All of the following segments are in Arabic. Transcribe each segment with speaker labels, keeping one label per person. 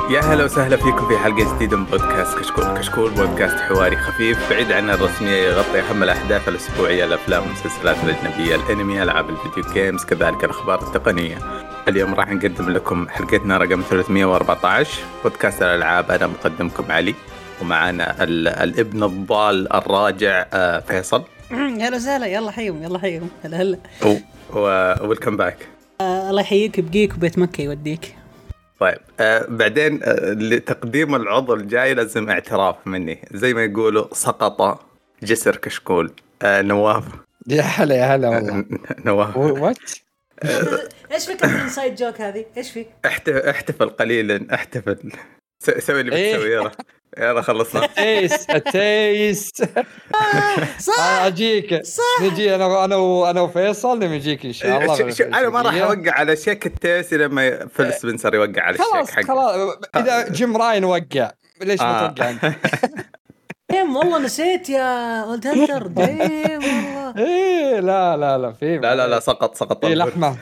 Speaker 1: يا هلا وسهلا فيكم في حلقة جديدة من بودكاست كشكول بودكاست حواري خفيف بعيد عن الرسمية، يغطي أهم الأحداث الأسبوعية، الأفلام والمسلسلات الأجنبية، الأنمي، ألعاب الفيديو جيمز، كذلك الأخبار التقنية. اليوم راح نقدم لكم حلقتنا رقم 314 بودكاست الألعاب. أنا مقدمكم علي، ومعنا الابن الضال الراجع فيصل.
Speaker 2: هلا وسهلا، يلا حيهم هلا
Speaker 1: ويلكم باك.
Speaker 2: الله يحييك بقيك وبيت مكة يوديك.
Speaker 1: طيب بعدين لتقديم العضو الجاي لازم اعتراف مني، زي ما يقولوا سقط جسر كشكول. نواف.
Speaker 3: يا هلا والله.
Speaker 1: نواف
Speaker 3: وات
Speaker 2: ايش فكرة الانسايد جوك هذه؟ ايش في؟
Speaker 1: احتفل قليلا، احتفل، سوي اللي بتسوي. يلا خلصنا.
Speaker 3: التيس
Speaker 2: صح
Speaker 3: اجيك نجي انا وفيصل نجيك ان شاء الله.
Speaker 1: انا ما راح اوقع على شيك التيس لما فيل سبنسر يوقع على الشيك حقه.
Speaker 3: خلاص اذا جيم راين وقع ليش ما توقع انت؟
Speaker 2: والله نسيت يا ولد هنتر. والله
Speaker 3: ايه لا في
Speaker 1: لا سقط
Speaker 3: لحمه.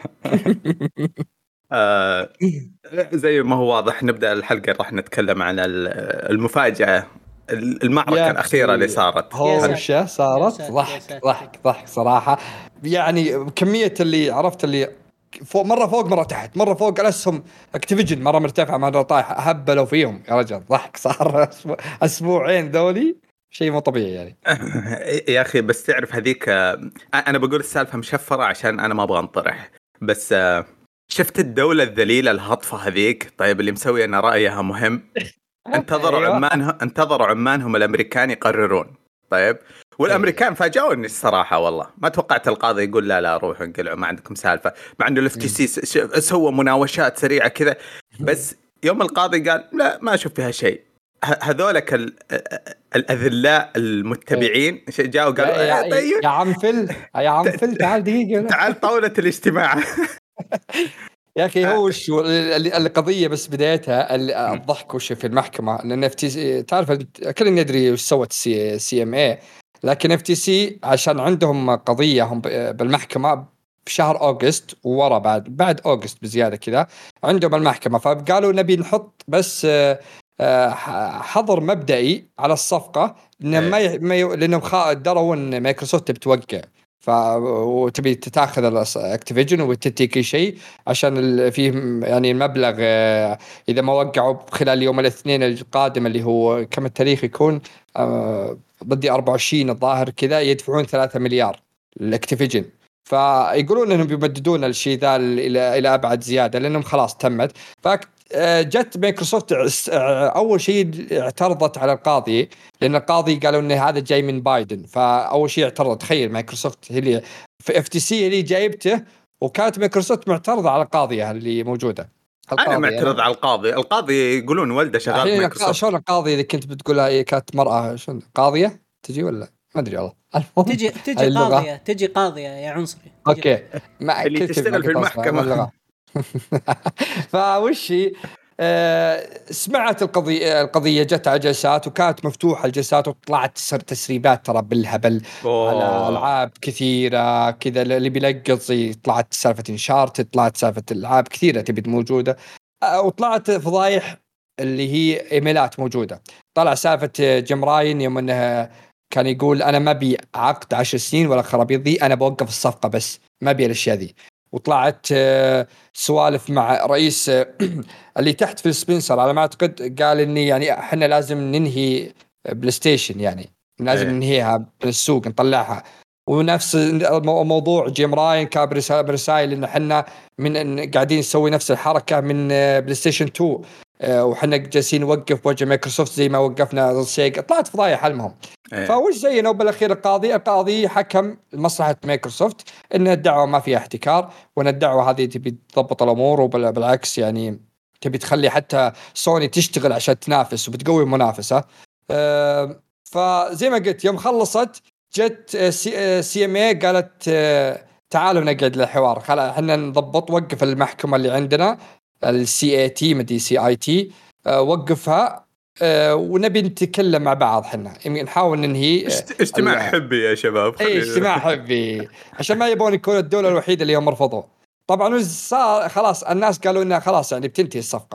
Speaker 1: زي ما هو واضح نبدأ الحلقة راح نتكلم عن المفاجأة، المعركة الأخيرة اللي صارت.
Speaker 3: هوشة صارت ضحك صراحة. يعني كمية اللي عرفت اللي فوق مرة تحت، مرة فوق الأسهم اكتيفيجن، مرة مرتفعة مرة طايحة، هبلوا فيهم يا رجل. ضحك صار أسبوعين دولي شيء مو طبيعي يعني.
Speaker 1: يا أخي بس تعرف هذيك، أنا بقول السالفة مشفرة عشان أنا ما أبغى أنطرح، بس شفت الدولة الذليلة الهطفة هذيك؟ طيب اللي مسوي أنا رأيها مهم. انتظروا عمانهم الأمريكان يقررون. طيب والأمريكان فاجأوني الصراحة، والله ما توقعت القاضي يقول لا روحوا انقلعوا ما عندكم سالفة، مع انه الاف تي سي سوى مناوشات سريعة كذا، بس يوم القاضي قال لا ما اشوف فيها شيء. هذولك الأذلاء المتبعين جاءوا قالوا
Speaker 3: طيب يا عم فل تعال دقيقة،
Speaker 1: تعال طاولة الاجتماع.
Speaker 3: يا اخي هو شو القضيه بس بدايتها الضحك وش في المحكمه، لان اف تي سي تعرف كلنا ندري وش سوت سي ام اي، لكن اف تي سي عشان عندهم قضيه هم بالمحكمه بشهر اوغست وورا بعد اوغست بزياده كذا عندهم المحكمه، فقالوا نبي نحط بس حظر مبدئي على الصفقه لانهم دروا ان مايكروسوفت بتوقع، وتبي تتاخذ اكتيفيجن وتتيك شيء عشان فيه يعني المبلغ اذا ما وقعوا خلال يوم الاثنين القادم اللي هو كم التاريخ يكون ضدي 24 الظاهر كذا، يدفعون 3 مليار الاكتيفيجن. فيقولون انهم بيمددون الشيء ذا الى ابعد زياده لانهم خلاص تمت. جت مايكروسوفت اول شيء اعترضت على القاضي، لان القاضي قالوا ان هذا جاي من بايدن، فاول شيء اعترض. تخيل مايكروسوفت هي اللي في اف تي سي اللي جايبته، وكانت مايكروسوفت معترضه على القاضيه اللي موجوده.
Speaker 1: انا معترض على القاضي يقولون ولده شغال في مايكروسوفت.
Speaker 3: شلون القاضي اذا كنت بتقولها هي كانت مرأة شلون قاضيه تجي ولا ما ادري والله.
Speaker 2: تجي قاضيه يا عنصري.
Speaker 3: اوكي
Speaker 1: ما اللي تشتغل في المحكمه.
Speaker 3: فوشي سمعت القضية جت على جلسات وكانت مفتوحة الجلسات، وطلعت تسريبات ترى بالهبل على ألعاب كثيرة كذا اللي بيلقط، زي طلعت سالفة انشارتد، طلعت سالفة ألعاب كثيرة تبي موجودة، وطلعت فضايح اللي هي إيميلات موجودة. طلع سالفة جيم راين يوم أنه كان يقول أنا ما بي عقد 10 سنين ولا خرابيط ذي، أنا بوقف الصفقة بس ما بي الأشياء ذي. وطلعت سوالف مع رئيس اللي تحت في سبنسر على ما أعتقد، قال إني يعني إحنا لازم ننهي بلاي ستيشن، يعني لازم ننهيها من السوق نطلعها. ونفس موضوع جيم راين كان برسائل إن إحنا من قاعدين نسوي نفس الحركة من بلاي ستيشن 2، وحنا جالسين نوقف وجه مايكروسوفت زي ما وقفنا سيجا. طلعت فضايح المهم. فوش زي نوبل الأخير القاضي حكم لمصلحة مايكروسوفت إن الدعوة ما فيها احتكار، وإن الدعوة هذه تبي تضبط الأمور، وبالعكس يعني تبي تخلي حتى سوني تشتغل عشان تنافس وبتقوي المنافسة. فزي ما قلت يوم خلصت جت سي ام اي قالت تعالوا نقعد للحوار، خلاص احنا نضبط، وقف المحكمة اللي عندنا السي اي تي مدي سي اي تي، وقفها ونبي نتكلم مع بعض، حنا نحاول ننهي
Speaker 1: اجتماع حبي يا شباب.
Speaker 3: اي اجتماع حبي عشان ما يبون يكون الدولة الوحيدة اللي هم رفضوا. طبعا صار خلاص الناس قالوا انها خلاص يعني بتنتهي الصفقة،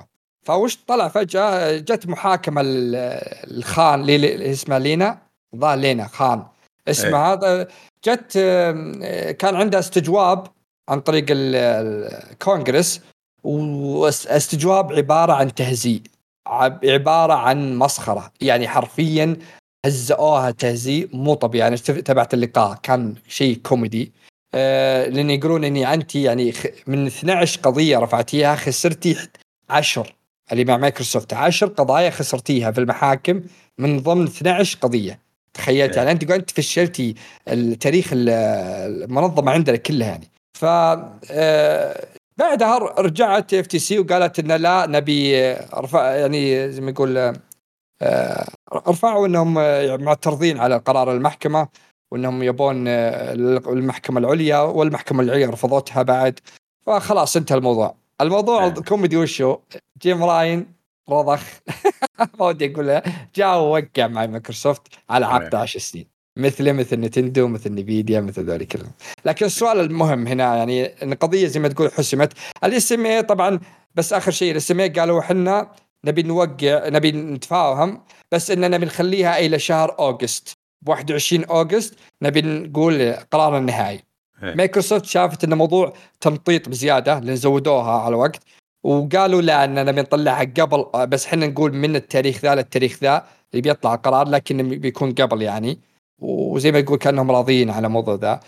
Speaker 3: فوش طلع فجأة جت محاكمة الخان اللي اسمها لينا، ظاهر لينا خان اسمها هذا. جت كان عندها استجواب عن طريق الكونغرس، واستجواب عبارة عن تهزيء، عبارة عن مسخرة، يعني حرفيا هزئوها تهزيء مو طبيعي. أنا تبعت اللقاء كان شيء كوميدي. لأن يقولون إني أنت يعني من 12 قضية رفعتيها خسرتي 10، اللي مع مايكروسوفت 10 قضايا خسرتيها في المحاكم من ضمن 12 قضية. تخيلت يعني أنت قلت فشلتي التاريخ المنظمة عندنا كلها يعني. ف بعدها رجعت FTC وقالت إن لا نبي رفع، يعني زي ما يقول رفعوا إنهم معترضين على قرار المحكمة، وإنهم يبون المحكمة العليا، والمحكمة العليا رفضتها بعد. فخلاص انتهى الموضوع الكوميدي. وشو جيم راين رضخ ما ودي أقولها، جاء ووقع مع مايكروسوفت على عقد 10 سنين، مثل نتندو، مثل نيفيديا، مثل ذلك كلهم. لكن السؤال المهم هنا يعني ان قضيه زي ما تقول حسمت. الاسم طبعا، بس اخر شيء الاسم قالوا احنا نبي نوقع، نبي نتفاهم، بس اننا بنخليها الى شهر اوغست، ب 21 اوغست نبي نقول قرار النهائي. مايكروسوفت شافت ان موضوع تمطيط بزياده لان زودوها على وقت، وقالوا لا اننا بنطلعها قبل، بس احنا نقول من التاريخ ذا للتاريخ ذا اللي بيطلع القرار، لكن بيكون قبل يعني. وزي ما يقول كانهم راضيين على موضوع ذا.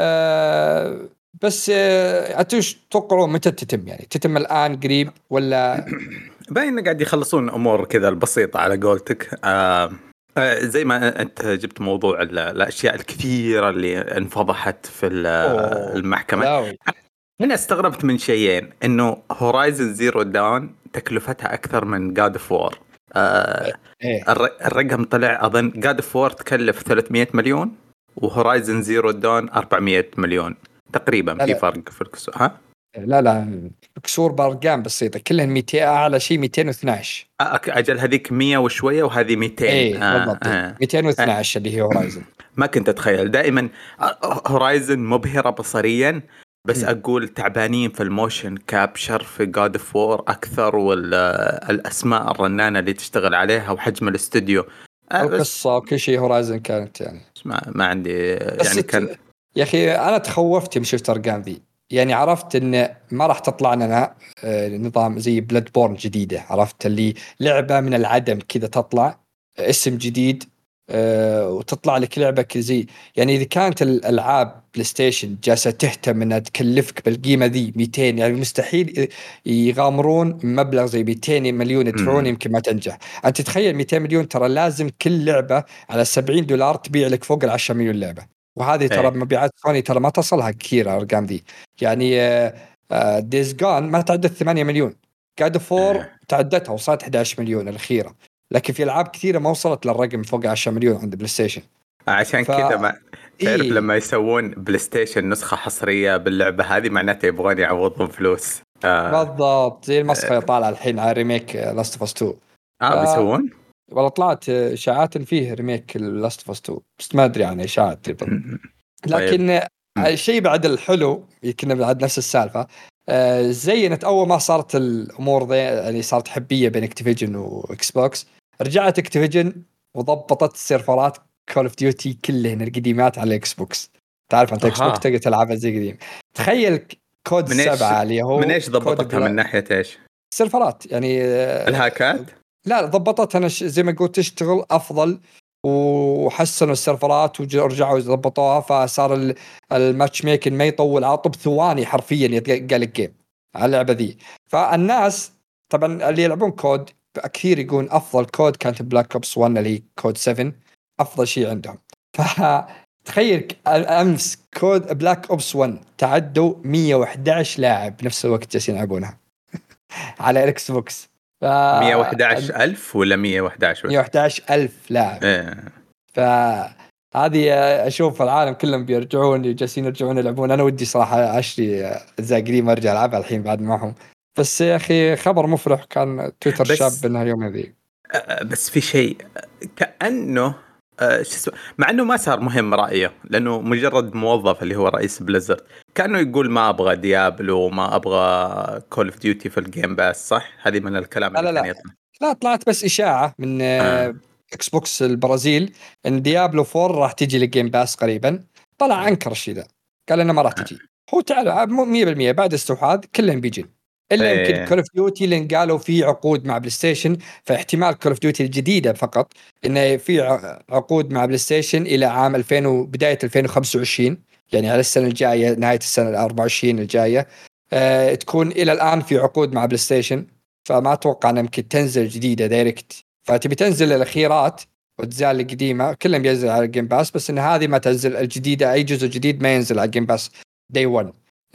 Speaker 3: بس اتوش توقعوا متى تتم؟ يعني تتم الان قريب ولا
Speaker 1: باين قاعد يخلصون امور كذا البسيطه على قولتك. زي ما انت جبت موضوع الاشياء الكثيره اللي انفضحت في المحكمه. هنا استغربت من شيئين، انه هورايزن زيرو داون تكلفتها اكثر من جاد اوف وور. الرقم طلع اظن جاد اوف وور تكلف 300 مليون وهورايزن زيرو داون 400 مليون تقريبا. لا في فرق في الكسور. ها
Speaker 3: لا كسور بارقام بسيطه، كلهم 200 اعلى شيء 212.
Speaker 1: اجل هذيك 100 وشويه وهذه 200.
Speaker 3: بالضبط 212 اللي هي هورايزن.
Speaker 1: ما كنت اتخيل. دائما هورايزن مبهره بصريا، بس أقول تعبانين في الموشن كابشر في God of War أكثر، والأسماء الرنانة اللي تشتغل عليها وحجم الاستوديو.
Speaker 3: القصة وكل شيء هورايزن كانت يعني
Speaker 1: ما عندي يعني كان.
Speaker 3: يا أخي أنا تخوفت يوم شفت أرقام ذي، يعني عرفت إن ما راح تطلع لنا نظام زي بلاد بورن جديدة، عرفت اللي لعبة من العدم كذا تطلع اسم جديد وتطلع لك لعبة زي يعني. إذا كانت الألعاب بلاي ستيشن جالسة تهتم أنها تكلفك بالقيمة ذي 200، يعني مستحيل يغامرون مبلغ زي 200 مليون يدفعون يمكن ما تنجح. أنت تتخيل 200 مليون ترى لازم كل لعبة على $70 تبيع لك فوق 10 مليون لعبة، وهذه ترى مبيعات سوني ترى ما تصلها كثير أرقام ذي. يعني ديز جون ما تعدت 8 مليون، God of War تعدتها وصلت 11 مليون الأخيرة، لكن في ألعاب كثيرة ما وصلت للرقم فوق 10 مليون عند بلاي ستيشن.
Speaker 1: عشان كذا ما تعرف لما يسوون بلاي ستيشن نسخة حصرية باللعبة هذه معناته يبغون يعوضون فلوس.
Speaker 3: بالضبط زي المسخرة طالعة الحين على ريميك لاست اوف اس 2.
Speaker 1: بيسوون
Speaker 3: والله طلعت إشاعات فيه ريميك لاست اوف اس 2، بس ما أدري عن إشاعات لكن الشيء بعد الحلو يمكن بعد نفس السالفة. زينت أول ما صارت الأمور ذي، يعني صارت حبية بين اكتيفيجن وإكس بوكس، رجعت اكتيفيجن وضبطت السيرفرات كول اوف ديوتي كلهن القديمات على إكس بوكس. تعرف أنت إكس بوكس تقدر تلعبها زي قديم. تخيل كود 7 اللي هو
Speaker 1: من إيش ضبطتها؟ من ناحية إيش؟
Speaker 3: السيرفرات يعني
Speaker 1: الهاكات؟ لا
Speaker 3: ضبطتها أنا زي ما قلت تشتغل أفضل، وحسنوا السيرفرات ورجعوا ضبطوها، فصار الماتش ميكن ما يطول عطب ثواني حرفيا يتقال الجيم على اللعبة ذي. فالناس طبعا اللي يلعبون كود كثير يقول أفضل كود كانت بلاك أوبس 1 اللي كود 7 أفضل شيء عندهم. فتخيل أمس كود بلاك أوبس 1 تعدوا 111 لاعب بنفس الوقت جالسين يلعبونها على الإكس بوكس.
Speaker 1: 111,000 ولا
Speaker 3: 111,000 لاعب. فهذه أشوف العالم كلهم بيرجعون جالسين يرجعون يلعبون. أنا ودي صراحة أشتري أجزاء قديمة أرجع ألعبها الحين بعد معهم، بس يا أخي خبر مفرح كان تويتر شاب إنها اليوم ذي.
Speaker 1: بس في شيء كأنه مع انه ما صار مهم رايه، لانه مجرد موظف اللي هو رئيس بليزرد كانه يقول ما ابغى ديابلو وما ابغى كول اوف ديوتي في الجيم باس، صح؟ هذه من الكلام
Speaker 3: لا
Speaker 1: اللي
Speaker 3: لا
Speaker 1: كان
Speaker 3: لا
Speaker 1: يطلع.
Speaker 3: لا، طلعت بس اشاعه من
Speaker 1: آه.
Speaker 3: اكس بوكس البرازيل ان ديابلو 4 راح تجي للجيم باس قريبا. طلع انكر الشيء ذا، قال انه ما راح تجي. هو تعال 100% بعد استحواذ كلهم بيجين، الا يمكن
Speaker 1: إيه.
Speaker 3: كول اوف ديوتي لان قالوا في عقود مع بلاي ستيشن، فاحتمال كول اوف ديوتي الجديده فقط انه في عقود مع بلاي ستيشن الى عام 2000 وبدايه 2025، يعني على السنه الجايه نهايه السنه 24 الجايه. تكون الى الان في عقود مع بلاي ستيشن، فما اتوقع انها يمكن تنزل جديده دايركت. فتبي تنزل الاخيرات والاجزاء القديمه كلهم ينزل على الجيم باس، بس ان هذه ما تنزل الجديده، اي جزء جديد ما ينزل على الجيم باس داي 1.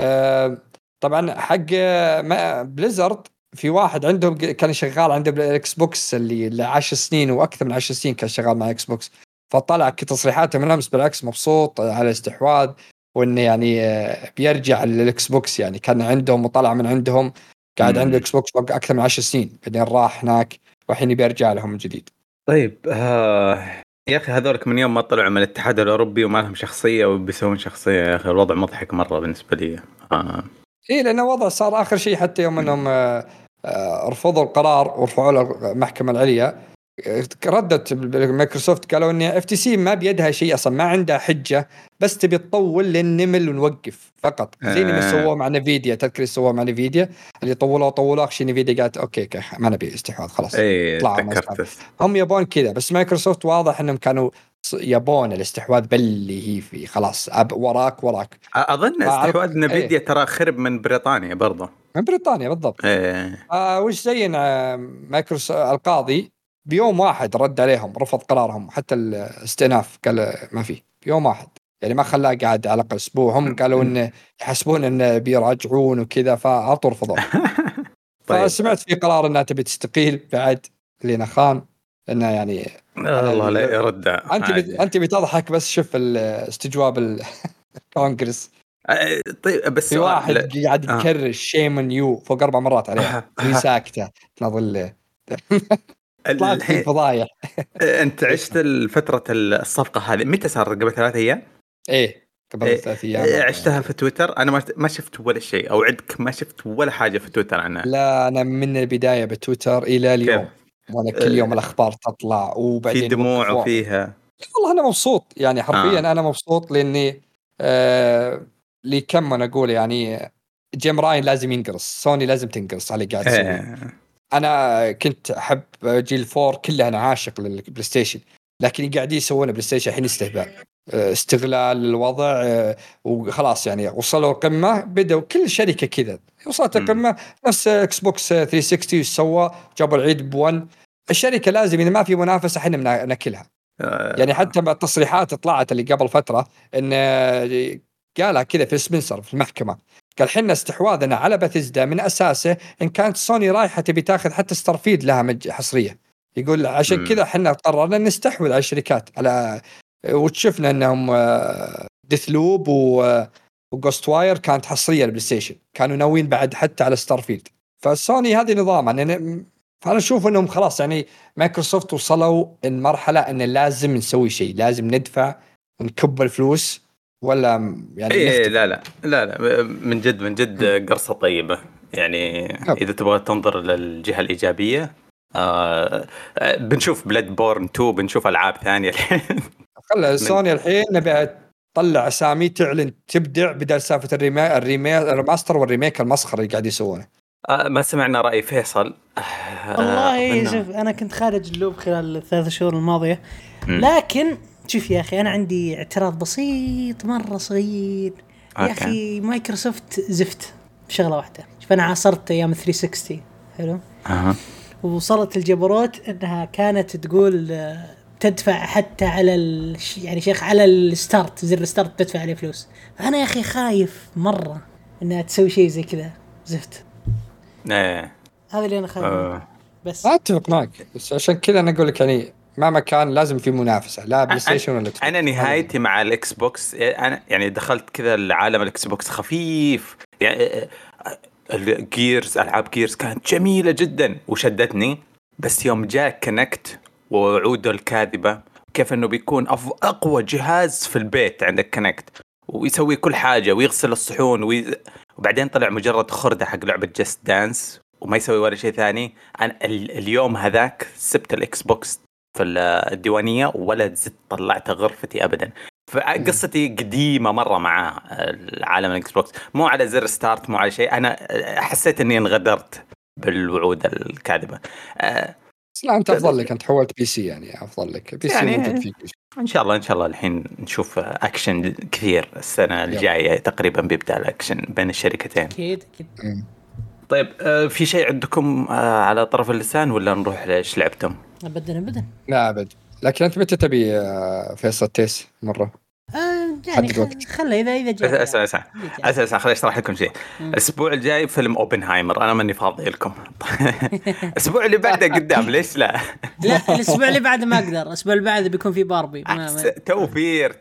Speaker 3: طبعا حق بليزرد في واحد عندهم كان شغال عنده بالاكس بوكس اللي 10 سنين واكثر من 10 سنين كان شغال مع اكس بوكس، فطلع تصريحاته من امس بالعكس مبسوط على الاستحواذ، وانه يعني بيرجع للاكس بوكس. يعني كان عندهم وطلع من عندهم، قاعد عنده اكس بوكس اكثر من 10 سنين بعدين راح هناك والحين بيرجع لهم من جديد.
Speaker 1: طيب يا اخي هذولك من يوم ما طلعوا من الاتحاد الاوروبي وما لهم شخصيه وبيسوون شخصيه، يا اخي الوضع مضحك مره بالنسبه لي.
Speaker 3: ايه لانه وضع صار اخر شيء حتى يوم انهم رفضوا القرار ورفعوا له المحكمه العليا، ردت مايكروسوفت قالوا ان اف تي سي ما بيدها شيء اصلا، ما عندها حجه، بس تبي تطول للنمل ونوقف فقط، زي ما سووا مع نفيديا. تذكر سووا مع نفيديا اللي طولوا اخشي نفيديا قالت اوكي ما نبي استحواذ خلاص طلعوا. هم يبون كذا، بس مايكروسوفت واضح انهم كانوا يبون الاستحواذ باللي هي في خلاص وراك.
Speaker 1: اظن استحواذ نفيديا ترى خرب من بريطانيا برضه،
Speaker 3: من بريطانيا بالضبط. وش زين مايكروسوفت القاضي بيوم واحد رد عليهم، رفض قرارهم حتى الاستئناف، قال ما في بيوم واحد، يعني ما خلاه قاعد على الأقل أسبوع. هم قالوا إنه يحسبون إنه بيراجعون وكذا فعطوا رفضوا. طيب. فسمعت في قرار إنها تبي تستقيل بعد لينا خان، إنه يعني
Speaker 1: الله لا يرد.
Speaker 3: أنت بتضحك بس شوف الاستجواب الكونغرس.
Speaker 1: طيب بس
Speaker 3: في واحد قاعد يكرر شيمن يو فوق 4 مرات عليها في ساكتة نظل طلعت في فضايح.
Speaker 1: انت عشت الفترة الصفقة هذه متى صار؟ قبل 3 أيام؟
Speaker 3: ايه قبل 3 أيام.
Speaker 1: عشتها في تويتر. انا ما شفت ولا شيء، او عندك ما شفت ولا حاجة في تويتر عنها.
Speaker 3: لا انا من البداية بتويتر الى اليوم وانا كل يوم الاخبار تطلع وبعدين
Speaker 1: في دموع وفيها.
Speaker 3: والله انا مبسوط يعني حرفيا انا مبسوط لاني لي كم انا اقول يعني جيم راين لازم ينقرص، سوني لازم تنقرص على قاعد يسوي. انا كنت احب جيل 4 كله، انا عاشق للبلاي ستيشن، لكن قاعدين يسوون بلاي ستيشن الحين استغلال الوضع وخلاص. يعني وصلوا القمة، بدأوا كل شركة كذا وصلت القمة، نفس اكس بوكس 360 سوى جابوا العيد ب1. الشركة لازم إذا ما في منافسة احنا ناكلها. يعني حتى التصريحات طلعت اللي قبل فترة إن قالها كذا في سبنسر في المحكمة، قال حنا استحواذنا على بثيسدا من أساسه إن كانت سوني رايحة تبي تاخذ حتى ستارفيلد لها حصرية، يقول عشان كذا حنا قررنا نستحوذ على الشركات على. وتشوفنا انهم ديث لوب وغوست واير كانت حصريه للبلاي ستيشن، كانوا ناويين بعد حتى على ستارفيلد. فالسوني هذه نظام يعني. فانا اشوف انهم خلاص يعني مايكروسوفت وصلوا المرحله ان لازم نسوي شيء، لازم ندفع ونكب الفلوس ولا يعني
Speaker 1: إيه لا من جد قرصه طيبه يعني. اذا تبغى تنظر للجهه الايجابيه بنشوف بلاد بورن 2، بنشوف العاب ثانيه الحين. خلى
Speaker 3: سوني الحين نبي تطلع اسامي تعلن تبدع بدل سالفه الريماستر والريميك المسخره اللي قاعد يسوونه.
Speaker 1: ما سمعنا راي فيصل.
Speaker 2: والله شوف انا كنت خارج اللوب خلال ال3 شهور الماضيه، لكن شوف يا اخي انا عندي اعتراض بسيط مره صغير. يا اخي مايكروسوفت زفت بشغله واحده. شوف انا عاصرت ايام 360 حلو ووصلت الجبروت انها كانت تقول تدفع حتى على يعني شيخ على الستارت، زر الستارت تدفع عليه فلوس. انا يا اخي خايف مره انها تسوي شيء زي كذا زفت.
Speaker 1: هذا
Speaker 2: اللي انا خايف. بس
Speaker 3: اتفق معك، بس عشان كذا انا اقول لك يعني ما كان لازم في منافسه لا بلاي ستيشن ولا
Speaker 1: انا نهايتي مع الاكس بوكس. انا يعني دخلت كذا العالم الاكس بوكس خفيف يعني. الجيرز العاب جيرز كانت جميله جدا وشدتني، بس يوم جاء كونكت ووعوده الكاذبه كيف انه بيكون اقوى جهاز في البيت عندك كونكت، ويسوي كل حاجه ويغسل الصحون وبعدين طلع مجرد خردة حق لعبه جست دانس وما يسوي ولا شيء ثاني. انا اليوم هذاك سبت الاكس بوكس في الديوانيه ولا زدت طلعت غرفتي ابدا. فقصتي قديمه مره مع العالم الاكس بوكس، مو على زر ستارت، مو على شيء. انا حسيت اني انغدرت بالوعود الكاذبه.
Speaker 3: لا انت افضل لك، انت حولت بي سي، يعني افضل لك بي سي
Speaker 1: يعني
Speaker 3: موجود فيك.
Speaker 1: ان شاء الله الحين نشوف اكشن كثير السنه الجايه تقريبا بيبدا الاكشن بين الشركتين.
Speaker 2: اكيد.
Speaker 1: طيب في شيء عندكم على طرف اللسان ولا نروح ليش لعبتم؟
Speaker 2: ابدا
Speaker 3: لا ابد. لكن انت متى تبي فيصل تيس مره؟
Speaker 2: يعني خلى اذا جاء
Speaker 1: اساسا خليني اشرح لكم شيء. الاسبوع الجاي فيلم اوبنهايمر، انا ماني فاضي لكم. الاسبوع اللي بعده قدام ليش لا
Speaker 2: الاسبوع اللي بعده ما اقدر. الاسبوع اللي بعده بيكون في باربي.
Speaker 1: توفير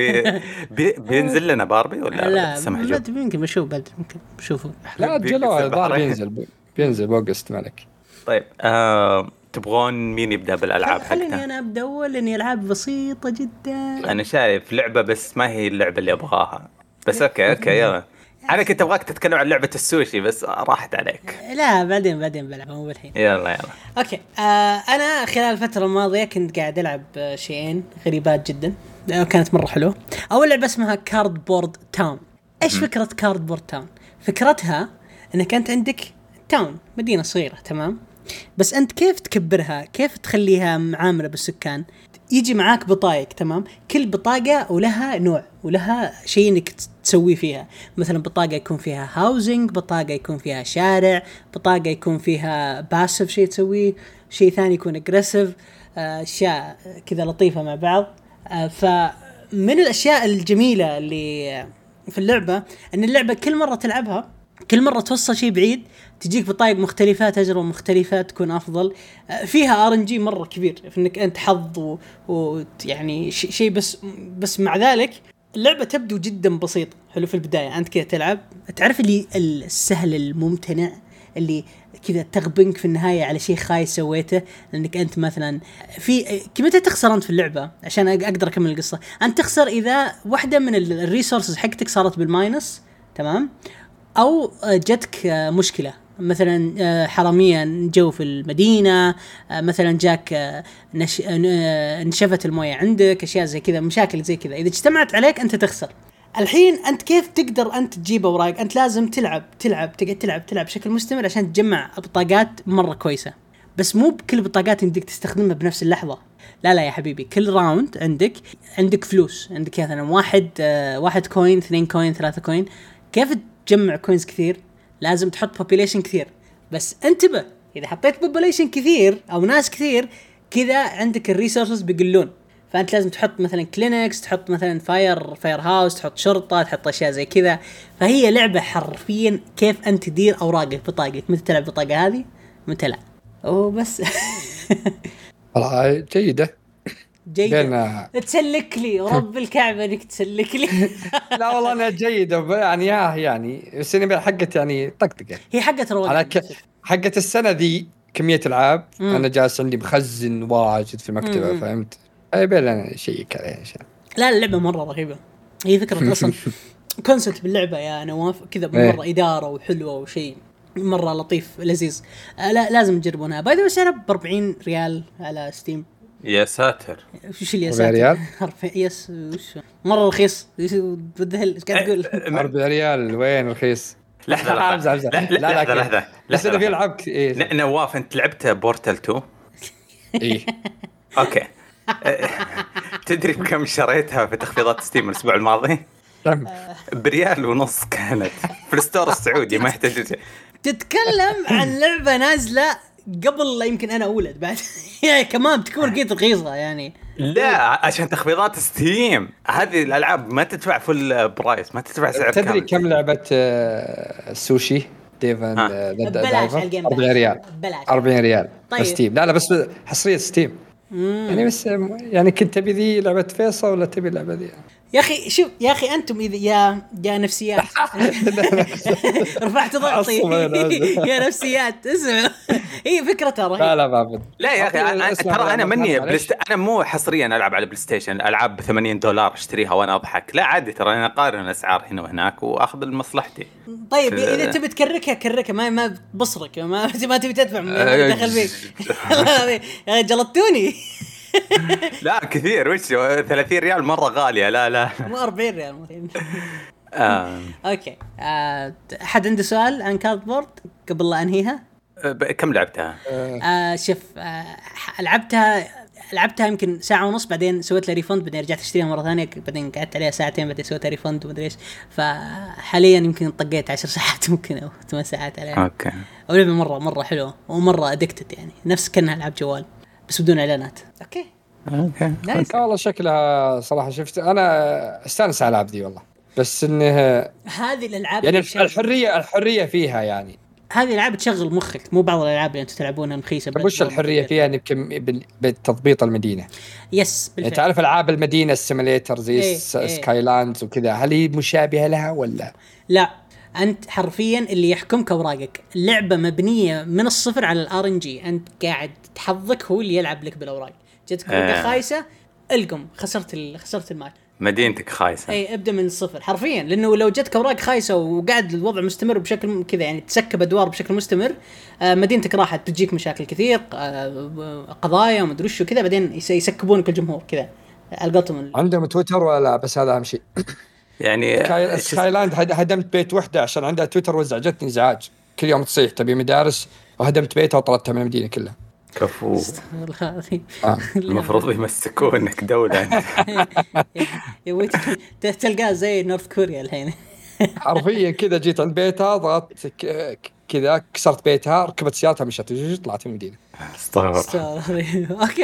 Speaker 1: بينزل لنا باربي ولا
Speaker 2: لا يمكن ممكن بشوفه.
Speaker 3: لا جلوه الظاهر بينزل بوغست مالك.
Speaker 1: طيب تبغون مين يبدأ بالألعاب حقتها؟
Speaker 2: خليني أنا أبدأ أول، لأني ألعاب بسيطة جدا.
Speaker 1: أنا شايف لعبة بس ما هي اللعبة اللي أبغاها، بس أوكي يلا. أنا كنت أبغاك تتكلم عن لعبة السوشي بس راحت عليك.
Speaker 2: لا بعدين بلعبها مو بالحين.
Speaker 1: يلا
Speaker 2: أوكي. أنا خلال الفترة الماضية كنت قاعد ألعب شيئين غريبات جدا، كانت مرة حلوة. أول لعبة اسمها كاردبورد تاون. إيش فكرة كاردبورد تاون؟ فكرتها إنك أنت عندك تاون، مدينة صغيرة، تمام؟ بس أنت كيف تكبرها، كيف تخليها معاملة بالسكان؟ يجي معاك بطايق، تمام؟ كل بطاقة ولها نوع ولها شيء إنك تسوي فيها. مثلا بطاقة يكون فيها هاوزنج، بطاقة يكون فيها شارع، بطاقة يكون فيها باسف شيء تسويه، شيء ثاني يكون اجريسيف، أشياء كذا لطيفة مع بعض. فمن الأشياء الجميلة اللي في اللعبة أن اللعبة كل مرة تلعبها، كل مرة توصل شيء بعيد تجيك بطايق مختلفة، تجربة مختلفة تكون أفضل. فيها RNG مرة كبير في إنك أنت حظ ويعني شيء بس مع ذلك اللعبة تبدو جدا بسيطة. حلو في البداية أنت كذا تلعب، تعرف اللي السهل الممتنع اللي كذا تغبنك في النهاية على شيء خايس سويته، لأنك أنت مثلا في متى تخسر أنت في اللعبة عشان أقدر أكمل القصة. أنت تخسر إذا واحدة من الريسورسز حقتك صارت بالماينس، تمام؟ أو جتك مشكلة، مثلا حرامية جو في المدينة، مثلا جاك نشفت الموية عندك، أشياء زي كذا، مشاكل زي كذا إذا اجتمعت عليك أنت تخسر. الحين أنت كيف تقدر أنت تجيب أوراق؟ أنت لازم تقعد تلعب بشكل مستمر عشان تجمع بطاقات مرة كويسة. بس مو بكل بطاقات يمديك تستخدمها بنفس اللحظة. لا يا حبيبي، كل راوند عندك فلوس، عندك مثلا واحد كوين، 2 كوين، 3 كوين. كيف تجمع كوينز كثير؟ لازم تحط population كثير. بس انتبه، إذا حطيت population كثير أو ناس كثير كذا عندك الريسورسز بيقلون. فأنت لازم تحط مثلا كلينكس، تحط مثلا فاير هاوس، تحط شرطة، تحط أشياء زي كذا. فهي لعبة حرفيا كيف أنت تدير أوراقك، بطاقك، متى تلعب بطاقة هذه متى لا. بس
Speaker 3: جيدة
Speaker 2: تسلك لي ورب الكعبة انك تسلك لي.
Speaker 3: لا والله انا جيدة يعني بس انا حقت يعني طقطقة.
Speaker 2: هي حقت روقان
Speaker 3: حقت السنة ذي كمية العاب. انا جالس عندي مخزن واجد في المكتبة، فهمت؟ اي بلا شيء كذا ان شاء الله.
Speaker 2: لا اللعبة مرة رهيبة. هي فكرة اصلا كونسبت باللعبة يا نواف كذا مرة إدارة وحلوة وشيء مرة لطيف لذيذ. لا لازم تجربونها. باي ذا سعرها ب40 ريال على ستيم.
Speaker 1: يا ساتر،
Speaker 2: وش اللي يا ساتر؟ يس مرة رخيص. بدهل ايش قاعد تقول؟
Speaker 3: 4 ريال وين رخيص؟
Speaker 1: لحظة لا
Speaker 3: بس انا في العاب
Speaker 1: نواف انت لعبت بورتال 2؟
Speaker 3: ايه
Speaker 1: اوكي. تدري بكم شريتها في تخفيضات ستيم الاسبوع الماضي؟ ب1.50 كانت في الستور السعودي. ما يحتاج
Speaker 2: تتكلم عن لعبة نازلة قبل لا يمكن أنا أولد بعد. يعني كمان تكون رقيت رخيصة يعني.
Speaker 1: لا عشان تخفيضات ستيم هذه الألعاب ما تدفع فول برايس، ما تدفع سعر كامل.
Speaker 3: تدري كم لعبة السوشي ديفن
Speaker 2: ببلاش
Speaker 3: 40 ريال 40 ريال
Speaker 2: طيب.
Speaker 3: ستيم لا بس حصرية ستيم. يعني بس يعني كنت تبي ذي لعبة فيصل ولا تبي اللعبة ذي؟
Speaker 2: يا اخي شوف يا اخي انتم اذا يا نفسيات رفعت ضغطي يا نفسيات اسمع هي فكرتها رهيبه.
Speaker 3: لا ما بد.
Speaker 1: لا يا اخي ترى انا مني انا مو حصريا العب على بلاي ستيشن العاب $80 اشتريها وانا اضحك. لا عادي ترى انا اقارن الاسعار هنا وهناك واخذ لمصلحتي.
Speaker 2: طيب اذا تبي تكركها ما بصرك ما تبي تدفع من دخل فيك يا جلطوني.
Speaker 1: لا كثير وش 30 ريال مرة غالية. لا
Speaker 2: مو 40 ريال اوكي. احد عنده سؤال عن كاردبورد قبل لا انهيها؟
Speaker 1: كم لعبتها؟
Speaker 2: شوف لعبتها يمكن ساعة ونص بعدين سويت لها ريفند بعدين رجعت اشتريها مرة ثانية بعدين قعدت عليها ساعتين بعدين سويت لها ريفند ومدري ايش. فحاليا يمكن طقيت 10 ساعات ممكن او 8 ساعات عليها.
Speaker 1: اوكي.
Speaker 2: ولعبة مرة حلوة ومرة ادكتد يعني نفس كأنها العاب جوال بس بدون اعلانات. اوكي
Speaker 3: والله شكلها صراحة شفت أنا استانس على الألعاب دي والله بس إنه
Speaker 2: هذه الألعاب
Speaker 3: يعني الحرية فيها يعني
Speaker 2: هذه الألعاب تشغل مخك مو بعض الألعاب اللي أنتوا تلعبونها مخيسة.
Speaker 3: وش الحرية فيها يعني بالتضبيط المدينة
Speaker 2: يس
Speaker 3: يعني تعرف ألعاب المدينة السيميليتر زي سكايلاندز وكذا هل هي مشابهة لها ولا
Speaker 2: لا؟ أنت حرفيا اللي يحكمك أوراقك. اللعبة مبنية من الصفر على الRNG. أنت قاعد تحظك هو اللي يلعب لك بالأوراق. جتك ورقة خايسة القم خسرت المال.
Speaker 1: مدينتك خايسة.
Speaker 2: اي ابدا من الصفر حرفيا لانه لو جتك اوراق خايسه وقاعد الوضع مستمر بشكل كذا يعني تسكب ادوار بشكل مستمر مدينتك راحت تجيك مشاكل كثير قضايا ومدري وش وكذا بعدين يسكبونك الجمهور كذا القطم.
Speaker 3: عندهم تويتر ولا بس هذا اهم شيء
Speaker 1: يعني
Speaker 3: سكايلاند هدمت بيت وحده عشان عندها تويتر وزعجتني ازعاج كل يوم تصيح تبي مدارس وهدمت بيتها وطردتها من المدينه كلها.
Speaker 1: كفو. المفروض يمسكونك دولة.
Speaker 2: تلقاه زي نورث كوريا الحين.
Speaker 3: حرفيا كذا جيت عند بيتها ضغطت كذا كسرت بيتها ركبت سيارتها مشت طلعت من المدينة.
Speaker 1: استغفر.
Speaker 2: اوكي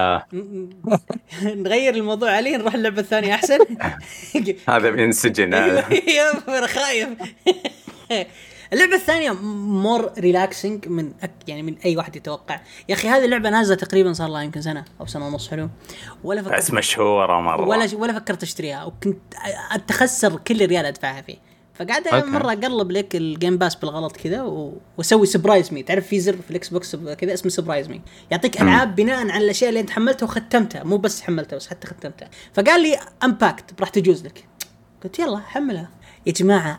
Speaker 2: نغير الموضوع عليه نروح اللعبة الثانية احسن.
Speaker 1: هذا بينسجن هذا.
Speaker 2: يا خايف. اللعبة الثانية مور ريلاكسينج يعني من أي واحد يتوقع. يا أخي هذه اللعبة نازلة تقريبا صار لها يمكن سنة أو سنة ونص حلو ولا فكرت
Speaker 1: بس مشهورة مرة
Speaker 2: ولا فكرت أشتريها وكنت أتخسر كل ريال أدفعها فيه. فقاعد مرة أقلب لك الجيم باس بالغلط كذا وأسوي سبرايز مي. تعرف في زر في الإكس بوكس كذا اسمه سبرايز مي يعطيك ألعاب بناء على الأشياء اللي أنت حملتها وختمتها مو بس حملتها بس حتى ختمتها. فقال لي أمباكت راح تجوز لك. قلت يلا حملها يا جماعة.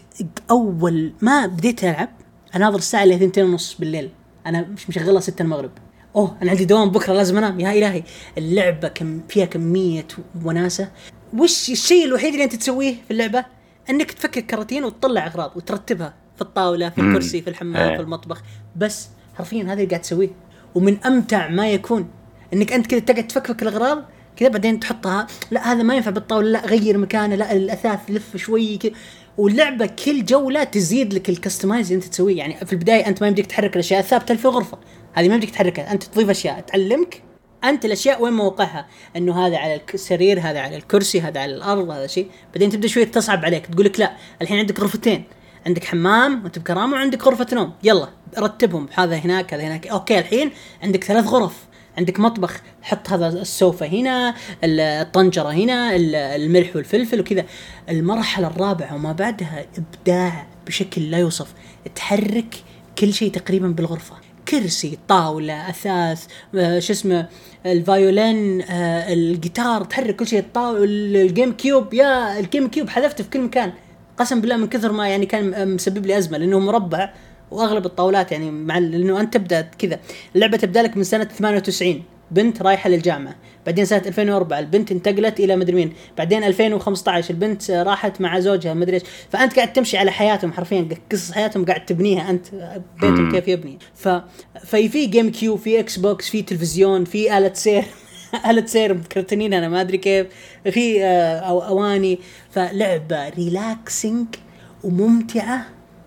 Speaker 2: أول ما بديت ألعب أناظر الساعة اللي 2:30 بالليل أنا مش مشغلها 6 المغرب. أنا عندي دوام بكرة لازم أنام يا إلهي. اللعبة فيها كمية وناسة. وش الشيء الوحيد اللي أنت تسويه في اللعبة أنك تفكك كراتين وتطلع أغراض وترتبها في الطاولة في الكرسي في الحمام في المطبخ بس حرفيا هذا اللي قاعد تسويه. ومن أمتع ما يكون أنك أنت كده تقعد تفكك الأغراض كده بعدين تحطها لا هذا ما ينفع بالطاولة لا غير مكانه لا الأثاث لف شوي كده. واللعبة كل جولة تزيد لك الكستمايز اللي انت تسويه. يعني في البداية انت ما يمديك تحرك الاشياء الثابتة في الغرفة هذه ما يمديك تحركها. انت تضيف اشياء تعلمك انت الاشياء وين موقعها انه هذا على السرير هذا على الكرسي هذا على الارض هذا شيء. بعدين تبدا شوية تصعب عليك تقولك لا الحين عندك غرفتين عندك حمام وانت بكرامة وعندك غرفة نوم يلا رتبهم هذا هناك هذا هناك. اوكي الحين عندك 3 غرف عندك مطبخ حط هذا السوفة هنا الطنجرة هنا الملح والفلفل وكذا. المرحلة الرابعة وما بعدها إبداع بشكل لا يوصف. تحرك كل شيء تقريبا بالغرفة كرسي طاولة أثاث شو اسمه الفايولين الجيتار تحرك كل شيء الطاولة الجيم كيوب. يا الجيم كيوب حذفته في كل مكان قسم بالله من كثر ما يعني كان مسبب لي أزمة لأنه مربع واغلب الطاولات يعني مع لانه انت تبدا كذا. اللعبه تبدا لك من سنه 98 بنت رايحه للجامعه بعدين سنه 2004 البنت انتقلت الى مدري مين بعدين 2015 البنت راحت مع زوجها مدري ايش. فانت قاعد تمشي على حياتهم حرفيا قصص حياتهم قاعد تبنيها انت بيتهم كيف يبني. في جيم كيو في اكس بوكس في تلفزيون في آلة سير آلة سير مكرتنين انا ما ادري كيف في اواني. فلعبه ريلاكسينج وممتعه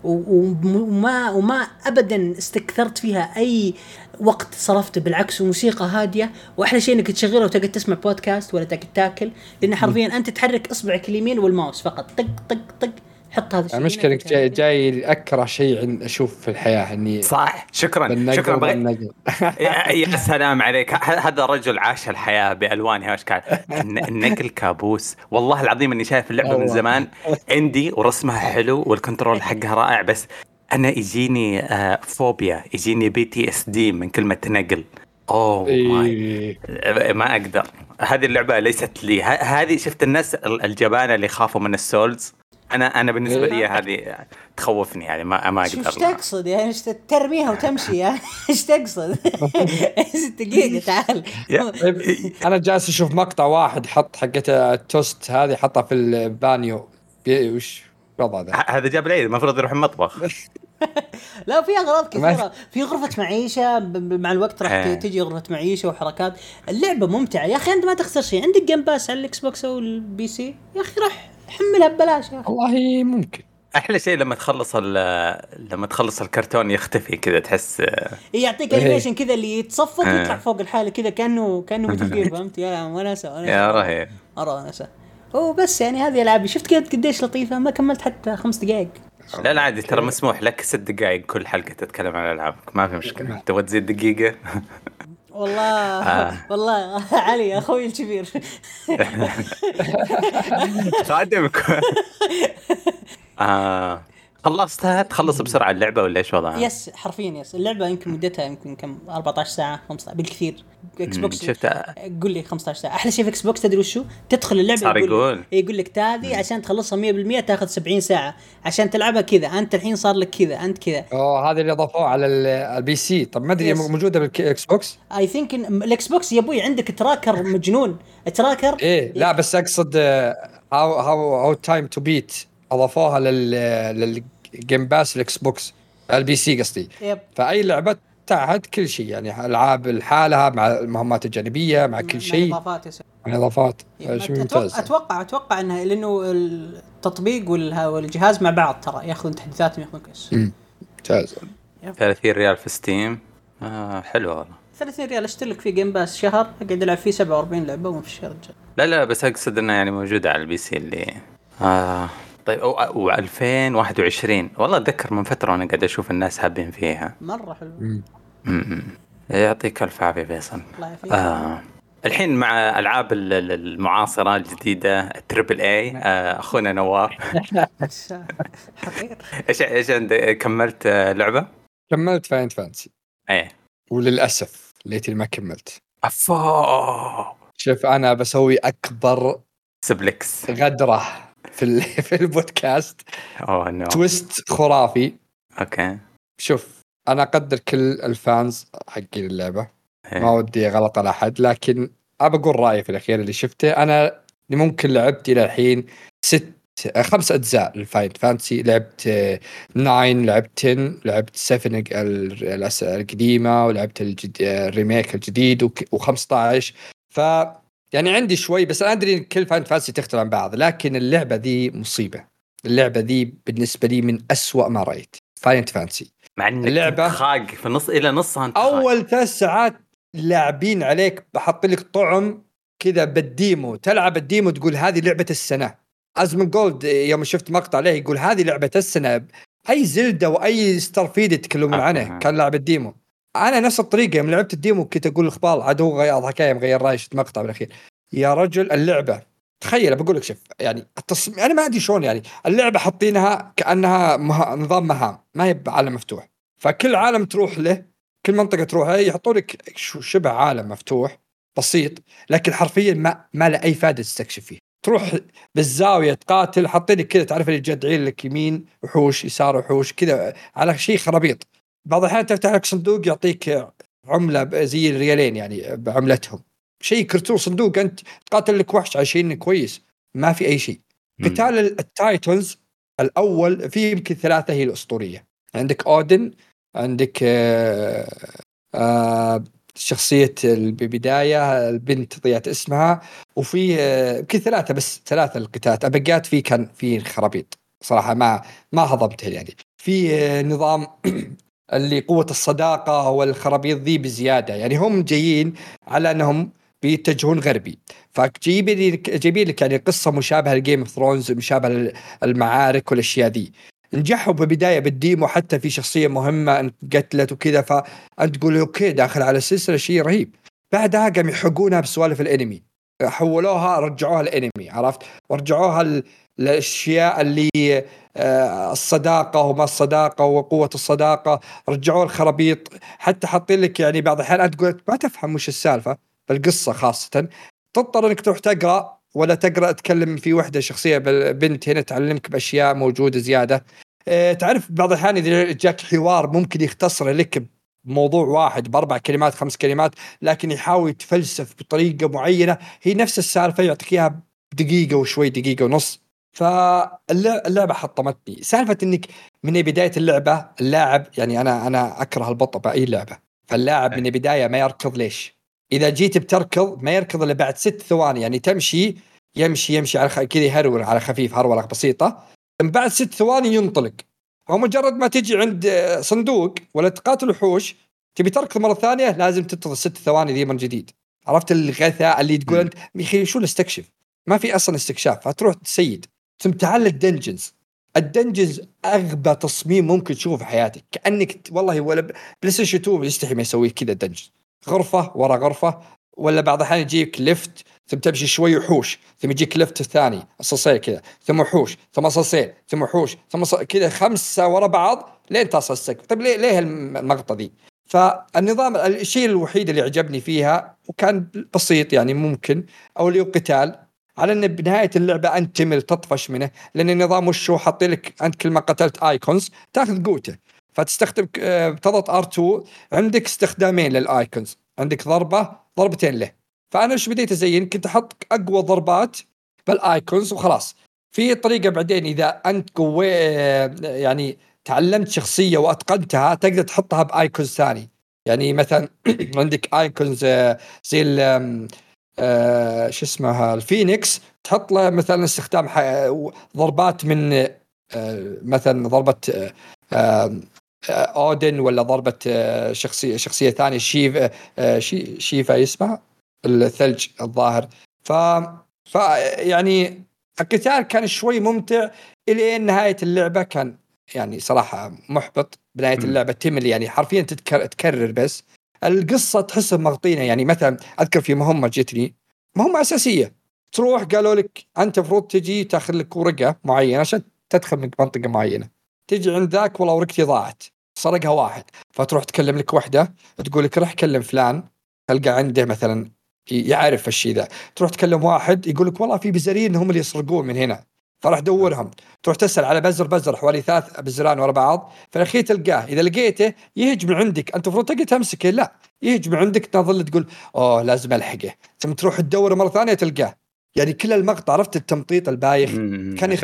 Speaker 2: وما أبدا استكثرت فيها أي وقت صرفته بالعكس. وموسيقى هادية وأحلى شيء إنك تشغله وتقعد تسمع بودكاست ولا تقعد تاكل لأن حرفيا أنت تحرك إصبعك اليمين والماوس فقط طق طق طق حط هذا الشيء.
Speaker 3: المشكلة إنك جاي أكره شيء أشوف في الحياة إني
Speaker 1: صح. شكرا بغيت. يا سلام عليك. هذا رجل عاش الحياة بألوانها وأشكال. النقل كابوس والله العظيم. إني شايف اللعبة من زمان عندي ورسمها حلو والكنترول حقها رائع، بس أنا يجيني فوبيا، يجيني PTSD من كلمة نقل. ما أقدر. هذه اللعبة ليست لي. هذه شفت الناس الجبانة اللي خافوا من السولز، أنا بالنسبة لي هذه تخوفني يعني. ما أقدر.
Speaker 2: ايش تقصد يعني؟ ايش ترميها وتمشي يعني؟ ايش تقصد؟ 6 دقيقة تعال.
Speaker 3: أنا جالس أشوف مقطع واحد حط حقة التوست هذه حطها في البانيو. وش وضع ذا؟
Speaker 1: هذا جاب لي المفروض يروح المطبخ.
Speaker 2: لا في أغراض كثيرة. في غرفة معيشة مع الوقت راح تيجي غرفة معيشة وحركات. اللعبة ممتعة يا أخي. أنت ما تخسر شيء. عندك جيم باس على الإكس بوكس أو البي سي يا أخي، راح حملها ببلاش يا أخي.
Speaker 3: والله ممكن.
Speaker 1: أحلى شيء لما تخلص الكرتون يختفي كذا، تحس
Speaker 2: يعطيك أنيميشن كذا اللي يتصفط يطلع فوق الحالة كذا كأنه بتلقيه. فهمت يا وناسة
Speaker 1: يا رهيب.
Speaker 2: وناسة. هو بس يعني هذه ألعاب شفت قديش لطيفة. ما كملت حتى 5 دقائق.
Speaker 1: لا عادي، ترى مسموح لك 6 دقائق كل حلقة تتكلم عن ألعابك، ما في مشكلة. تبغى تزيد دقيقة؟
Speaker 2: والله علي أخوي الكبير
Speaker 1: خادمك. خلصتها؟ تخلص بسرعة اللعبة ولا إيش وضعها؟
Speaker 2: يس حرفيا يس. اللعبة يمكن مدتها كم 14 ساعة 15 بالكثير. اكس بوكس قول لي 15 ساعة. أحلى شيء في اكس بوكس تدري وشو؟ تدخل اللعبة يقول لك هذه عشان تخلصها 100% تاخذ 70 ساعة عشان تلعبها كذا. أنت الحين صار لك كذا، أنت كذا.
Speaker 3: هذا اللي أضافوه على البي سي. طب ما أدري موجودة بالإكس بوكس.
Speaker 2: I think الإكس بوكس يا أبوي عندك تراكر مجنون. تراكر
Speaker 3: لا بس أقصد how time to beat أضافوها للجيم باس الإكس بوكس البي سي قصدي. فأي لعبة تعهد كل شيء يعني ألعاب الحالها مع المهمات الجانبية مع كل شيء. إضافات ممتاز.
Speaker 2: أتوقع إنها لأنه التطبيق والجهاز مع بعض ترى يأخذون تحديثات ويأخذون كيس.
Speaker 3: ممتاز.
Speaker 1: 30 ريال في ستيم. حلو والله.
Speaker 2: 30 ريال اشترك في جيم باس شهر أقعد ألعب فيه 47 لعبة وما في الشهر الجاي.
Speaker 1: لا بس أقصد إنه يعني موجودة على البي سي اللي طيب. و2021 والله أتذكر من فترة وأنا قاعد أشوف الناس هابين فيها
Speaker 2: مرة حلو.
Speaker 1: يعطيك ألف عافية فيصل. الحين مع ألعاب المعاصرة الجديدة التريبل اي أخونا نواف. إيش أنت كملت لعبة؟
Speaker 3: كملت فاين فانسي. وللأسف ليتني ما كملت. شوف أنا بسوي أكبر
Speaker 1: سبلكس
Speaker 3: غدرة في البودكاست. تويست خرافي.
Speaker 1: اوكي
Speaker 3: شوف انا اقدر كل الفانز حقين اللعبه، ما ودي غلط على احد، لكن ابى اقول رايي في الاخير اللي شفته. انا اللي ممكن لعبت الى الحين 5 اجزاء للفاين فانسي. لعبت 9، لعبت 10، لعبت 7 القديمه، ولعبت الريميك الجديد و15. ف يعني عندي شوي، بس أنا أدري إن كل فاين فانسي تختلف عن بعض، لكن اللعبة ذي مصيبة. اللعبة ذي بالنسبة لي من أسوأ ما رأيت فاين فانسي.
Speaker 1: مع إنك اللعبة خاق في نص إلى نصها.
Speaker 3: أول 3 ساعات لاعبين عليك، بحط لك طعم كذا بالديمو، تلعب الديمو تقول هذه لعبة السنة. أزمن جولد يوم شفت مقطع عليه يقول هذه لعبة السنة. أي زلدة وأي ستارفيد يتكلمون عنه كان لعب الديمو. أنا نفس الطريقة يوم لعبت الديمو كنت أقول الأخبار عاد هو غير حكاية مغير رأي. شفت مقطع بالأخير يا رجل اللعبة تخيل بقول لك شوف يعني أنا ما أدري شلون يعني اللعبة حاطينها كأنها نظام مهام، ما هي بعالم مفتوح. فكل عالم تروح له، كل منطقة تروح له يحطوا لك شبه عالم مفتوح بسيط، لكن حرفيا ما له أي فائدة تستكشف فيه. تروح بالزاوية تقاتل، حاطين لك كذا تعرف اللي جدعين لك يمين وحوش يسار وحوش كذا على شيء خرابيط. بعض الأحيان تفتح لك صندوق يعطيك عملة زي الريالين يعني بعملتهم، شيء كرتون صندوق أنت تقاتل لك وحش عشان كويس، ما في أي شيء. قتال التايتنز الأول في يمكن 3 هي الأسطورية. عندك أودن، عندك شخصية البداية البنت ضيعت اسمها، وفي يمكن 3 بس 3 القتالات. أبقات فيه كان في خرابيط صراحة ما هضمته يعني. في نظام اللي قوة الصداقة والخرابيط ذي بزيادة، يعني هم جايين على أنهم بيتجهون غربي، فجيبي لك يعني قصة مشابهة لجيم اوف ثرونز، مشابهة المعارك والاشياء ذي. نجحوا ببداية بالديمو حتى في شخصية مهمة انقتلت وكذا، فأنت تقول اوكي داخل على سلسلة شيء رهيب. بعدها قام يحقونها بسوالف الانمي، حولوها رجعوها الانمي، عرفت، ورجعوها الاشياء اللي الصداقة وما الصداقة وقوة الصداقة، رجعوا الخرابيط. حتى حاطين لك يعني بعض الأحيان أنت تقول ما تفهم وش السالفة بالقصة، خاصة تضطر أنك تروح تقرأ، ولا تقرأ تكلم في وحدة شخصية بنت هنا تعلمك بأشياء موجودة زيادة. تعرف بعض الأحيان إذا جاك حوار ممكن يختصر لك موضوع واحد ب4 كلمات 5 كلمات، لكن يحاول يتفلسف بطريقة معينة، هي نفس السالفة يعطيك إياها بدقيقة وشوي، دقيقة ونص. فاللعبة حطمتني. سالفة انك من بداية اللعبة اللاعب، يعني انا اكره البطء بأي لعبة، فاللاعب من البداية ما يركض. ليش؟ اذا جيت بتركض ما يركض الا بعد 6 ثواني، يعني تمشي يمشي على كذا، يهرول على خفيف، هرولة بسيطة، من بعد 6 ثواني ينطلق. او مجرد ما تجي عند صندوق ولا تقاتل وحوش تبي تركض مرة ثانية، لازم تنتظر 6 ثواني ذي من جديد. عرفت الغثاء اللي تقول انت يا شو نستكشف؟ ما في اصلا استكشاف، فتروح تسيد. ثم تعال الدنجنز أغبى تصميم ممكن تشوفه في حياتك، كأنك والله ولا بلاي ستيشن 2 يستحي ما يسوي كذا. الدنجنز غرفة ورا غرفة، ولا بعض الأحيان يجيك ليفت ثم تمشي شوي وحوش، ثم يجيك ليفت ثاني أصاصين كذا، ثم وحوش، ثم أصاصين، ثم وحوش، ثم كذا 5 ورا بعض لين تصل السقف. طيب ليه المقطة دي؟ فالنظام الشيء الوحيد اللي عجبني فيها وكان بسيط يعني ممكن، أو اللي قتال، على ان بنهايه اللعبه انت تمل تطفش منه، لان النظام وشو حاطين لك انت كل ما قتلت ايكونز تاخذ قوته، فتستخدم بتضغط R2 عندك استخدامين للايكونز، عندك ضربتين له. فانا ايش بديت ازين، كنت احط اقوى ضربات بالايكونز وخلاص. في طريقه بعدين اذا انت قوي يعني تعلمت شخصيه واتقنتها تقدر تحطها بايكونز ثاني. يعني مثلا عندك ايكونز زي شو اسمها الفينيكس، تحط له مثلا استخدام ضربات من مثلا ضربة أودن، ولا ضربة شخصية ثانية شيفا يسمع الثلج الظاهر. يعني القتال كان شوي ممتع إلى نهاية اللعبة، كان يعني صراحة محبط. بنهاية اللعبة تمل، يعني حرفيا تكرر، بس القصة تحسها مغطينة. يعني مثلا أذكر في مهمة جتني، مهمة أساسية، تروح قالوا لك أنت مفروض تجي تأخذ لك ورقة معينة عشان تدخل من منطقة معينة، تجي عند ذاك والله ورقتي ضاعت، سرقها واحد، فتروح تكلم لك وحدة تقول لك رح كلم فلان، تلقى عنده مثلا يعرف الشيء ذا، تروح تكلم واحد يقول لك والله في بزرين هم اللي يسرقون من هنا، فراح دورهم، تروح تسأل على بزر حوالي 3 بزران ورا بعض، فالأخير تلقاه، إذا لقيته يهجم عندك، أنت المفروض تقدر تمسكه، لا يهجم عندك، تظل تقول لازم ألحقه، ثم تروح تدور مرة ثانية تلقاه. يعني كل المقطع، عرفت التمطيط البايخ كان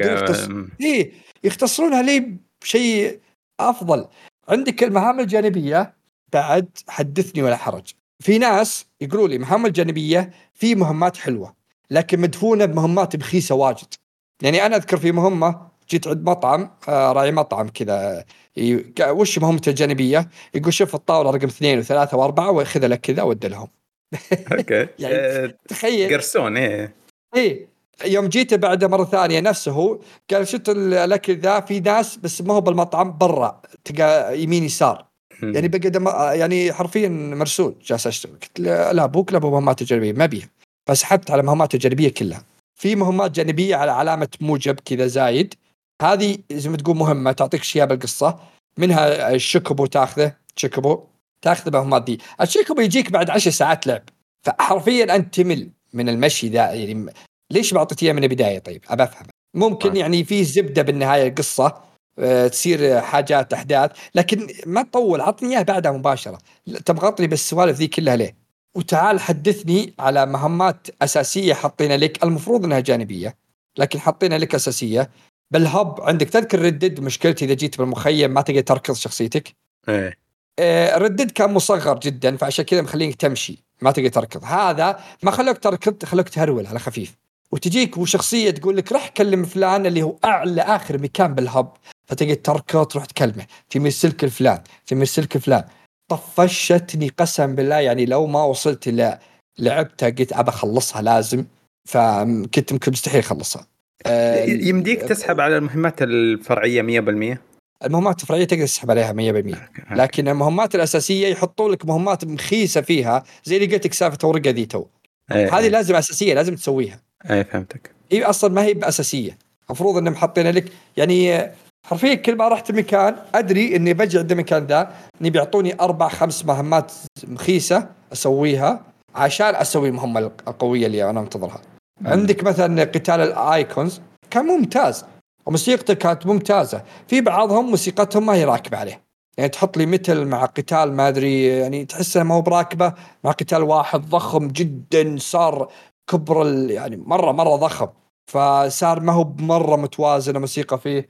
Speaker 3: يختصرونها لي بشيء أفضل. عندك المهام الجانبية بعد حدثني ولا حرج، في ناس يقولوا لي مهام الجانبية في مهمات حلوة لكن مدفونة بمهمات بخيسة واجد. يعني أنا أذكر في مهمة جيت عند مطعم راعي مطعم كذا، وش مهمته الجانبية، يقول شوف الطاولة رقم 2 و3 و4 وأخذ لك كذا وأدي لهم.
Speaker 1: أوكي.
Speaker 3: يعني تخيل
Speaker 1: قرصون.
Speaker 3: إيه يوم جيت بعد مرة ثانية نفسه هو قال شفت الأكل ذا في ناس بس ما هو بالمطعم برا، تلقى يمين يسار، يعني بقى يعني حرفيا مرسول جالس أشتغل. قلت لا أبوك لا مهمات الجانبية ما بيها، فسحبت على مهمات الجانبية كلها. في مهمات جانبية على علامة موجب كذا زايد، هذه زي ما تقول مهمة تعطيك شيء بالقصة، منها الشكبو تاخذ مهمات دي. الشكبو يجيك بعد 10 ساعات لعب، فحرفيا أنت تمل من المشي ذا. يعني ليش ما أعطيتيه من البداية؟ طيب أبى أفهم. ممكن يعني في زبدة بالنهاية القصة تصير حاجات أحداث، لكن ما تطول، عطني إياه بعدها مباشرة، تبغطني بالسوالف ذي كلها ليه؟ وتعال حدثني على مهمات أساسية حطينا لك، المفروض أنها جانبية لكن حطينا لك أساسية. بالهب عندك تذكر ردد، مشكلتي إذا جيت بالمخيم ما تقدر تركض شخصيتك. ردد كان مصغر جدا، فعشان كذا مخلينك تمشي ما تقدر تركض. هذا ما خلوك تركض، خلوك تهرول على خفيف، وتجيك وشخصية تقول لك رح كلم فلان اللي هو أعلى آخر مكان بالهب، فتقدر تركض تروح تكلمه، تمر سلك فلان. طفشتني قسم بالله. يعني لو ما وصلت إلى لعبتها قلت ابى اخلصها لازم، فكنت ممكن مستحيل اخلصها.
Speaker 1: يمديك تسحب على المهمات الفرعيه 100%؟
Speaker 3: المهمات الفرعيه تقدر تسحب عليها 100%، لكن المهمات الاساسيه يحطوا لك مهمات مخيسه فيها، زي اللي قلت لك سالفه ورقه ذي تو، هذه لازم اساسيه لازم تسويها.
Speaker 1: اي فهمتك.
Speaker 3: هي اصلا ما هي باساسيه، المفروض انهم حاطين لك يعني حرفيا كل ما رحت مكان ادري اني بجي عند المكان ذا اني بيعطوني 4-5 مهمات مخيسه اسويها عشان اسوي المهمه القويه اللي انا منتظرها. عندك مثلا قتال الايكونز كان ممتاز وموسيقته كانت ممتازه، في بعضهم موسيقتهم ما هي راكبه عليه، يعني تحط لي مثل مع قتال ما ادري يعني تحس ما هو براكبه، مع قتال واحد ضخم جدا صار كبر يعني مره ضخم، فصار ما هو بمره متوازنه موسيقى فيه.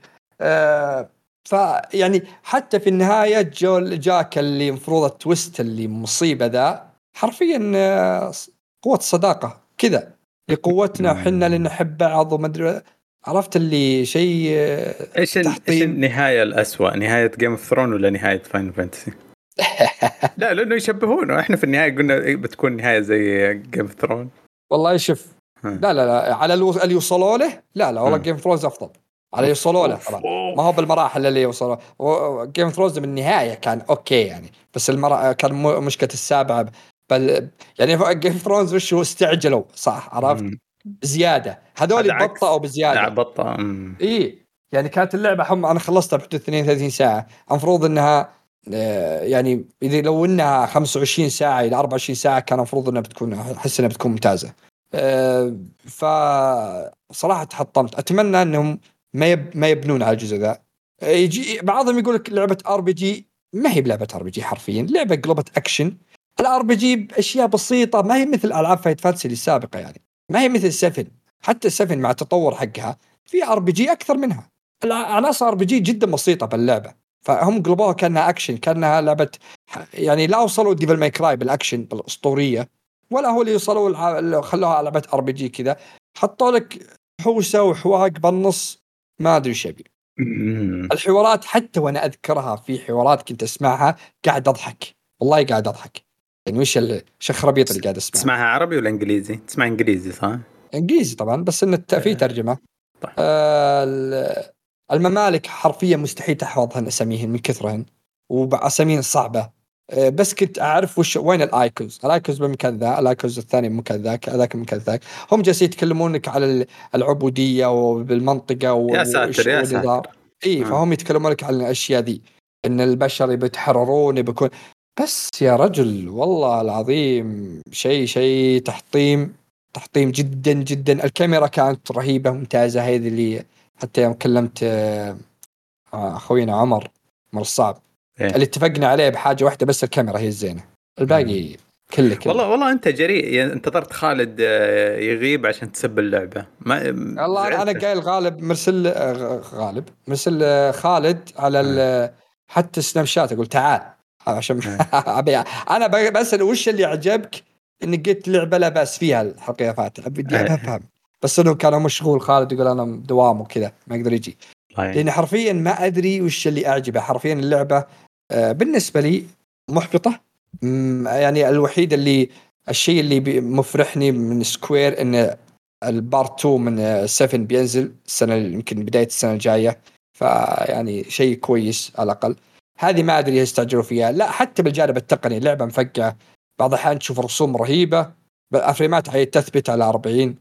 Speaker 3: فيعني حتى في النهايه جاك اللي مفروض التويست اللي مصيبه ذا حرفيا قوه الصداقه كذا لقوتنا وحنا اللي نحب بعض وما ادري، عرفت اللي شيء
Speaker 1: ايش النهايه الأسوأ، نهايه جيم اوف ثرون ولا نهايه فاينل فانتسي؟ لا لانه يشبهونه، احنا في النهايه قلنا بتكون نهايه زي جيم اوف ثرون.
Speaker 3: والله شوف لا على اللي يوصلوا له لا والله جيم اوف ثرونز افضل على يوصلوا له طبعا، ما هو بالمراحل اللي يوصلوا. جيم اوف ثرونز من النهايه كان اوكي يعني، بس كان مشكله السابعه بل يعني جيم اوف ثرونز وش هو استعجلوا صح عرفت زياده، هذول بطأوا بزياده
Speaker 1: بطأ.
Speaker 3: ايه يعني كانت اللعبه انا خلصتها بحدود 32 ساعه، المفروض انها يعني اذا لو انها 25 ساعه الى 24 ساعه كان المفروض انها بتكون احس انها بتكون ممتازه. فصراحه تحطمت، اتمنى انهم ما يبنون على الجزء ذا. يجي بعضهم يقول لك لعبه ار بي جي، ما هي بلعبه ار بي جي حرفيا، لعبه قلبة اكشن. الار بي جي باشياء بسيطه، ما هي مثل العاب فايت فانتسي السابقه يعني، ما هي مثل 7، حتى 7 مع التطور حقها في ار بي جي اكثر منها، العناصر ار بي جي جدا بسيطه باللعبه، فهم قلبوها كانها اكشن، كانها لعبه يعني لا وصلوا ديفل ماي كراي بالاكشن بالاسطوريه، ولا هو اللي يوصلوا خلوها لعبه ار بي جي كذا، حطوا لك حوسه وحواق بالنص ما ادري ايش يبي. الحوارات حتى وانا اذكرها في حوارات كنت اسمعها قاعد اضحك، والله قاعد اضحك يعني وش الخرابيط اللي قاعد اسمعها.
Speaker 1: تسمعها عربي ولا انجليزي؟ تسمع انجليزي صح؟
Speaker 3: انجليزي طبعا، بس ان في ترجمه. طيب. الممالك حرفيا مستحيل تحفظهن اساميهن من كثرهن وباساميهن صعبه، بس كنت اعرف وين الايكونز بمكان ذا، الايكونز الثاني بمكان ذاك، هذاك بمكان ذاك، هم جالسين يتكلمونك على العبوديه وبالمنطقه
Speaker 1: يا ساتر يا ساتر.
Speaker 3: فهم يتكلمونك عن الاشياء ذي، ان البشر بيتحررون بيكون، بس يا رجل والله العظيم شيء تحطيم جدا جدا. الكاميرا كانت رهيبه ممتازه، هذه اللي حتى يوم كلمت اخوينا عمر الصعب اللي اتفقنا عليه بحاجه واحده بس، الكاميرا هي الزينه، الباقي كله
Speaker 1: والله انت جريء، انتظرت خالد يغيب عشان تسب اللعبه.
Speaker 3: والله انا قايل غالب مرسل خالد على حتى سناب شات اقول تعال عشان انا بسأل وش اللي عجبك انك قلت لعبه لا باس فيها الحلقه فاتت، بدي افهم، بس انه كان مشغول خالد يقول انا دوام وكذا ما يقدر يجي، لأن حرفيا ما أدري وش اللي أعجبه. حرفيا اللعبة بالنسبة لي محبطة، يعني الوحيد الشيء اللي مفرحني من سكوير إن البارت 2 من 7 بينزل السنة يمكن بداية السنة الجاية، فيعني شيء كويس على الأقل. هذه ما أدري يستعجلوا فيها لا، حتى بالجانب التقني اللعبة مفقعة، بعض الأحيان تشوف رسوم رهيبة، الفريمات تثبت على 40،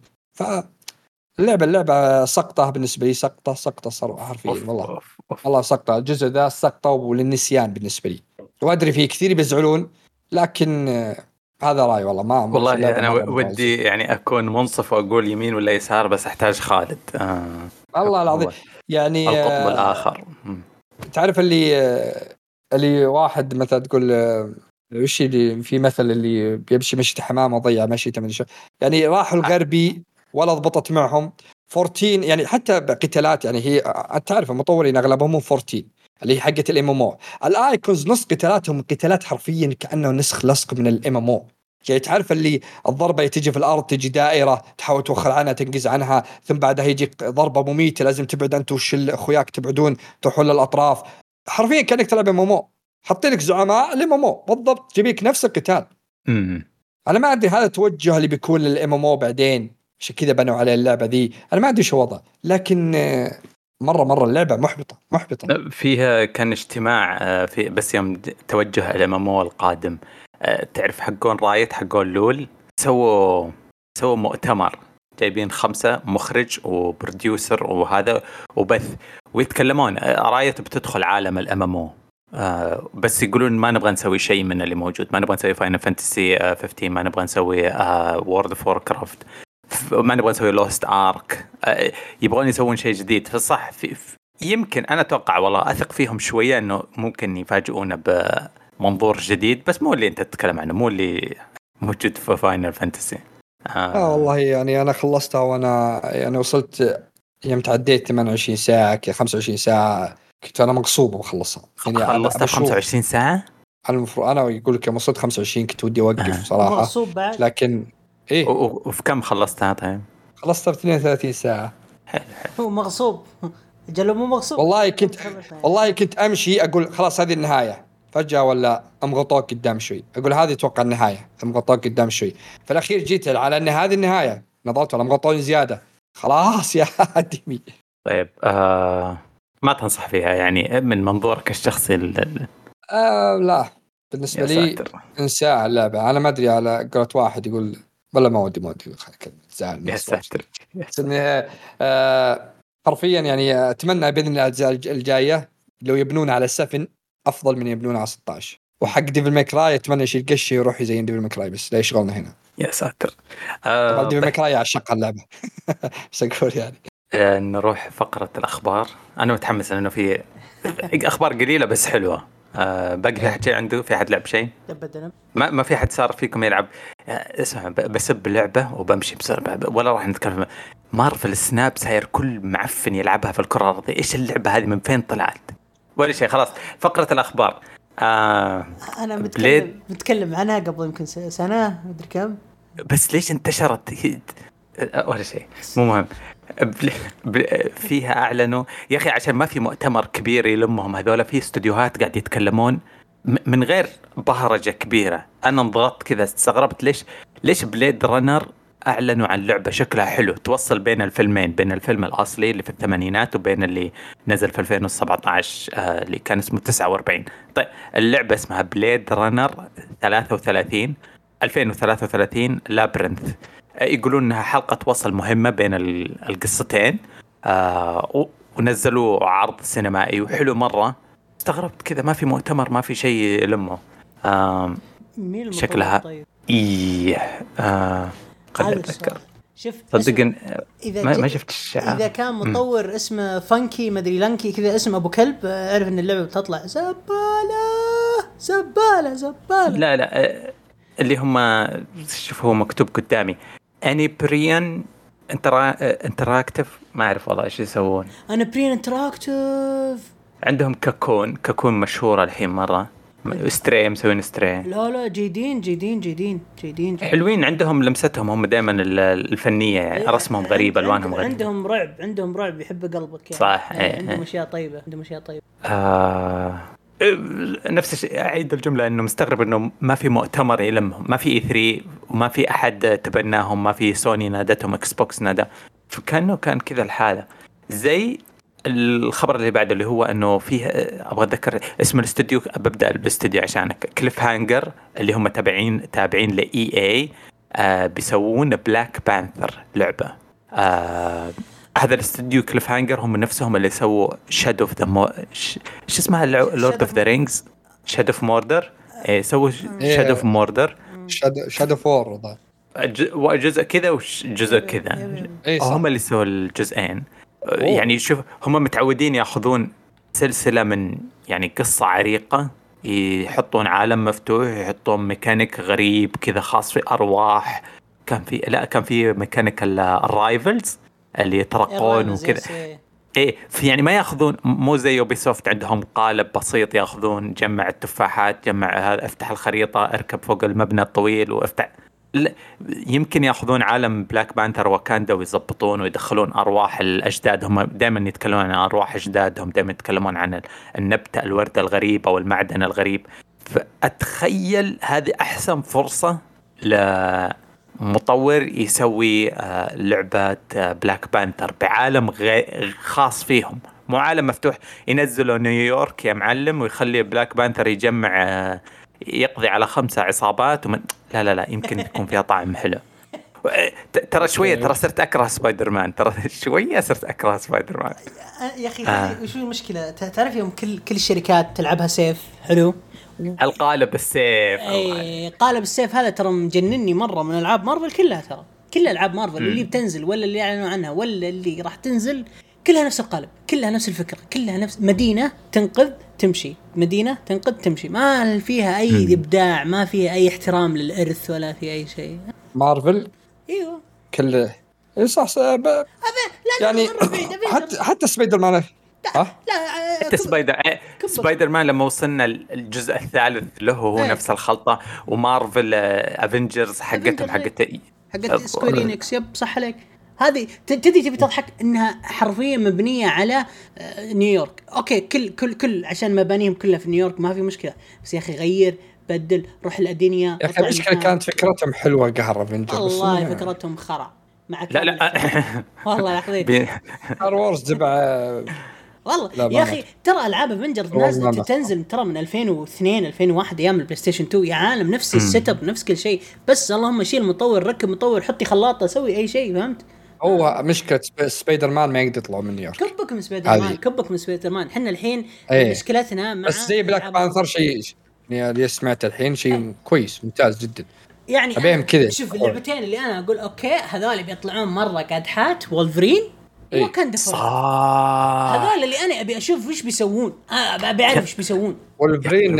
Speaker 3: اللعبة سقطة بالنسبة لي، سقطة صراحة حرفيا والله سقطة، الجزء ذا سقطة وللنسيان بالنسبة لي، وأدري فيه كثير بيزعلون، لكن هذا رأي
Speaker 1: والله أنا ودي يعني أكون منصف وأقول يمين ولا يسار، بس أحتاج خالد
Speaker 3: الله العظيم يعني
Speaker 1: القطب الآخر.
Speaker 3: تعرف اللي واحد مثلا تقول وش اللي في مثل اللي بيمشي مشي حمام وضيع مشيته من يعني راحوا الغربي ولا ضبطت معهم 14 يعني، حتى بقتالات يعني هي تعرف المطورين اغلبهم 14 اللي هي حقه الام ام او، الايكونز نص قتالاتهم قتالات حرفيا كانه نسخ لصق من الام ام او، يعني تعرف اللي الضربه تجي في الارض تجي دائره تحاول توخر عنها تنقز عنها، ثم بعدها يجي ضربه مميته لازم تبعد انت اخوياك تبعدون تروحون للاطراف، حرفيا كانك تلعب ام ام او، حاطين لك زعماء الام ام او بالضبط، تجيبك نفس القتال. انا ما ادري هذا التوجه اللي بيكون للام ام او بعدين عشان كذا بنوا على اللعبه ذي. انا ما ادري شو وضع، لكن مره اللعبه محبطه.
Speaker 1: فيها كان اجتماع في بس يوم توجه الام ام او القادم، تعرف حقون رايت حقون لول سووا مؤتمر، جايبين 5 مخرج وبروديوسر وهذا وبث، ويتكلمون رايت بتدخل عالم الام ام او، بس يقولون ما نبغى نسوي شيء من اللي موجود، ما نبغى نسوي فاينل فانتسي 15، ما نبغى نسوي وورد اوف ووركرافت، ما نبغى نسوي لوست ارك، يبغون يسوون شيء جديد. فصح يمكن انا اتوقع والله اثق فيهم شويه انه ممكن يفاجئونا بمنظور جديد، بس مو اللي انت تتكلم عنه، مو اللي موجود في فاينل فانتسي.
Speaker 3: والله يعني انا خلصتها وانا يعني وصلت يوم تعديت 28 ساعه كذا 25 ساعه كنت انا مغصوب بخلصها.
Speaker 1: يعني خلصتها 25 ساعه.
Speaker 3: المفروض انا يقول لك يوم وصلت 25 كنت ودي اوقف صراحه،
Speaker 2: مغصوب بعد.
Speaker 3: لكن ايه.
Speaker 1: وفي كم خلصتها؟ طيب
Speaker 3: خلصتها في 32 ساعه.
Speaker 2: هو مغصوب جلو مو مغصوب.
Speaker 3: والله كنت امشي اقول خلاص هذه النهايه، فجاه ولا امغطوك قدام شوي، اقول هذه اتوقع النهايه، امغطوك قدام شوي، في الاخير جيت على ان هذه النهايه، نظرت ولا مغطوني زياده، خلاص يا ادمي.
Speaker 1: طيب ما تنصح فيها يعني من منظورك الشخصي؟
Speaker 3: لا بالنسبه لي انسى اللعبه. انا ما ادري على قولة واحد يقول والله ما ودي زعل.
Speaker 1: يا ساتر.
Speaker 3: حرفيا يعني اتمنى باذن الله الاجزاء الجايه لو يبنون على 7 افضل من يبنون على 16. وحق ديفل ماكراي اتمنى يشيل قشه يروح يزين ديفل ماكراي، بس لا يشغلنا هنا.
Speaker 1: يا ساتر.
Speaker 3: طبعا ديفل ماكراي عشق اللعبه. بس اقول يعني
Speaker 1: نروح فقره الاخبار. انا متحمس لانه في اخبار قليله بس حلوه. باقي في حد شيء عنده؟ في حد لعب شيء؟
Speaker 2: ابدا
Speaker 1: ما في حد صار فيكم يلعب؟ اسمع بسب اللعبه وبمشي بسرعه ولا راح نتكلم. مارفل سناب ساير كل معفن يلعبها في الكره الارضيه. ايش اللعبه هذه؟ من فين طلعت؟ ولا شيء. خلاص فقره الاخبار.
Speaker 2: انا متكلم عنها قبل يمكن سنه مدري كم، بس
Speaker 1: ليش انتشرت؟ ولا شيء مو مهم. فيها اعلنوا يا اخي عشان ما في مؤتمر كبير يلمهم هذول، في استوديوهات قاعد يتكلمون من غير بهرجه كبيره. انا انضغطت كذا استغربت ليش بليد رانر اعلنوا عن لعبه شكلها حلو توصل بين الفيلمين، بين الفيلم الاصلي اللي في الثمانينات وبين اللي نزل في 2017 اللي كان اسمه 49. طيب اللعبه اسمها بليد رانر 2033 لابرنث. يقولون انها حلقه وصل مهمه بين القصتين، ونزلوا عرض سينمائي وحلو مره. استغربت كذا ما في مؤتمر، ما في شيء لمه. شكلها
Speaker 2: طيب.
Speaker 1: قد اتذكر صدقني ما شفت الشعار.
Speaker 2: اذا كان مطور اسمه فانكي مدري لانكي كذا اسم ابو كلب، اعرف ان اللعبه بتطلع زباله.
Speaker 1: لا اللي هم شوف هو مكتوب قدامي انيبريان انتراكتيف، ما اعرف والله ايش يسوون.
Speaker 2: انيبريان انتراكتيف
Speaker 1: عندهم كاكون مشهوره الحين مره، استري مسوين استري.
Speaker 2: لا جيدين
Speaker 1: حلوين، عندهم لمستهم هم دائما الفنيه يعني. رسمهم غريب، الوانهم غريبه،
Speaker 2: عندهم رعب يحب قلبك يعني.
Speaker 1: صح.
Speaker 2: عندهم اشياء طيبه
Speaker 1: نفس الشيء. أعيد الجملة إنه مستغرب إنه ما في مؤتمر يلمهم، ما في E3 وما في أحد تبناهم، ما في سوني نادتهم، إكس بوكس نادى، فكأنه كان كذا الحالة. زي الخبر اللي بعده اللي هو إنه فيه أبغى أتذكر اسم الاستوديو، ببدأ بالاستوديو عشانك، كليف هانجر اللي هم تابعين لEA، بيسوون بلاك بانثر لعبة. هذا الاستوديو كليف هانجر هم نفسهم اللي سووا شادو اوف ذا ايش اسمها لورد اوف ذا رينجز، شادو اوف موردر. سووا شادو اوف موردر،
Speaker 3: شادو فور
Speaker 1: جزء كذا وجزء كذا. هم اللي سووا الجزئين. يعني شوف هم متعودين ياخذون سلسلة من يعني قصة عريقة، يحطون عالم مفتوح، يحطون ميكانيك غريب كذا خاص في أرواح. كان في ميكانيك الرايفلز اللي يترقون وكذا. في يعني ما ياخذون، مو زي يوبيسوفت عندهم قالب بسيط ياخذون جمع التفاحات، جمع هذا، افتح الخريطة، اركب فوق المبنى الطويل وافتح. يمكن ياخذون عالم بلاك بانثر وكاندا ويضبطون ويدخلون أرواح الأجداد. هم دائما يتكلمون عن أرواح أجدادهم، دائما يتكلمون عن النبتة الوردة الغريب أو المعدن الغريب. فأتخيل هذه أحسن فرصة لمطور يسوي لعبة بلاك بانثر بعالم خاص فيهم، مو عالم مفتوح ينزلوا نيويورك يا معلم ويخلي بلاك بانثر يجمع يقضي على 5 عصابات لا يمكن يكون فيها طعم حلو. ترى شوية ترى صرت أكره سبايدر مان، ترى شوية صرت أكره سبايدر مان
Speaker 2: يا أخي. وش المشكلة؟ تعرف يوم كل الشركات تلعبها سيف حلو،
Speaker 1: القالب السيف.
Speaker 2: قالب السيف هذا ترى مجنني مرة من ألعاب مارفل كلها. ترى كل ألعاب مارفل اللي بتنزل ولا اللي أعلنوا عنها ولا اللي راح تنزل كلها نفس القالب، كلها نفس الفكرة، كلها نفس مدينة تنقذ تمشي، مدينة تنقذ تمشي، ما فيها أي إبداع، ما فيها أي احترام للإرث ولا في أي شيء.
Speaker 3: مارفل
Speaker 2: ايوه
Speaker 3: كله صح. يعني حتى سبايدر مان
Speaker 2: لا
Speaker 1: حتى سبايدر مان لما وصلنا الجزء الثالث له هو نفس الخلطة. ومارفل افنجرز حقتهم حقت
Speaker 2: سكويرينكس. يب صح عليك. هذه تبي تضحك انها حرفيا مبنيه على نيويورك. اوكي كل عشان مبانيهم كلها في نيويورك ما في مشكله، بس يا اخي غير بدل روح الأدينية.
Speaker 3: يا أخي المشكلة كانت فكرتهم حلوة قهر افنجرز.
Speaker 2: والله فكرتهم خرا معك.
Speaker 1: لا
Speaker 2: والله يا أخي
Speaker 3: ستار وورز تبع
Speaker 2: والله يا أخي. ترى ألعاب افنجرز نازلة تنزل ترى من 2002 2001 أيام البلاي ستيشن 2 يا عالم، نفس السيت اب نفس كل شيء، بس اللهم شيل مطور ركب مطور حطي خلاطة سوي أي شيء. فهمت؟
Speaker 3: هو مشكلة سبايدر مان ما يقدر يطلع من نيويورك.
Speaker 2: كبك من سبايدر مان حنا الحين مشكلتنا مع
Speaker 3: بس زي بلاك بانثر شيء يعني اللي سمعت الحين شيء كويس ممتاز جدا
Speaker 2: يعني.
Speaker 3: أبيهم كذا.
Speaker 2: شوف اللعبتين اللي أنا أقول أوكي هذول بيطلعون مرة قادحات، وولفرين وكان دفر. هذول اللي أنا أبي أشوف وش بيسوون، أبي أعرف وش بيسوون.
Speaker 3: وولفرين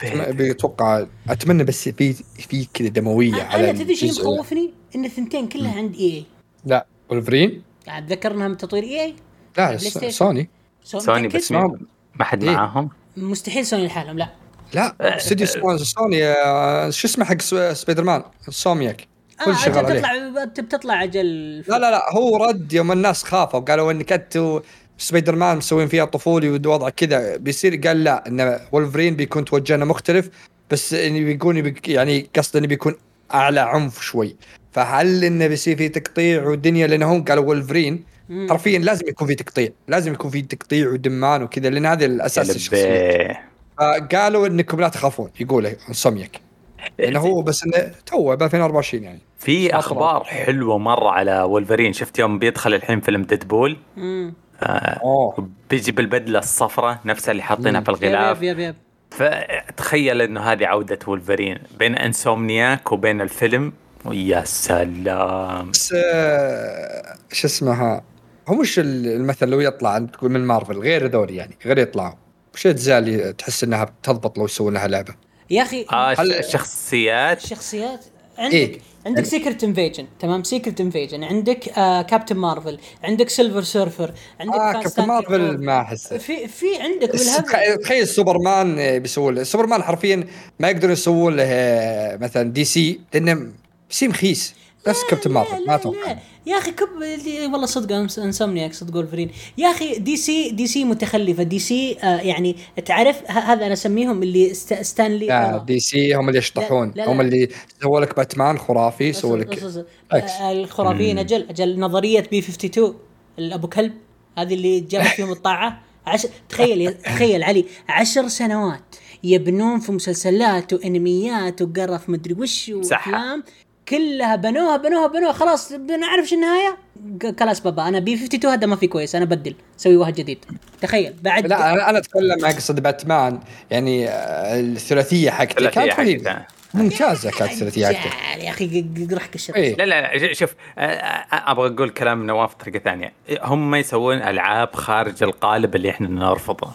Speaker 3: بيتوقع أتمنى بس في كذا دموية.
Speaker 2: أنا تدري شيء مخوفني إن الثنتين كلها عند EA.
Speaker 3: لا وولفرين
Speaker 2: قاعد ذكرناها من تطوير EA.
Speaker 3: لا سوني
Speaker 1: بس ما حد معاهم.
Speaker 2: مستحيل سوني لحالهم. لا
Speaker 3: استوديو سوني شو اسمه حق سبايدر مان سومياك كل شغال عليه.
Speaker 2: بتطلع أجل
Speaker 3: لا هو رد يوم الناس خافوا وقالوا إن كنتوا سبايدر مان مسوين فيها طفولي ووضع كذا بيصير. قال لا إن وولفرين بيكون توجهنا مختلف، بس إنه بيكون يعني قصد إنه بيكون أعلى عنف شوي. فهل إنه بيصير في تقطيع والدنيا، لأنهم قالوا وولفرين حرفيا لازم يكون في تقطيع، لازم يكون في تقطيع ودمان وكذا، لأن هذا الأساس الشخصية. فقالوا إنكم لا تخافون، يقوله سوميك إنه هو بس إنه توه ب 2024 يعني.
Speaker 1: في أخبار حلوة مرة على وولفرين. شفت يوم بيدخل الحين فيلم ديدبول بيجي بالبدلة الصفراء نفسها اللي حاطينها في الغلاف. فتخيل إنه هذه عودة وولفرين بين انسومنياك وبين الفيلم. ويا سلام.
Speaker 3: بس شو اسمها هو مش المثل لو يطلع من مارفل غير ذولي يعني غير يطلعوا وش تزالي تحس انها بتضبط لو يسوون لها لعبه
Speaker 2: يا اخي.
Speaker 3: الشخصيات
Speaker 2: عندك سيكرت انفيجن. تمام سيكرت انفيجن عندك كابتن مارفل، عندك سيلفر سيرفر، عندك
Speaker 3: كابتن مارفل ما احس
Speaker 2: في عندك بالهبل.
Speaker 3: تخيل سوبرمان بيسوون سوبرمان حرفيا ما يقدرون يسوون له مثلا دي سي لانه بيصير مخيس نفس كابتن مارفل. ما اتوقع
Speaker 2: يا اخي والله صدق انسومنياك صدق وولفرين يا اخي. دي سي متخلفه. دي سي يعني تعرف هذا انا اسميهم اللي ستانلي.
Speaker 3: دي سي هم اللي يشطحون. هم اللي سووا لك باتمان خرافي، سووا لك
Speaker 2: الخرافيين. اجل نظريه بي 52 الابو كلب هذه اللي جابت فيهم الطاعه. تخيل علي 10 سنوات يبنون في مسلسلات وانميات وقرف مدري وش وافلام كلها بنوها خلاص بنعرف شو النهايه. خلاص بابا انا بي 52 هذا ما في كويس، انا بدل سوي واحد جديد. تخيل بعد.
Speaker 3: لا انا اتكلم عن قصه باتمان يعني الثلاثيه حقتها كانت ممتازه. كانت الثلاثيه حقتها
Speaker 2: يا اخي قرح كشر.
Speaker 1: لا شوف ابغى اقول كلام نواف بطريقه ثانيه. هم يسوون العاب خارج القالب اللي احنا نرفضه.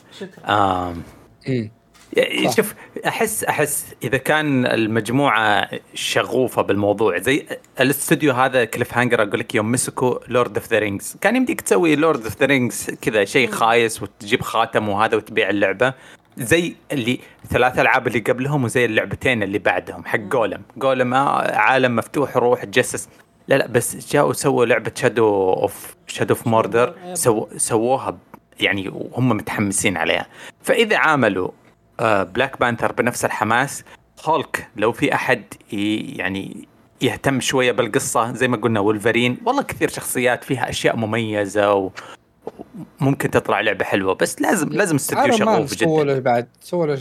Speaker 1: شوف احس اذا كان المجموعه شغوفه بالموضوع زي الاستوديو هذا كليف هانجر، اقول لك يوم مسكوا لورد اوف ذا رينجز كان يمديك تسوي لورد اوف ذا رينجز كذا شيء خايس وتجيب خاتم وهذا وتبيع اللعبه زي اللي 3 ألعاب اللي قبلهم وزي اللعبتين اللي بعدهم حق جولم عالم مفتوح روح تجسس. لا بس جاءوا سووا لعبه شادو اوف موردر سووها يعني وهم متحمسين عليها. فاذا عملوا بلاك بانثر بنفس الحماس، هولك لو في أحد يعني يهتم شوية بالقصة زي ما قلنا وولفرين والله كثير شخصيات فيها أشياء مميزة وممكن تطلع لعبة حلوة، بس لازم استديو شغوف جدا.
Speaker 3: سووا بعد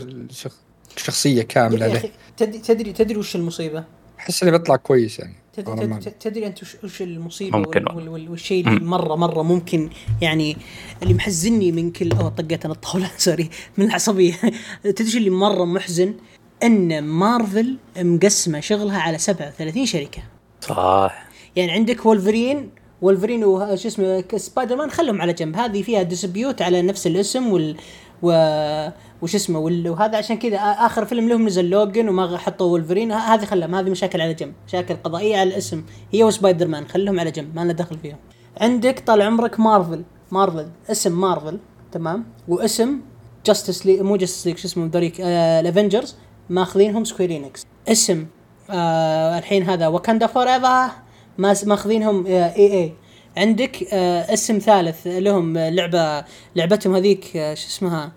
Speaker 3: شخصية كاملة
Speaker 2: يا أخي تدري وش المصيبة؟
Speaker 3: أحس إنه بيطلع كويس يعني.
Speaker 2: تدري أنت وش المصيبة والشيء
Speaker 1: ممكن.
Speaker 2: اللي مرة ممكن يعني اللي محزنني من كل طقت أنا الطاولة سوري من العصبية. تدري اللي مرة محزن أن مارفل مقسمة شغلها على 37 شركة.
Speaker 1: صح.
Speaker 2: يعني عندك وولفرين وش اسمه سبايدر مان خلهم على جنب، هذه فيها ديسبيوت على نفس الاسم وش اسمه وهذا عشان كذا اخر فيلم لهم نزل لوجن وما حطوا وولفرين، هذه خلهم، هذه مشاكل على جنب، مشاكل قضائيه على الاسم هي وسبايدر مان خلهم على جنب ما لنا دخل فيهم. عندك طال عمرك مارفل اسم مارفل تمام، واسم جاستس لي مو جاستس ليج شو اسمه ذوليك الافنجرز ماخذينهم سكويرينكس. اسم الحين هذا واكاندا فور ايفر ماخذينهم اي عندك اسم ثالث لهم لعبتهم هذيك شو اسمها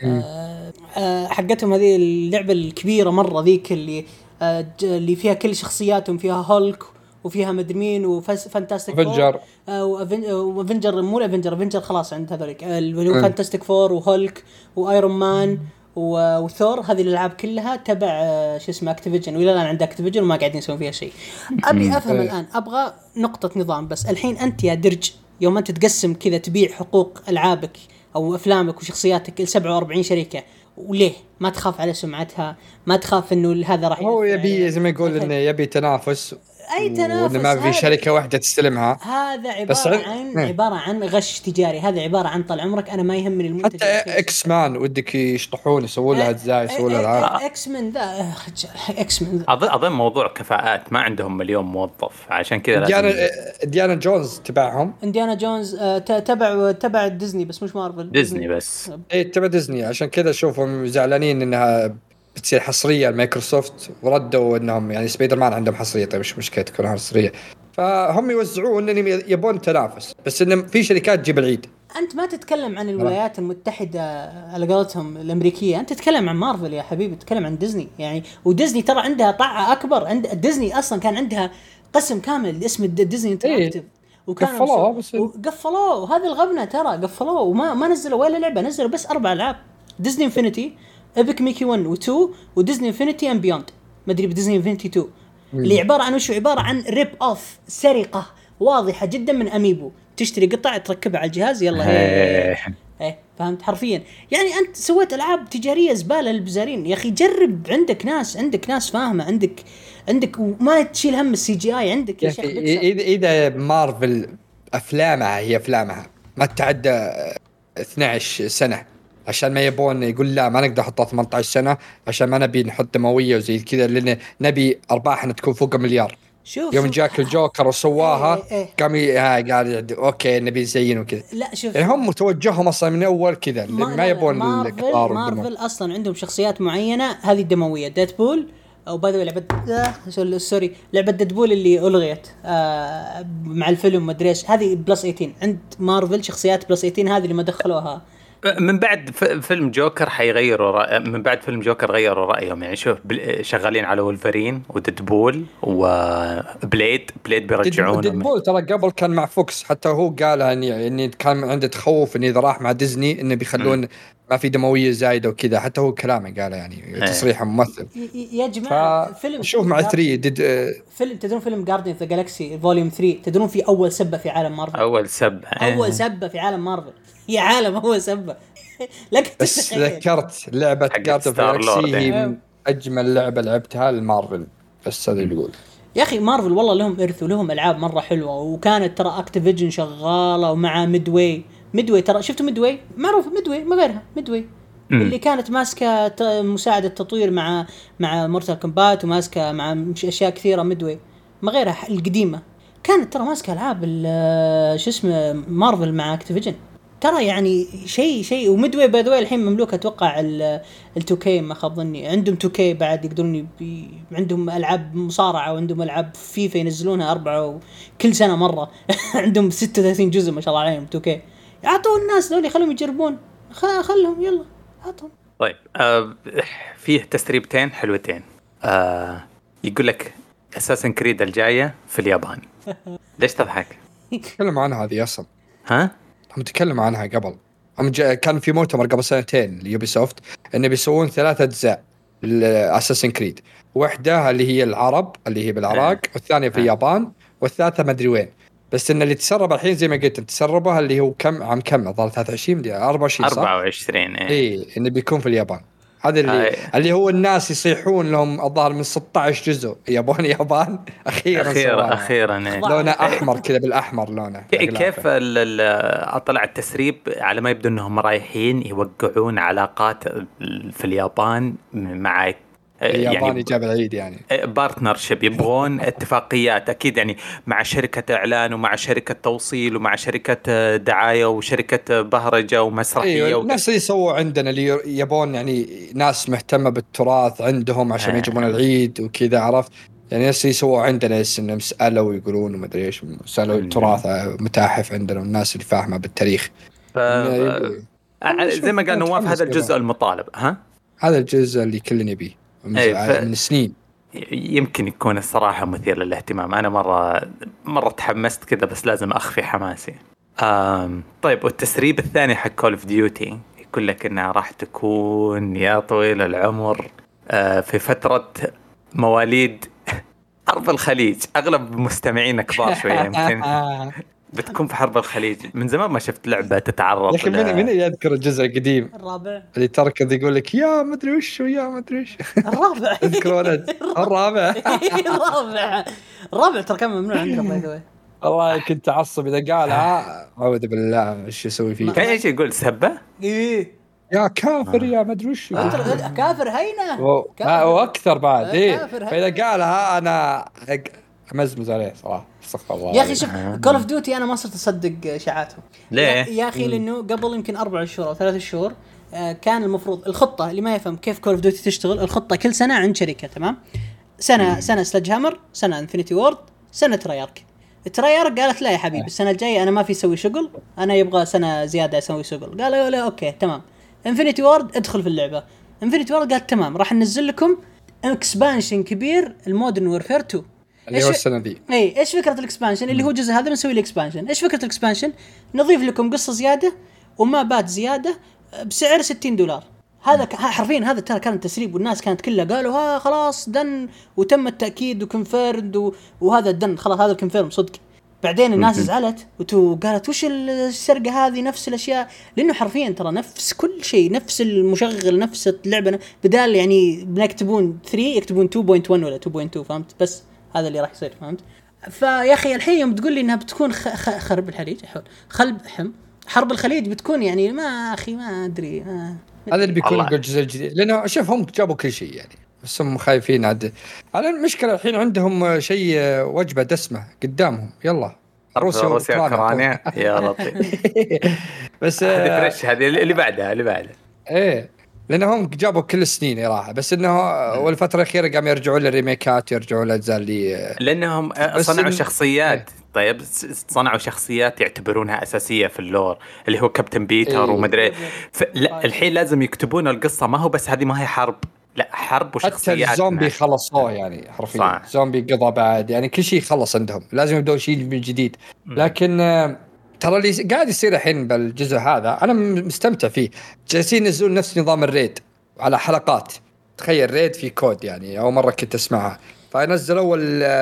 Speaker 2: حقتهم هذه اللعبة الكبيرة مرة ذيك اللي فيها كل شخصياتهم، فيها هولك وفيها مدرمين وفانتاستيك فور وافنجر مو افنجر خلاص عند هذولك فانتاستيك فور وهولك وايرون مان وثور. هذه الالعاب كلها تبع شو اسمه اكتيفيجن، ولا الان عند اكتيفيجن وما قاعدين يسوون فيها شيء. ابي افهم الان، ابغى نقطة نظام بس. الحين انت يا درج يوم انت تقسم كذا تبيع حقوق العابك او افلامك وشخصياتك ل 47 شركه، وليه ما تخاف على سمعتها؟ ما تخاف انه هذا راح
Speaker 3: هو يبي زي ما يقول انه يبي تنافس،
Speaker 2: اي تنافس،
Speaker 3: وإنه ما في شركه واحده تستلمها.
Speaker 2: هذا عباره عن غش تجاري، هذا عباره عن طال عمرك انا ما يهمني المنتج.
Speaker 3: حتى اكس مان ودك يشطحون يسووا لها اجزاء يسووا لها
Speaker 2: اكس مان ذا
Speaker 1: اظن موضوع كفاءات، ما عندهم مليون موظف عشان كذا.
Speaker 3: ديانا جونز تبعهم،
Speaker 2: انديانا جونز تبع ديزني بس مش مارفل،
Speaker 1: ديزني بس
Speaker 3: تبع ديزني، عشان كذا اشوفهم زعلانين انها بتصير حصريه لمايكروسوفت، وردوا انهم يعني سبايدر مان عندهم حصريه. طيب مش مشكله تكون حصريه، فهم يوزعون انهم يبون تنافس، بس ان في شركات تجيب العيد.
Speaker 2: انت ما تتكلم عن الولايات المتحده على قولتهم الامريكيه، انت تتكلم عن مارفل يا حبيبي، تتكلم عن ديزني يعني. وديزني ترى عندها طاعه اكبر، عند ديزني اصلا كان عندها قسم كامل اسمه ديزني انتراكتيف
Speaker 3: وكانوا
Speaker 2: قفلوه وهذا الغبنه ترى قفلوه وما نزلوا ولا لعبه، نزلوا بس 4 ألعاب: ديزني انفينيتي، ايبك ميكي 1 و2، وديزني انفينيتي اند بيوند، ما ادري بديزني انفينيتي 2 اللي عباره عن وشو، عباره عن ريب اوف، سرقه واضحه جدا من اميبو، تشتري قطع تركبها على الجهاز يلا ايه فهمت حرفيا. يعني انت سويت العاب تجاريه زباله للبزارين يا اخي. جرب، عندك ناس فاهمه، عندك وما تشيل هم السي جي اي عندك يا شيخ.
Speaker 3: اذا مارفل افلامها ما تعدى 12 سنه عشان ما يبون يقول لا ما نقدر نحطها 18 سنه عشان ما نبي نحط دمويه وزي كذا، لان نبي ارباحنا تكون فوق مليار. يوم جاك الجوكر وسواها قال اوكي نبي نزين وكذا.
Speaker 2: لا شوف،
Speaker 3: يعني هم توجههم اصلا من اول كذا ما يبون الكبار.
Speaker 2: مارفل اصلا عندهم شخصيات معينه، هذه الدمويه. ديدبول او باي ذا لعبه سوري لعبه ديدبول اللي الغيت مع الفيلم مدري ايش، هذه بلس 18. عند مارفل شخصيات بلس 18 هذه اللي ما دخلوها.
Speaker 1: من بعد فيلم جوكر حيغيروا من بعد فيلم جوكر غيروا رأيهم. يعني شوف شغالين على وولفرين وديدبول وبليد بيرجعون.
Speaker 3: ديدبول ترى قبل كان مع فوكس، حتى هو قال اني كان عنده تخوف ان اذا راح مع ديزني انه بيخلون ما في دمويه زايده وكذا، حتى هو كلامه قال يعني تصريح ممثل.
Speaker 2: يا جماعه فيلم
Speaker 3: شوف مع 3
Speaker 2: فيلم تدرون فيلم جارديان ذا جالاكسي فوليوم 3 تدرون في اول سبه في عالم مارفل،
Speaker 1: اول سبه في عالم
Speaker 2: مارفل يا عالم هو سبه. لك
Speaker 3: بس ذكرت لعبه جارديان ذا جالاكسي هي اجمل لعبه لعبتها لمارفل، بس هذا اللي يقول
Speaker 2: يا اخي مارفل والله لهم إرث ولهم ألعاب مرة حلوة. وكانت ترى أكتيفيجن شغالة ومع ميدوي ترى شفتوا ميدوي معروف، ميدوي ما غيرها، ميدوي اللي كانت ماسكة مساعدة تطوير مع مورتال كومبات وماسكة مع أشياء كثيرة. ميدوي ما غيرها القديمة كانت ترى ماسكة ألعاب شو اسمه مارفل مع أكتيفيجن ترى يعني شيء. وميدوي باي ذا واي الحين مملوك اتوقع ال2K ما خاب ظني، عندهم 2K بعد يقدرون عندهم العاب مصارعه وعندهم العاب فيفا ينزلونها 4 كل سنه مره. عندهم 36 جزء ما شاء الله عليهم 2K. اعطوا الناس ذولي خلهم يجربون، خلهم يلا اعطهم.
Speaker 1: طيب فيه تسريبتين حلوتين. يقول لك اساسن كريد الجايه في اليابان. ليش تضحك؟
Speaker 3: تكلم عنها هذه اصلا.
Speaker 1: ها
Speaker 3: هم تكلم عنها قبل. كان في مؤتمر قبل سنتين ليوبي سوفت انه بيسوون 3 أجزاء لأساسن كريد. واحدة اللي هي العرب اللي هي بالعراق، والثانية في اليابان، والثالثة ما ادري وين. بس ان اللي تسرب الحين زي ما قلت تسربها اللي هو كم عام كم ظل 23 24 صح
Speaker 1: 24
Speaker 3: اي انه بيكون في اليابان. هذا اللي هو الناس يصيحون لهم الظاهر من 16 جزء يابان
Speaker 1: اخيرا
Speaker 3: لونه احمر كذا بالاحمر لونه.
Speaker 1: كيف طلع التسريب على ما يبدو انهم رايحين يوقعون علاقات في اليابان مع
Speaker 3: اليابان يعني جاب العيد يعني
Speaker 1: بارتنرشيب، يبغون اتفاقيات اكيد يعني مع شركه اعلان ومع شركه توصيل ومع شركه دعايه وشركه بهرجه ومسرحيه.
Speaker 3: أيوة نفس اللي يسووا عندنا اللي يبون يعني ناس مهتمه بالتراث عندهم عشان يجيبون العيد وكذا، عرفت يعني نفس اللي يسووا عندنا انهم سالوا ويقولون وما ادري ايش، سالوا التراث متاحف عندنا والناس اللي فاهمه بالتاريخ.
Speaker 1: زي ما قال نواف هذا الجزء المطالب.
Speaker 3: هذا الجزء اللي كلنا يبيه من سنين.
Speaker 1: يمكن يكون الصراحة مثير للاهتمام. أنا مرة تحمست كذا بس لازم أخفي حماسي. طيب والتسريب الثاني حق كول اوف ديوتي يقول لك إنها راح تكون يا طويل العمر في فترة مواليد حرب الخليج. أغلب مستمعين كبار شوية يمكن بتكون في حرب الخليج. من زمان ما شفت لعبة تتعرض.
Speaker 3: لكن من يذكر الجزء القديم
Speaker 2: الرابع
Speaker 3: اللي تركض يقول لك يا ما ادري وش يا ما ادري وش
Speaker 2: الرابع
Speaker 3: اذكرون الرابع
Speaker 2: الرابع ترى كان ممنوع عندنا باي ذا.
Speaker 3: والله كنت اعصب اذا قالها اعوذ بالله ايش يسوي فيه.
Speaker 1: ايش يقول سبه
Speaker 2: ايه
Speaker 3: يا كافر يا ما ادري وش
Speaker 2: كافر هينه
Speaker 3: واكثر بعد ايه. فاذا قالها انا امزمز عليه صراحه استغفر الله.
Speaker 2: يا اخي شوف كول اوف ديوتي انا ما صرت اصدق اشاعاتهم.
Speaker 1: ليه
Speaker 2: يا اخي لانه قبل يمكن 4 شهور او 3 شهور كان المفروض الخطه اللي ما يفهم كيف كول اوف ديوتي تشتغل. الخطه كل سنه عند شركه تمام. سنه سلج هامر، سنه انفينيتي وورد، سنه ترايارك. ترايارك قالت لا يا حبيبي السنه الجايه انا ما في اسوي شغل، انا يبغى سنه زياده اسوي شغل. قالوا لا اوكي تمام. انفينيتي وورد ادخل في اللعبه. انفينيتي وورد قالت تمام راح ننزل لكم اكسبانشن كبير المودرن وورفير 2
Speaker 3: اللي هو السنه دي.
Speaker 2: ايش فكره الاكسبانشن اللي هو جزء هذا بنسوي الاكسبانشن. ايش فكره الاكسبانشن؟ نضيف لكم قصه زياده ومابات زياده بسعر $60. هذا حرفيا هذا ترى كان تسريب والناس كانت كلها قالوا ها خلاص دن وتم التاكيد وكونفيرد وهذا الدن خلاص هذا كونفيرم صدق. بعدين الناس زعلت وقالت وش السرقه هذه نفس الاشياء، لانه حرفيا ترى نفس كل شيء نفس المشغل نفس اللعبه بدال يعني بنكتبون 3 يكتبون 2.1 ولا 2.2 فهمت. بس هذا اللي راح يصير فهمت. فيا اخي الحين يوم تقول لي انها بتكون خرب الخليج حرب الخليج بتكون يعني ما اخي ما ادري
Speaker 3: هذا اللي بيكون الجزء الجديد. لانه شوف هم جابوا كل شيء يعني بس هم خايفين عاد على المشكله. الحين عندهم شيء وجبه دسمه قدامهم يلا
Speaker 1: روسيا اوكرانيا يا لطيف.
Speaker 3: بس
Speaker 1: هذه فريش هذه اللي بعدها
Speaker 3: ايه لانهم جابوا كل السنين راحه. بس انه والفتره الاخيره قاموا يرجعون للريميكات يرجعون للاجزاء اللي
Speaker 1: لانهم صنعوا شخصيات. طيب صنعوا شخصيات يعتبرونها اساسيه في اللور اللي هو كابتن بيتر ومدري الحين لازم يكتبون القصه ما هو بس هذه ما هي حرب لا حرب وشخصيات.
Speaker 3: حتى الزومبي خلصوه يعني حرفيا زومبي قضى بعد يعني كل شيء خلص عندهم لازم يبدأوا شيء من جديد. لكن ترى اللي قاعد يصير الحين بالجزء هذا أنا مستمتع فيه. جالسين ينزلون نفس نظام الريد على حلقات. تخيل ريد في كود يعني أول مرة كنت أسمعها. فنزلوا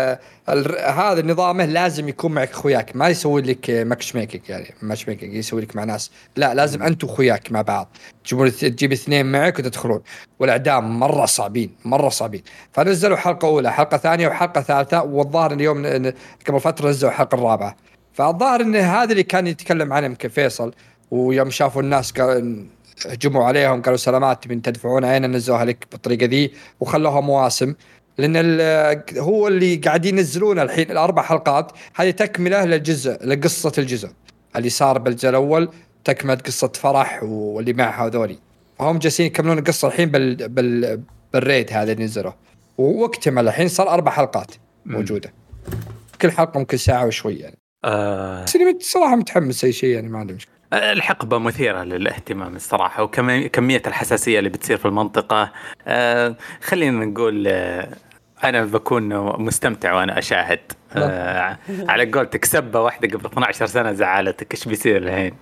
Speaker 3: هذا النظام لازم يكون معك أخوياك ما يسوي لك ماتش ميكينج يعني ماتش ميكينج يسوي لك مع ناس لا لازم أنتوا أخوياك مع بعض تجيب 2 معك وتدخلون والأعدام مرة صعبين. فنزلوا حلقة أولى حلقة ثانية وحلقة ثالثة والظاهر اليوم قبل فترة نزلوا الحلقة الرابعة. فالظاهر إن هذا اللي كان يتكلم عنه كفيصل ويوم شافوا الناس هجموا عليهم قالوا سلامات من تدفعون عينا نزلوها لك بالطريقة دي وخلوها مواسم. لأن هو اللي قاعدين ينزلون الحين 4 حلقات هذه تكملة لقصة الجزء اللي صار بالجزء الأول تكملة قصة فرح واللي معها هذولي. فهم جالسين يكملون القصة الحين بالريد هذا اللي نزله واكتمل الحين صار 4 حلقات موجودة كل حلقة ممكن ساعة وشوي يعني. صراحة متحمس أي شيء يعني ما عندي مشكلة.
Speaker 1: الحقبة مثيرة للاهتمام الصراحة وكمية الحساسية اللي بتصير في المنطقة. خلينا نقول أنا بكون مستمتع وأنا أشاهد. على قولتك سبة واحدة قبل 12 سنة زعلتك، إيش بيصير الحين؟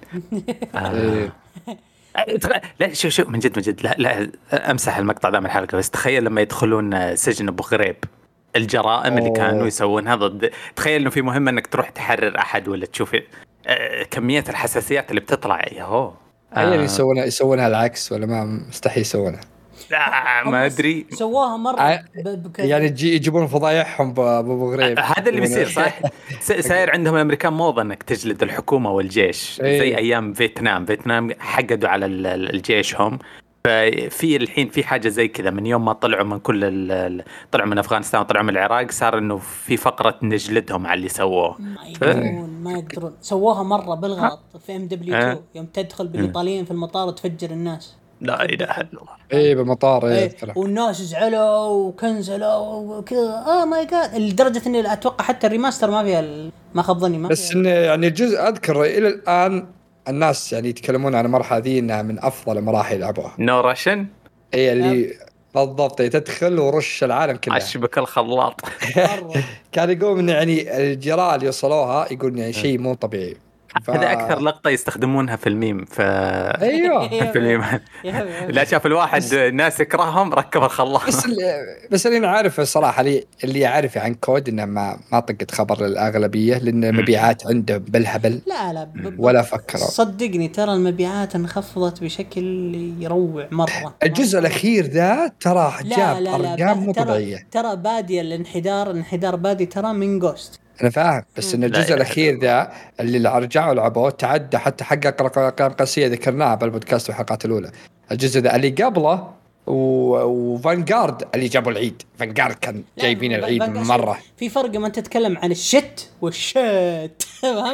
Speaker 1: لا شو من جد لا أمسح المقطع ده من الحلقة، بس تخيل لما يدخلون سجن أبو غريب، الجرائم اللي كانوا يسوون هذا. تخيل إنه في مهمة إنك تروح تحرر أحد ولا تشوف كمية الحساسيات اللي بتطلع. ياهو
Speaker 3: يعني يسوونها العكس ولا ما مستحيل يسوونها؟
Speaker 1: لا ما أدري،
Speaker 2: سواها مرة
Speaker 3: يعني يجيبون فضايحهم بأبو غريب.
Speaker 1: هذا اللي بيصير صح. ساير عندهم الأمريكان موضة إنك تجلد الحكومة والجيش زي أيام فيتنام حقدوا على الجيشهم. ففي الحين في حاجة زي كذا من يوم ما طلعوا من طلعوا من أفغانستان وطلعوا من العراق، صار إنه في فقرة نجلدهم على اللي سووه.
Speaker 2: ما يقدرون. سووها مرة بالغلط في MW2 يوم تدخل بالإيطاليين في المطار وتفجر الناس.
Speaker 1: لا إله إلا الله.
Speaker 3: بمطار
Speaker 2: والناس زعلوا وكنزلوا وكذا. ماي جاد، لدرجة إني أتوقع حتى الريماستر ما فيها، ما خاب ظني ما
Speaker 3: بس إنه يعني الجزء أذكر إلى الآن الناس يعني يتكلمون عن المرحلة هذه إنها من أفضل مراحل يلعبوها.
Speaker 1: نو راشن
Speaker 3: اللي بالضبط تدخل ورش العالم كله
Speaker 1: عشبك الخلاط.
Speaker 3: كان يقول إن يعني الجراء اللي وصلوها يقول يعني شيء مو طبيعي.
Speaker 1: هذا أكثر لقطة يستخدمونها في الميم.
Speaker 3: أيوة
Speaker 1: في الميم. لا شاف الواحد ناس يكرههم ركب الخلاط.
Speaker 3: بس اللي نعرف الصراحة اللي يعرف عن كود إنه ما طقت خبر للأغلبية لأن مبيعات عنده بالهبل.
Speaker 2: لا
Speaker 3: ولا فكروا.
Speaker 2: صدقني ترى المبيعات انخفضت بشكل يروع مرة.
Speaker 3: الجزء الأخير ذا ترى جاب أرقام مو طبيعية.
Speaker 2: ترى بادي الانحدار بادي ترى من جوست.
Speaker 3: أنا فاهم، بس إن الجزء الأخير ذا اللي رجعوا لعبوه تعدى حتى حقق أرقام قياسية ذكرناها بالبودكاست والحلقات الأولى. الجزء ذا اللي قبله وفانغارد اللي جابوا العيد. فانغارد كان جايبين العيد مرة.
Speaker 2: في فرق ما تتكلم عن الشت والشت.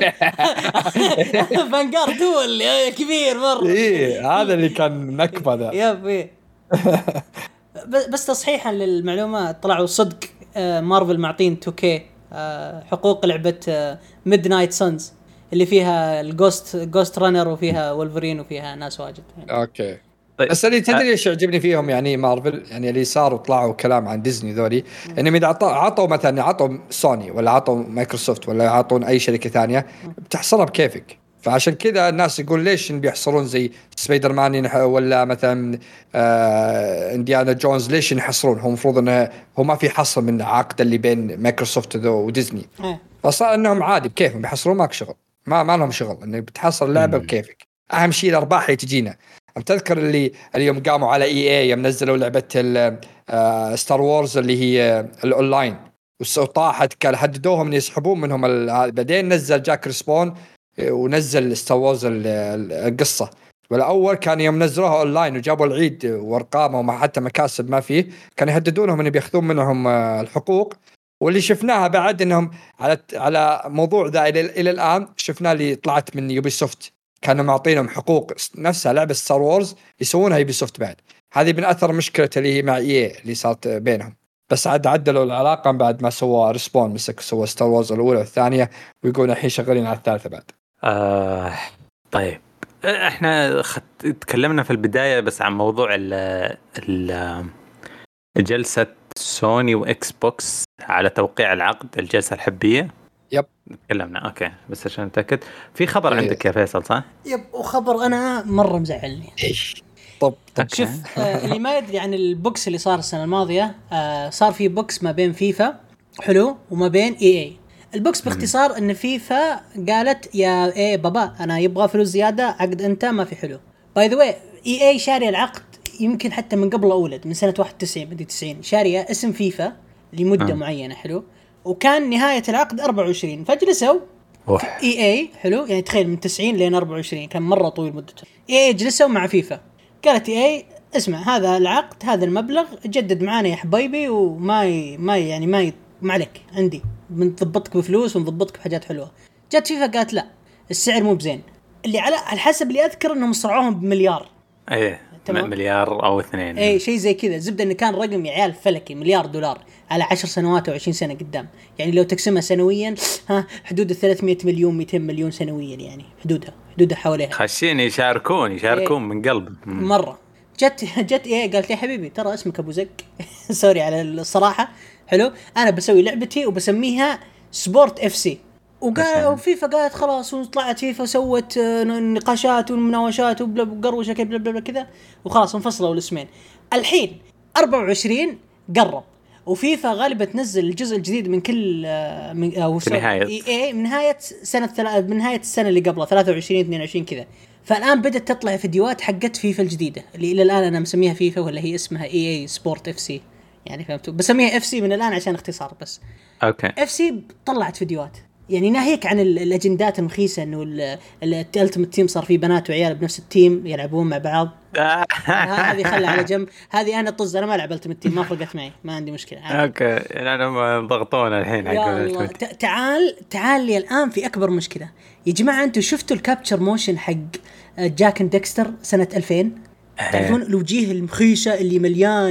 Speaker 2: فانغارد هو اللي كبير مرة.
Speaker 3: هذا اللي كان نكبة ذا.
Speaker 2: يب. بس تصحيحا للمعلومة، طلعوا صدق مارفل معطين 2K حقوق لعبة ميدنايت سانز اللي فيها الجوست رانر وفيها وولفرين وفيها ناس واجد يعني.
Speaker 3: اوكي طيب. بس اللي تدري ايش يعجبني فيهم يعني مارفل، يعني اللي صاروا طلعوا كلام عن ديزني ذولي، يعني اذا عطوا مثلا عطوا سوني ولا عطوا مايكروسوفت ولا عطون اي شركة ثانية بتحصلها بكيفك. فعشان كذا الناس يقول ليش بيحصلون زي سبايدر مان ولا مثلا انديانا جونز ليش يحصلون؟ هم مفروض انه هو ما في حصر من العقد اللي بين مايكروسوفت وديزني. فصار انهم عادي بكيفهم بيحصلون، ماك شغل ما لهم شغل انك بتحصل اللعبه بكيفك. اهم شيء الارباح اللي تجينا. تذكر اللي اليوم قاموا على EA يوم نزلوا لعبه ستار وورز اللي هي الاونلاين وطاحت، كان حددوهم ان يسحبون منهم بعدين نزل جاك ريسبون ونزل ستار وورز القصه. والأول كان يوم نزلوها أونلاين وجابوا العيد وارقامه وما حتى مكاسب ما فيه، كانوا يهددونهم إنه بيأخذون منهم الحقوق. واللي شفناها بعد إنهم على موضوع ذا إلى الآن شفنا اللي طلعت من يوبيسوفت كانوا معطينهم حقوق نفسها لعبة ستار وورز يسوونها يوبيسوفت بعد. هذه من أثر مشكلة اللي هي مع EA اللي صارت بينهم، بس عدلوا العلاقة بعد ما سووا ريسبون مسك سووا ستار وورز الأولى والثانية ويقولون الحين شغالين على الثالثة بعد.
Speaker 1: طيب احنا تكلمنا في البداية بس عن موضوع الجلسة سوني واكس بوكس على توقيع العقد، الجلسة الحبية.
Speaker 3: يب
Speaker 1: تكلمنا اوكي، بس عشان نتأكد في خبر عندك يا فيصل صح؟
Speaker 2: يب، وخبر انا مرة مزعلني.
Speaker 3: طب
Speaker 2: شوف اللي ما يدري عن البوكس اللي صار السنة الماضية، صار في بوكس ما بين فيفا حلو وما بين EA. البوكس باختصار ان فيفا قالت يا ايه بابا انا يبغى فلوس زياده، عقد انت ما في حلو. باي ذا واي EA شاري العقد يمكن حتى من قبل اولد من سنه 91 بدي 90 شاريه اسم فيفا لمده معينه حلو، وكان نهايه العقد 24 فجلسوا EA حلو، يعني تخيل من 90 لين 24 كان مره طويل مدته. EA جلسوا مع فيفا قالت EA اسمع هذا العقد هذا المبلغ جدد معانا يا حبايبي، وما يعني ما عليك عندي بنضبطك بفلوس ونضبطك بحاجات حلوة. جت فيفا قالت لا السعر مو بزين، اللي على الحسب اللي أذكر إنهم صرعوهم بمليار.
Speaker 1: ايه مليار أو 2.
Speaker 2: ايه شيء زي كذا، زبدة إنه كان رقم يا عيال فلكي، $1 مليار على 10 سنوات أو 20 سنة قدام. يعني لو تقسمها سنويا حدود 300 مليون 200 مليون سنويا، يعني حدودها حواليها.
Speaker 1: خشين يشاركون
Speaker 2: إيه
Speaker 1: من قلب
Speaker 2: مرة. جت ايه قالت لي حبيبي ترى اسمك ابو زق سوري على الصراحه، حلو، انا بسوي لعبتي وبسميها سبورت اف سي، وقال فيفا قالت خلاص، وطلعت فيفا سوت نقاشات ومناوشات وقروشه كذا وخلاص انفصلوا الاسمين. الحين 24 قرب، وفيفا غالبا تنزل الجزء الجديد من كل او
Speaker 1: نهاية
Speaker 2: من نهايه السنه اللي قبلها 23 22 كذا. فالان بدات تطلع فيديوهات حقت فيفا الجديده اللي الى الان انا مسميها فيفا ولا هي اسمها اي سبورت اف سي، يعني فهمتوا، بسميها اف سي من الان عشان اختصار بس.
Speaker 1: اوكي
Speaker 2: اف سي طلعت فيديوهات يعني ناهيك عن الاجندات المخيسه انه الالتيمت تيم صار فيه بنات وعيال بنفس التيم يلعبون مع بعض هذه خلها على جنب، هذه انا طز، انا ما لعب التيمت تيم، ما فرقت معي، ما عندي مشكله.
Speaker 1: اوكي انا ضغطونا الحين
Speaker 2: حق تعال لي الان في اكبر مشكله يا جماعه. انتم شفتوا الكابتشر موشن حق جاك اند ديكستر سنه 2000؟ تعرفون الوجيه المخيشه اللي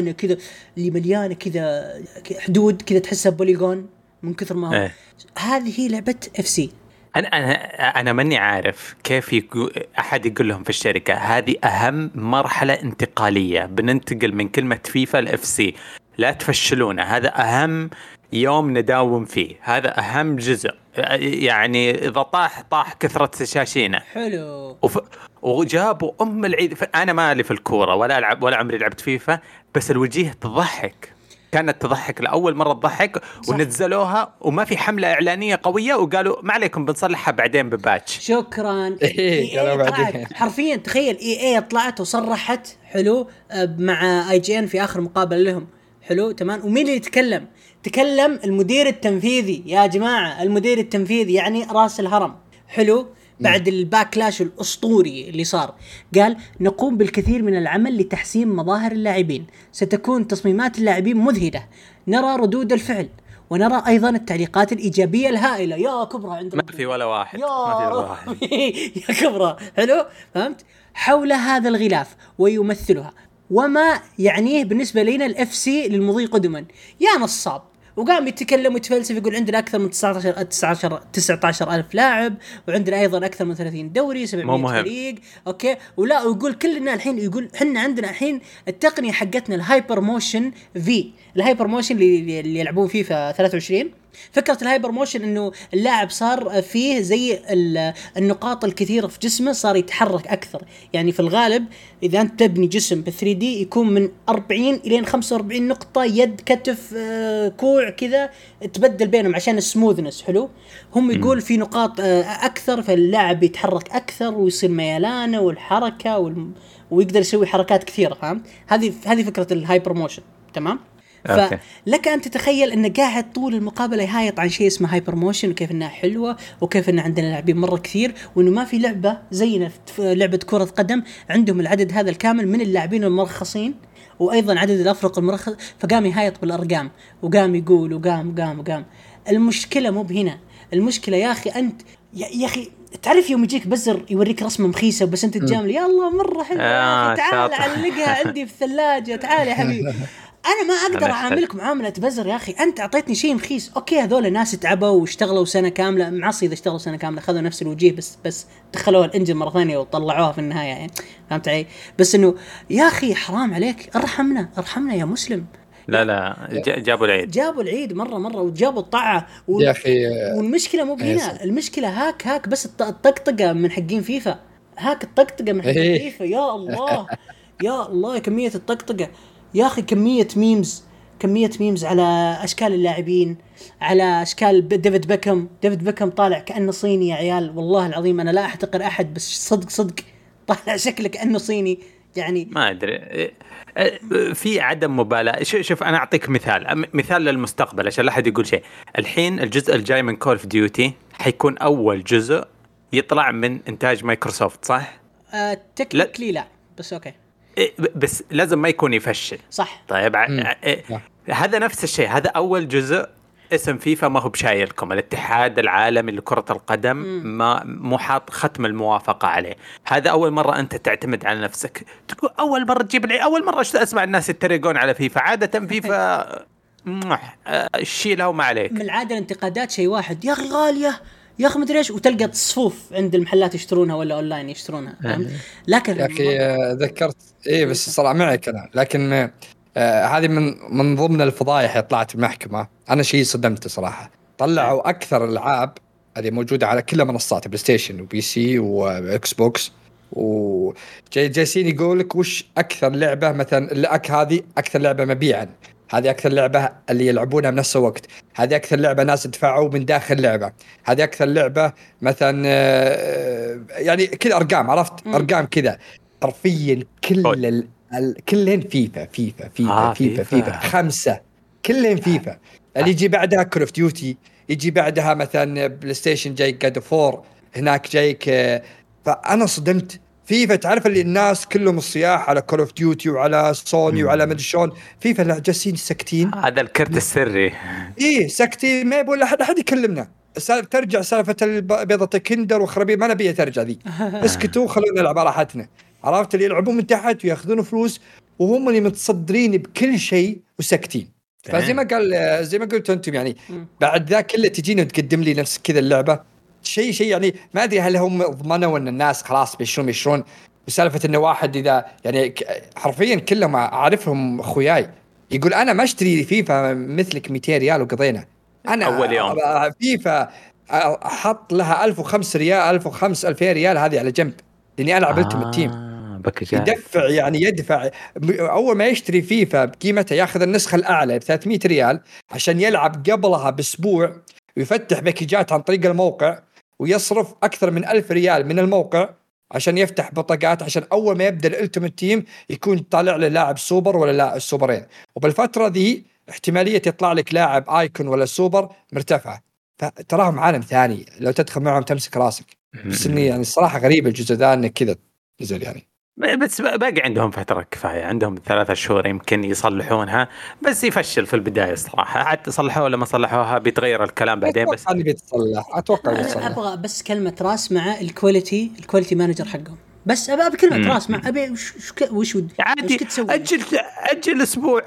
Speaker 2: مليانه كذا حدود كذا تحسها بوليغون من كثر ما هو. هذه هي لعبه اف سي.
Speaker 1: انا ماني عارف كيف احد يقول لهم في الشركه هذه اهم مرحله انتقاليه، بننتقل من كلمه فيفا لاف سي، لا تفشلونا، هذا اهم يوم نداوم فيه، هذا اهم جزء، يعني اذا طاح كثره شاشينا.
Speaker 2: حلو.
Speaker 1: وجابوا العيد. انا مالي في الكوره ولا العب ولا عمري لعبت فيفا، بس الوجيه تضحك، كانت تضحك لأول مرة تضحك، ونزلوها وما في حملة إعلانية قوية، وقالوا ما عليكم بنصلحها بعدين بباتش.
Speaker 2: شكرا. حرفيا تخيل EA طلعت وصرحت حلو مع IGN في آخر مقابلة لهم، حلو تمام. ومين اللي تكلم المدير التنفيذي يا جماعة، المدير التنفيذي يعني رأس الهرم، حلو، بعد الباكلاش الأسطوري اللي صار، قال نقوم بالكثير من العمل لتحسين مظاهر اللاعبين، ستكون تصميمات اللاعبين مذهلة، نرى ردود الفعل ونرى أيضا التعليقات الإيجابية الهائلة. يا كبرى عند
Speaker 1: ما في ولا واحد
Speaker 2: يا كبرى، حلو فهمت، حول هذا الغلاف ويمثلها وما يعنيه بالنسبة لنا الإف سي للمضي قدما. يا نصاب. وقام يتكلم ويتفلسف، يقول عندنا أكثر من 19 ألف لاعب، وعندنا أيضا أكثر من 30 دوري، 700 فريق، أوكي. ولا ويقول كلنا الحين، يقول حنا عندنا الحين التقنية حقتنا الهايبر موشن في الهايبر موشن اللي يلعبون فيه في 23. فكرة الهايبر موشن إنه اللاعب صار فيه زي النقاط الكثيرة في جسمه صار يتحرك أكثر. يعني في الغالب إذا أنت تبني جسم ب3D يكون من 40 إلى 45 نقطة، يد كتف كوع كذا تبدل بينهم عشان السموذنس، حلو. هم يقول في نقاط أكثر، فاللاعب يتحرك أكثر ويصير ميلانه والحركة ويقدر يسوي حركات كثيرة، فهمت؟ هذه فكرة الهايبر موشن، تمام. فلك أن تتخيل أنه قاعد طول المقابلة يهايط عن شيء اسمه هايبر موشن، وكيف أنها حلوة، وكيف أن عندنا لاعبين مرة كثير، وأنه ما في لعبة زينا في لعبة كرة قدم عندهم العدد هذا الكامل من اللاعبين المرخصين، وأيضا عدد الأفرق المرخص. فقام يهايط بالأرقام، وقام يقول وقام. المشكلة مو بهنا، المشكلة يا أخي أنت يا أخي تعرف يوم يجيك بزر يوريك رسمة مخيسة بس أنت تجامل، يا الله مرة حلوة، تعال علقها عندي في الثلاجة، تعال يا حبيبي. أنا ما أقدر أعاملك معاملة بزر يا أخي، أنت أعطيتني شيء مخيس. أوكي هذول الناس تعبوا واشتغلوا سنة كاملة، معصي إذا اشتغلوا سنة كاملة خذوا نفس الوجيه بس دخلوها الإنجن مرة ثانية وطلعوها في النهاية، يعني فهمت علي؟ بس إنه يا أخي حرام عليك، ارحمنا يا مسلم.
Speaker 1: لا جابوا العيد مرة وجابوا الطاعة
Speaker 3: يا أخي.
Speaker 2: والمشكلة مو بهنا، المشكلة هاك بس الطقطقة من حقين فيفا، هاك الطقطقة من حقين فيفا. يا الله كمية الطقطقة يا أخي، كمية ميمز على أشكال اللاعبين، على أشكال ديفيد بيكم طالع كأنه صيني يا عيال. والله العظيم أنا لا أحتقر أحد، بس صدق طالع شكله كأنه صيني، يعني
Speaker 1: ما أدري، في عدم مبالاة. شوف أنا أعطيك مثال للمستقبل عشان لا أحد يقول شيء. الحين الجزء الجاي من كول اوف ديوتي حيكون أول جزء يطلع من إنتاج مايكروسوفت، صح؟
Speaker 2: تكنيكلي لا بس أوكي،
Speaker 1: بس لازم ما يكون يفشل،
Speaker 2: صح؟
Speaker 1: طيب هذا نفس الشيء، هذا أول جزء اسم فيفا ما هو بشايلكم، الاتحاد العالمي لكرة القدم ما مو حاط ختم الموافقة عليه. هذا أول مرة أنت تعتمد على نفسك، تقول أول مرة تجيب أول مرة أسمع الناس يتريقون على فيفا. عادة فيفا شيلها وما عليك.
Speaker 2: من العادة الانتقادات شيء واحد، يا أخي غالية، يا اخي مدري ايش، وتلقى صفوف عند المحلات يشترونها ولا اونلاين يشترونها. لكن
Speaker 3: يا اخي ذكرت بس الصراحه معك انا، لكن هذه من ضمن الفضايح طلعت المحكمه. انا شيء صدمت صراحه، طلعوا اكثر الالعاب اللي موجوده على كل منصات بلاي ستيشن وبي سي واكس بوكس، وجالسين يقول لك وش اكثر لعبه مثلا هذه اكثر لعبه مبيعا، هذه اكثر لعبه اللي يلعبونها بنفس الوقت، هذه اكثر لعبه ناس دفعوا من داخل لعبه، هذه اكثر لعبه مثلا يعني كل ارقام، عرفت ارقام كذا حرفيا كلهن فيفا 5 كلهن فيفا. اللي يجي بعدها كول اوف ديوتي، يجي بعدها مثلا بلاي ستيشن جايك جاد اوف 4، هناك جايك فانا صدمت. فيفا تعرف اللي الناس كلهم الصياح على كول اوف ديوتي وعلى سوني وعلى مدري شلون، فيفا لا جالسين ساكتين.
Speaker 1: هذا الكرت السري
Speaker 3: ساكتين، ما يبون احد يكلمنا. ترجع سالفه بيضة كندر وخرابي ما نبيها ترجع ذي. اسكتوا خلونا نلعب راحتنا، عرفت اللي يلعبون من تحت وياخذون فلوس وهم اللي متصدرين بكل شيء وساكتين. فزي ما قلت انتم يعني بعد ذا كله تجينا تقدم لي نفس كذا اللعبه شيء يعني ما ادري هل هم ضمنوا ان الناس خلاص بيشرون وسالفه انه واحد اذا يعني حرفيا كلهم اعرفهم اخوياي يقول انا ما اشتري فيفا مثلك 200 ريال وقضينا. انا
Speaker 1: اول يوم
Speaker 3: فيفا احط لها 1005 ريال 2000 ريال هذه على جنب لاني العب التيم تيم. يدفع يعني يدفع اول ما يشتري فيفا بقيمتها ياخذ النسخه الاعلى ب 300 ريال عشان يلعب قبلها باسبوع ويفتح باكيجات عن طريق الموقع ويصرف أكثر من 1000 ريال من الموقع عشان يفتح بطاقات عشان أول ما يبدأ الألتيميت تيم يكون طالع له لاعب سوبر ولا لاعب سوبرين، وبالفترة ذي احتمالية يطلع لك لاعب آيكون ولا سوبر مرتفعة. فتراهم عالم ثاني لو تدخل معهم تمسك راسك. بس إني يعني الصراحة غريب الجزء ذا إنه كذا نزل يعني.
Speaker 1: بس باقي عندهم فترة كفاية، عندهم 3 شهور يمكن يصلحونها، بس يفشل في البداية صراحة. حتى صلحوها ولا ما صلحوها بيتغير الكلام بعدين. بس
Speaker 3: أتوقع
Speaker 2: أبغى بس كلمة راس مع الكواليتي مانجر حقهم، بس أبغى كلمة راس مع أبي وش
Speaker 1: عادي أجل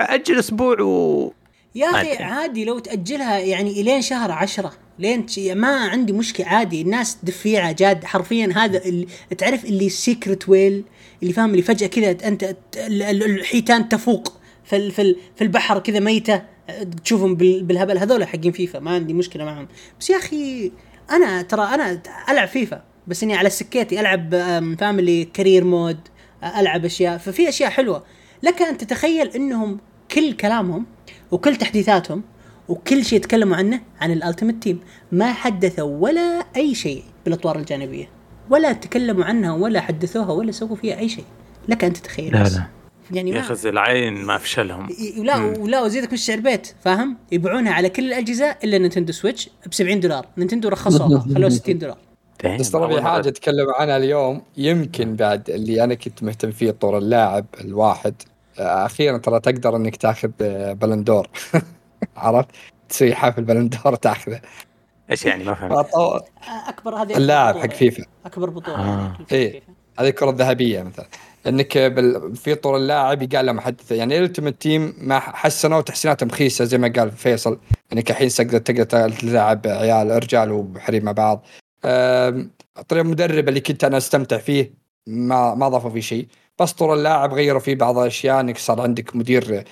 Speaker 1: أسبوع
Speaker 2: يا أخي عادي لو تأجلها يعني إلين شهر 10 لين ما عندي مشكلة عادي. الناس دفيعة جاد حرفيا. هذا اللي تعرف اللي سيكرت ويل اللي فاهم اللي فجأة كذا أنت الحيتان تفوق في البحر كذا ميتة تشوفهم بالهبل، هذول حقين فيفا ما عندي مشكلة معهم. بس يا أخي أنا ألعب فيفا بس إني على سكيتي ألعب فاهم اللي كارير مود، ألعب أشياء، ففي أشياء حلوة. لك أن تتخيل إنهم كل كلامهم وكل تحديثاتهم وكل شيء يتكلموا عنه عن الالتيميت تيم ما حدثوا ولا أي شيء بالأطوار الجانبية، ولا تكلموا عنها ولا حدثوها ولا سووا فيها أي شيء. لك أن تتخيل.
Speaker 1: لا يعني يخزي العين ما فشلهم.
Speaker 2: ولا وزيدك مش شعر بيت فاهم، يبيعونها على كل الأجهزة إلا نينتندو سويتش $70. نينتندو رخصوها خلوه $60.
Speaker 3: بس طبعا حاجة أتكلم عنها اليوم يمكن بعد اللي أنا كنت مهتم فيه طور اللاعب الواحد أخيرا ترى تقدر إنك تأخذ بلندور. عرفت تسوي حفل بلندور تأخذه.
Speaker 1: إيش يعني ما فهمت؟
Speaker 2: أكبر هذه
Speaker 3: اللاعب حق فيفا
Speaker 2: أكبر بطولة
Speaker 3: إيه هذه الكرة الذهبية مثلا إنك في طور اللاعب يقال لهم حدث يعني الالتيميت تيم ما حسنوا تحسينات مخيسة زي ما قال فيصل إنك الحين تقدر تلعب عيال رجال وحريم مع بعض. طريقة مدرب اللي كنت أنا استمتع فيه ما ضافوا فيه شيء، بس طور اللاعب غيروا فيه بعض الأشياء إنك صار عندك مدير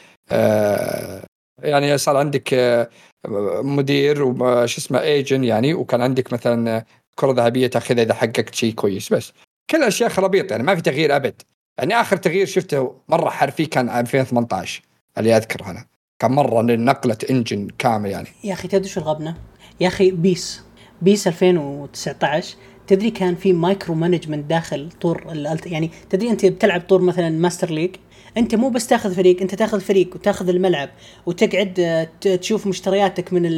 Speaker 3: يعني صار عندك مدير وش اسمه ايجن يعني، وكان عندك مثلا كرة ذهبية تأخذها إذا حققت شيء كويس. بس كل أشياء خرابيط يعني ما في تغيير أبد. يعني آخر تغيير شفته مرة حرفي كان 2018 اللي أذكر أنا كان مرة نقلة إنجن كامل يعني.
Speaker 2: يا أخي تدري شو الغبنة يا أخي؟ بيس 2019 تدري كان في مايكرو مانجمنت داخل طور يعني تدري أنت بتلعب طور مثلا ماستر ليج، أنت مو بس تأخذ فريق، أنت تأخذ فريق وتأخذ الملعب وتقعد تشوف مشترياتك من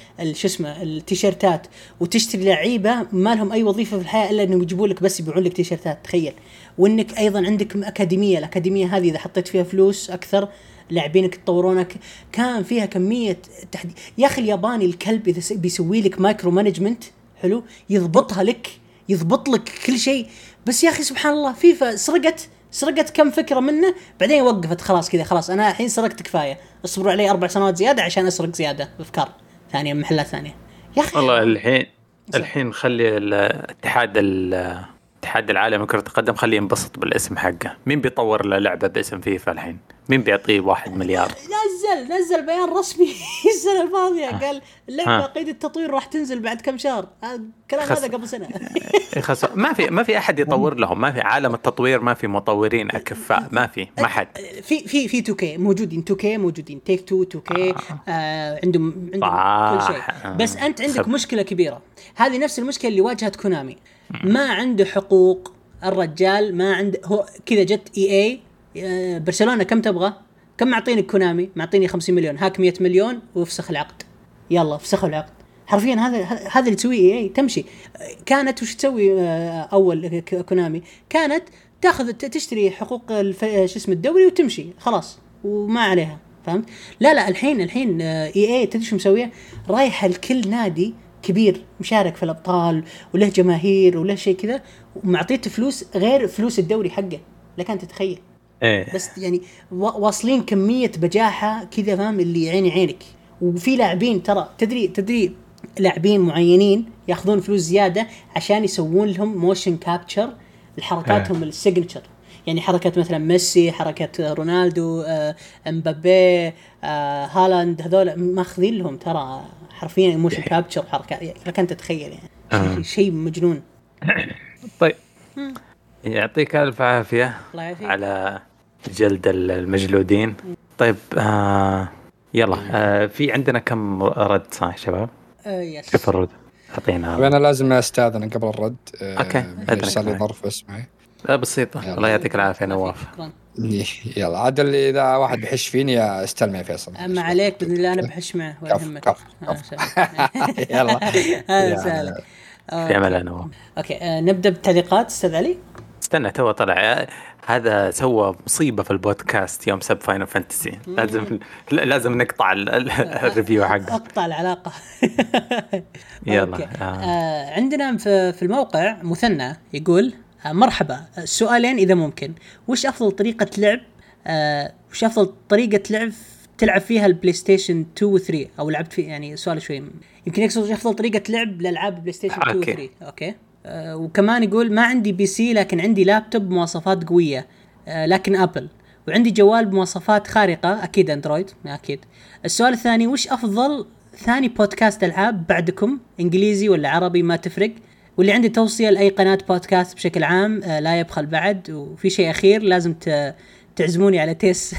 Speaker 2: التيشيرتات وتشتري لعيبة ما لهم أي وظيفة في الحياة إلا إنهم يجيبوا لك بس يبيعون لك تيشيرتات. تخيل. وإنك أيضا عندك الأكاديمية هذه إذا حطيت فيها فلوس أكثر لاعبينك يتطورونك. كان فيها كمية يا أخي الياباني الكلب إذا بيسوي لك مايكرو مانجمنت حلو يضبط لك كل شيء. بس يا أخي سبحان الله فيفا سرقت كم فكرة منه بعدين وقفت خلاص كذا خلاص أنا الحين سرقت كفاية، اصبروا علي 4 سنوات زيادة عشان أسرق زيادة بأفكار ثانية من محلات ثانية. يا أخي
Speaker 1: والله الحين خلي الاتحاد العالمي لكرة القدم خليه ينبسط بالاسم حقه. مين بيطور له لعبة باسم فيفا الحين؟ مين بيعطيه 1 مليار؟
Speaker 2: نزل بيان رسمي السنة الماضية قال اللعبة قيد التطوير راح تنزل بعد كم شهر. الكلام هذا قبل سنة.
Speaker 1: ما في أحد يطور لهم. ما في عالم التطوير، ما في مطورين أكفاء، ما حد.
Speaker 2: في 2K موجودين، 2K موجودين، تيك 2 2K عندهم كل شيء. بس أنت عندك مشكلة كبيرة، هذه نفس المشكلة اللي واجهت كونامي. ما عنده حقوق الرجال، ما عنده. هو كذا جت EA برشلونة كم تبغى؟ كم معطيني كونامي؟ معطيني 50 مليون، هاك 100 مليون وافسخ العقد. يلا افسخوا العقد حرفيا. هذا اللي تسويه EA. تمشي كانت وش تسوي اول كونامي؟ كانت تاخذ تشتري حقوق الدوري وتمشي خلاص وما عليها، فهمت؟ لا الحين EA تدري شو مسويه؟ رايحه لكل نادي كبير مشارك في الابطال وله جماهير وله شيء كذا، ومعطيته فلوس غير فلوس الدوري حقه. لك انت تتخيل؟ بس يعني واصلين كمية بجاحة كذا، فاهم؟ اللي يعيني عينك. وفي لاعبين ترى تدري لاعبين معينين ياخذون فلوس زيادة عشان يسوون لهم موشن كابتشر لحركاتهم السيجنتشر. يعني حركة مثلا ميسي، حركة رونالدو، امبابي، هالاند، هذول ماخذين لهم ترى حرفيا موشن كابتشر حركات. لك انت تتخيل يعني شيء مجنون.
Speaker 1: طيب يعطيك الف عافية على جلد المجلودين. طيب يلا في عندنا كم رد صح شباب؟ كيف الرد؟ أعطينا.
Speaker 3: أنا لازم أستاذن قبل الرد.
Speaker 1: أوكي.
Speaker 3: صار لي ظرف اسمعي.
Speaker 1: بسيطة. الله يعطيك العافية نواف.
Speaker 3: يلا عادل، إذا واحد بحش فيني استلم يا فيصل.
Speaker 2: ما عليك بإذن الله، أنا بحش معه ولا يهمك.
Speaker 3: يلا
Speaker 2: هذا سهل.
Speaker 1: في أمل نواف.
Speaker 2: أوكي نبدأ بالتعليقات. أستاذ علي
Speaker 1: استنى، تو طلع هذا سوى مصيبة في البودكاست يوم سب فاينل فانتسي. لازم نقطع الريفيو حقه.
Speaker 2: أقطع العلاقة.
Speaker 1: يلا.
Speaker 2: عندنا في الموقع مثنى يقول مرحبا، سؤالين إذا ممكن. وش أفضل طريقة لعب تلعب فيها البلاي ستيشن 2 و 3؟ أو لعبت فيه يعني سؤال شوي يمكن يقصد أفضل طريقة لعب لألعاب بلاي ستيشن 2 و 3. أوكي. وكمان يقول ما عندي PC لكن عندي لابتوب بمواصفات قوية لكن أبل، وعندي جوال بمواصفات خارقة أكيد أندرويد أكيد. السؤال الثاني، وش أفضل ثاني بودكاست ألعاب بعدكم، إنجليزي ولا عربي ما تفرق؟ واللي عندي توصية لأي قناة بودكاست بشكل عام لا يبخل بعد. وفي شيء أخير، لازم تعزموني على تيس.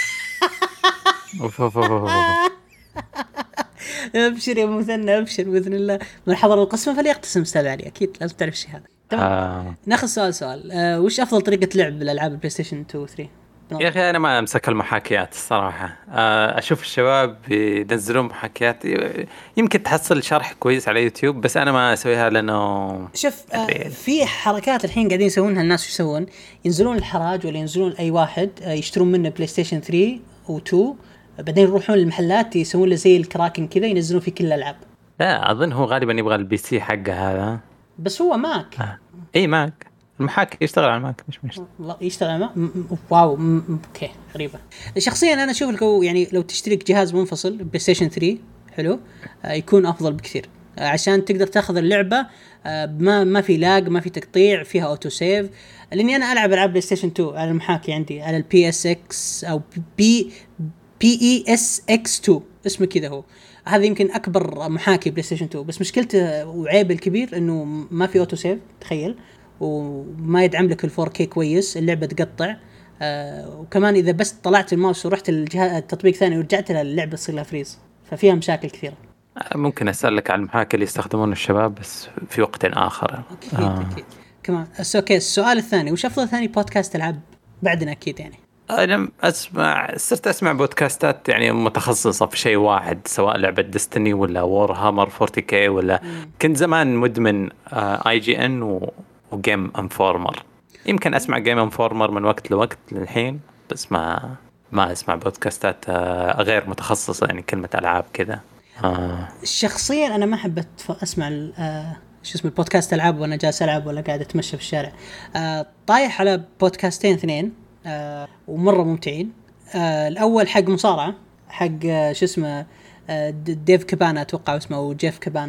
Speaker 2: ابشر يا مثنى ابشر باذن الله، من حضر القسم فليقتسم. استاذ علي اكيد لازم تعرف الشيء هذا. تمام. ناخذ سؤال وش افضل طريقه لعب بالالعاب البلاي ستيشن 2 و 3؟
Speaker 1: يا اخي انا ما امسك المحاكيات الصراحه. اشوف الشباب ينزلون محاكيات، يمكن تحصل شرح كويس على يوتيوب، بس انا ما اسويها لانه
Speaker 2: شوف في حركات الحين قاعدين يسوونها الناس. وش يسوون؟ ينزلون الحراج ولا ينزلون اي واحد يشترون منه بلاي ستيشن 3 و 2، بعدين يروحون المحلات يسوون له زي الكراكن كذا ينزلون في كل الالعاب.
Speaker 1: لا اظن هو غالبا يبغى البي سي حقه هذا،
Speaker 2: بس هو ماك.
Speaker 1: اي ماك، المحاكي يشتغل على الماك مش
Speaker 2: والله يشتغل على ماك. واو اوكي غريبه. شخصيا انا اشوف لك يعني لو تشترك جهاز منفصل بلاي ستيشن 3 حلو يكون افضل بكثير، عشان تقدر تاخذ اللعبه ما في لاج، ما في تقطيع، فيها اوتو سيف. لاني انا العب العاب بلاي ستيشن 2 على المحاكي عندي على البي اس اكس او PESX2 اسمه كذا. هو هذا يمكن اكبر محاكي بلاي ستيشن 2، بس مشكلته وعيب الكبير انه ما في اوتو سيف تخيل، وما يدعم لك ال4K كويس، اللعبه تقطع. وكمان اذا بس طلعت الماوس ورحت التطبيق ثاني ورجعت للعبه تصير لها فريز، ففيها مشاكل كثيره.
Speaker 1: ممكن اسالك عن المحاكي اللي يستخدمون الشباب بس في وقت اخر.
Speaker 2: اكيد كمان. اوكي السؤال الثاني، وش افضل ثاني بودكاست العاب بعدنا؟ اكيد يعني
Speaker 1: أنا صرت أسمع بودكاستات يعني متخصصة في شيء واحد، سواء لعبة ديستني ولا وور هامر 40K ولا كنت زمان مدمن IGN وجيم انفورمر. يمكن أسمع جيم انفورمر من وقت لوقت للحين، بس ما أسمع بودكاستات غير متخصصة يعني كلمة ألعاب كذا.
Speaker 2: شخصيا أنا ما حبيت أسمع شو اسمه البودكاست ألعاب وأنا جالس ألعب ولا قاعد أتمشى في الشارع. طايح على بودكاستين اثنين ومرة ممتعين. الأول حق مصارعة، حق شو اسمه ديف كابانا أتوقع اسمه، أو جيف كابانا.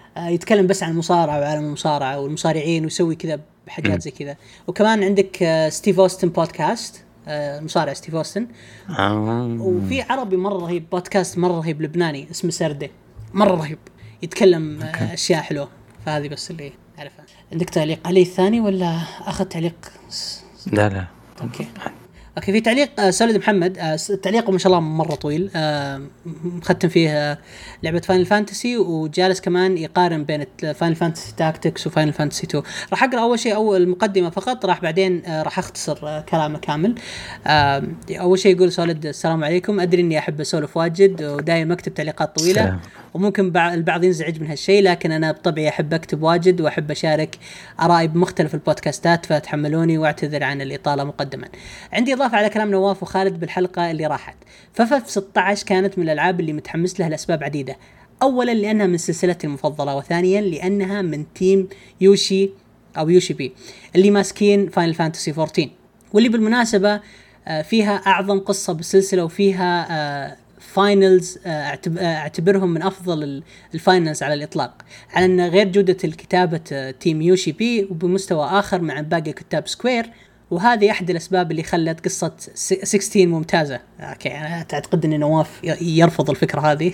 Speaker 2: يتكلم بس عن المصارعة وعالم المصارعة والمصارعين ويسوي كذا حاجات زي كذا. وكمان عندك ستيف أوستن بودكاست، مصارع ستيف أوستن. وفي عربي مرة رهيب، بودكاست مرة رهيب لبناني اسمه سردة، مرة رهيب، يتكلم أشياء حلوة. فهذه بس اللي أعرفها. عندك تعليق عليه الثاني ولا أخذ تعليق؟
Speaker 1: لا
Speaker 2: أوكي في تعليق سوليد محمد، تعليقه ما شاء الله مرة طويل، مختم فيه لعبة فاينل فانتسي، وجالس كمان يقارن بين فاينل فانتسي تاكتكس وفاينل فانتسي 2. راح أقرأ أول شيء أول المقدمة فقط، بعدين راح أختصر كلامه كامل. أول شيء يقول سوليد: السلام عليكم، أدري إني أحب أسولف واجد ودائما أكتب تعليقات طويلة
Speaker 1: سلام.
Speaker 2: وممكن البعض ينزعج من هالشيء، لكن أنا بطبعي أحب أكتب واجد وأحب أشارك آرائي بمختلف البودكاستات، فتحملوني وأعتذر عن الإطالة مقدما. عندي إضافة على كلام نواف وخالد بالحلقة اللي راحت. ففف 16 كانت من الألعاب اللي متحمس لها لأسباب عديدة. أولا لأنها من سلسلتي المفضلة، وثانيا لأنها من تيم يوشي أو يوشي بي اللي ماسكين فاينل فانتسي 14، واللي بالمناسبة فيها أعظم قصة بالسلسلة، وفيها فاينلز اعتبرهم من أفضل الفاينلز على الإطلاق، على أن غير جودة الكتابة تيم يوشي بي وبمستوى آخر مع باقي كتاب سكوير. وهذه أحد الأسباب اللي خلت قصة 16 ممتازة. أوكي أنا أعتقد أن نواف يرفض الفكرة هذه.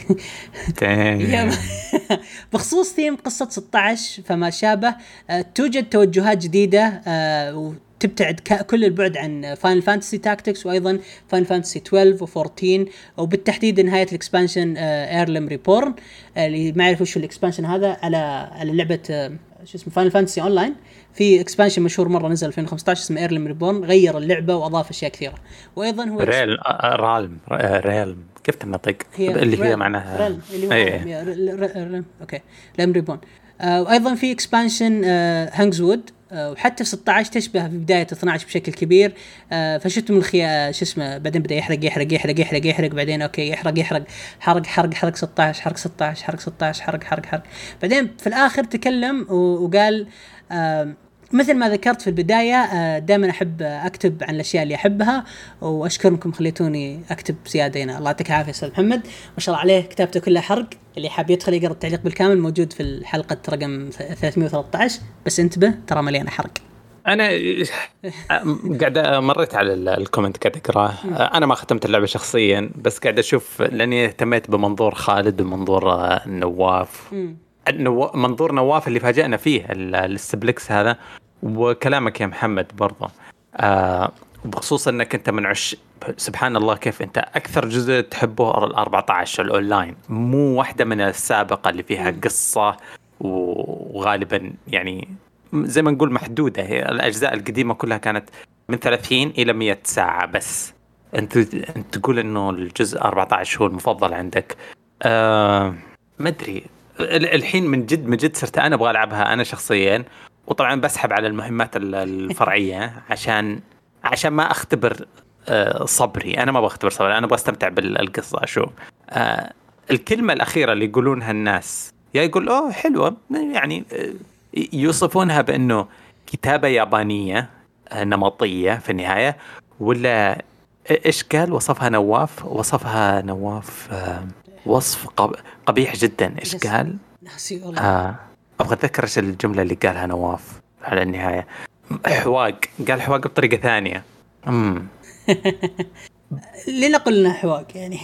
Speaker 2: بخصوص ثيم قصة 16 فما شابه، توجد توجهات جديدة تبتعد كل البعد عن فاينل فانتسي تاكتكس، وأيضا فاينل فانتسي 12 و14، وبالتحديد نهاية الإكسبانشن ايرلم ريبورن. اللي ما يعرفوا شو الإكسبانشن هذا، على لعبة شو اسمه فاينل فانتسي أونلاين، في إكسبانشن مشهور مرة نزل 2015 اسمه ايرلم ريبورن، غير اللعبة وأضاف أشياء كثيرة. وأيضا هو
Speaker 1: ريلم كيف تنطق اللي هي معناها أوكي ريلم ريبورن. وأيضا في إكسبانشن هانجزوود، وحتى في 16 تشبه في بداية 12 بشكل كبير. فشتم شو اسمه بعدين بدأ يحرق بعدين أوكي حرق 16 حرق. بعدين في الآخر تكلم وقال مثل ما ذكرت في البداية، دائما أحب أكتب عن الأشياء اللي أحبها، وأشكركم خليتوني أكتب زيادة هنا. الله يعطيك العافية أستاذ محمد، ما شاء الله عليه كتابته كلها حرق. اللي حاب يدخل يقرأ التعليق بالكامل موجود في الحلقة رقم 313، بس انتبه ترى مليانة حرق. أنا قاعد مريت على الكومنت قاعد أقرأه. أنا ما ختمت اللعبة شخصيا، بس قاعد أشوف لأني اهتميت بمنظور خالد ومنظور نواف. منظور نواف اللي فاجأنا فيه السبلكس هذا، وكلامك يا محمد برضه بخصوص أنك أنت من سبحان الله كيف أنت أكثر جزء تحبه 14 الأونلاين، مو واحدة من السابقة اللي فيها قصة وغالبا يعني زي ما نقول محدودة. هي الأجزاء القديمة كلها كانت من 30 إلى 100 ساعة بس. أنت تقول إنه الجزء 14 هو المفضل عندك. ما أدري الحين من جد صرت أنا أبغى ألعبها أنا شخصيا، وطبعا بسحب على المهمات الفرعية عشان ما أختبر صبري. أنا ما بختبر صبري، أنا بستمتع بالقصة. أشوف الكلمة الأخيرة اللي يقولونها الناس، يا يقول أوه حلوة، يعني يوصفونها بأنه كتابة يابانية نمطية في النهاية، ولا إيش قال وصفها نواف وصف قبيح جدا. إيش قال؟ أبغى أتذكر إيش الجملة اللي قالها نواف على النهاية. قال حواق بطريقة ثانية.
Speaker 2: لنقل إنه حواق يعني.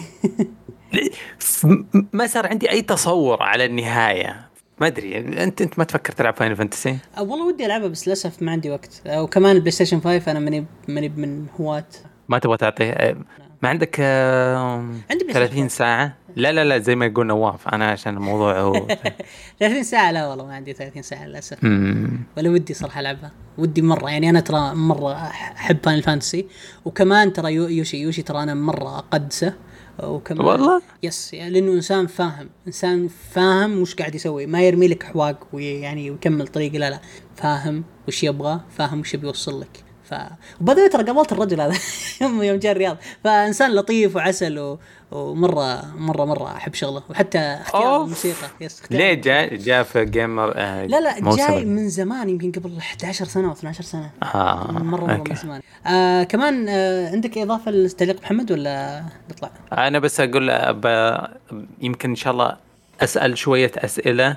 Speaker 1: ما صار عندي أي تصور على النهاية. ما أدري أنت ما تفكر تلعب فاينل فانتسي؟
Speaker 2: والله ودي ألعبها بس للأسف ما عندي وقت، وكمان البلاي ستيشن 5 أنا ماني من هواة.
Speaker 1: ما تبغى تعطيه؟ ما عندك 30 ساعة؟ لا زي ما يقول نواف، أنا عشان الموضوع هو
Speaker 2: 30 ساعة. لا والله ما عندي 30 ساعة للأسف. ولا ودي صراحة ألعبها، ودي مرة يعني. أنا ترى مرة أحب فاينل فانتسي، وكمان ترى يوشي ترى أنا مرة أقدسه، وكمان
Speaker 1: والله
Speaker 2: يس يعني لأنه إنسان فاهم وش قاعد يسوي، ما يرمي لك حواق ويعني ويكمل طريقه. لا فاهم وش يبغى، فاهم وش بيوصل لك. وبدأ ترى قابلت الرجل هذا يوم جاء الرياض، فإنسان لطيف وعسل ومرة أحب شغله، وحتى اختيار الموسيقى.
Speaker 1: ليه جاء في جيمر؟
Speaker 2: لا جاي من زمان، يمكن قبل 11 سنة أو 12 سنة. مرة من زمان. كمان عندك إضافة للتعليق محمد ولا نطلع؟
Speaker 1: أنا بس أقول يمكن إن شاء الله أسأل شوية أسئلة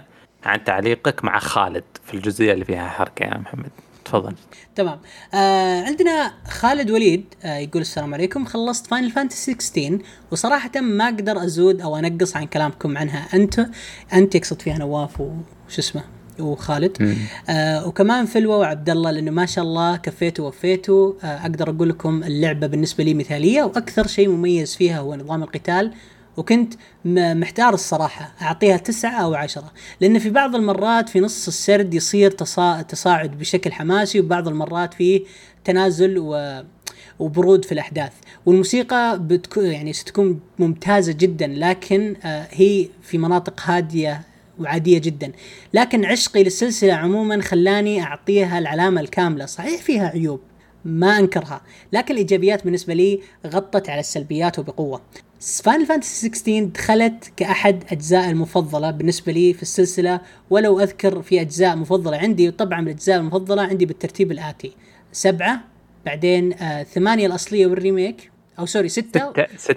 Speaker 1: عن تعليقك مع خالد في الجزئية اللي فيها حركة يا محمد. تفضل.
Speaker 2: تمام. عندنا خالد وليد يقول السلام عليكم، خلصت فاينل فانتسي 16 وصراحة ما أقدر أزود أو أنقص عن كلامكم عنها. أنت يقصد فيها نواف وش اسمه وخالد. وكمان فلوة وعبد الله، لأنه ما شاء الله كفيتوا ووفيتوا. أقدر أقول لكم اللعبة بالنسبة لي مثالية، وأكثر شيء مميز فيها هو نظام القتال، وكنت محتار الصراحة أعطيها 9 أو 10، لأن في بعض المرات في نص السرد يصير تصاعد بشكل حماسي، وبعض المرات فيه تنازل وبرود في الأحداث. والموسيقى يعني ستكون ممتازة جدا، لكن هي في مناطق هادية وعادية جدا. لكن عشقي للسلسلة عموما خلاني أعطيها العلامة الكاملة. صحيح فيها عيوب ما أنكرها، لكن الإيجابيات بالنسبة لي غطت على السلبيات وبقوة. فاينل فانتسي 16 دخلت كأحد أجزاء المفضلة بالنسبة لي في السلسلة، ولو أذكر في أجزاء مفضلة عندي. طبعا الأجزاء المفضلة عندي بالترتيب الآتي: 7، بعدين 8 الأصلية والريميك، أو سوري 6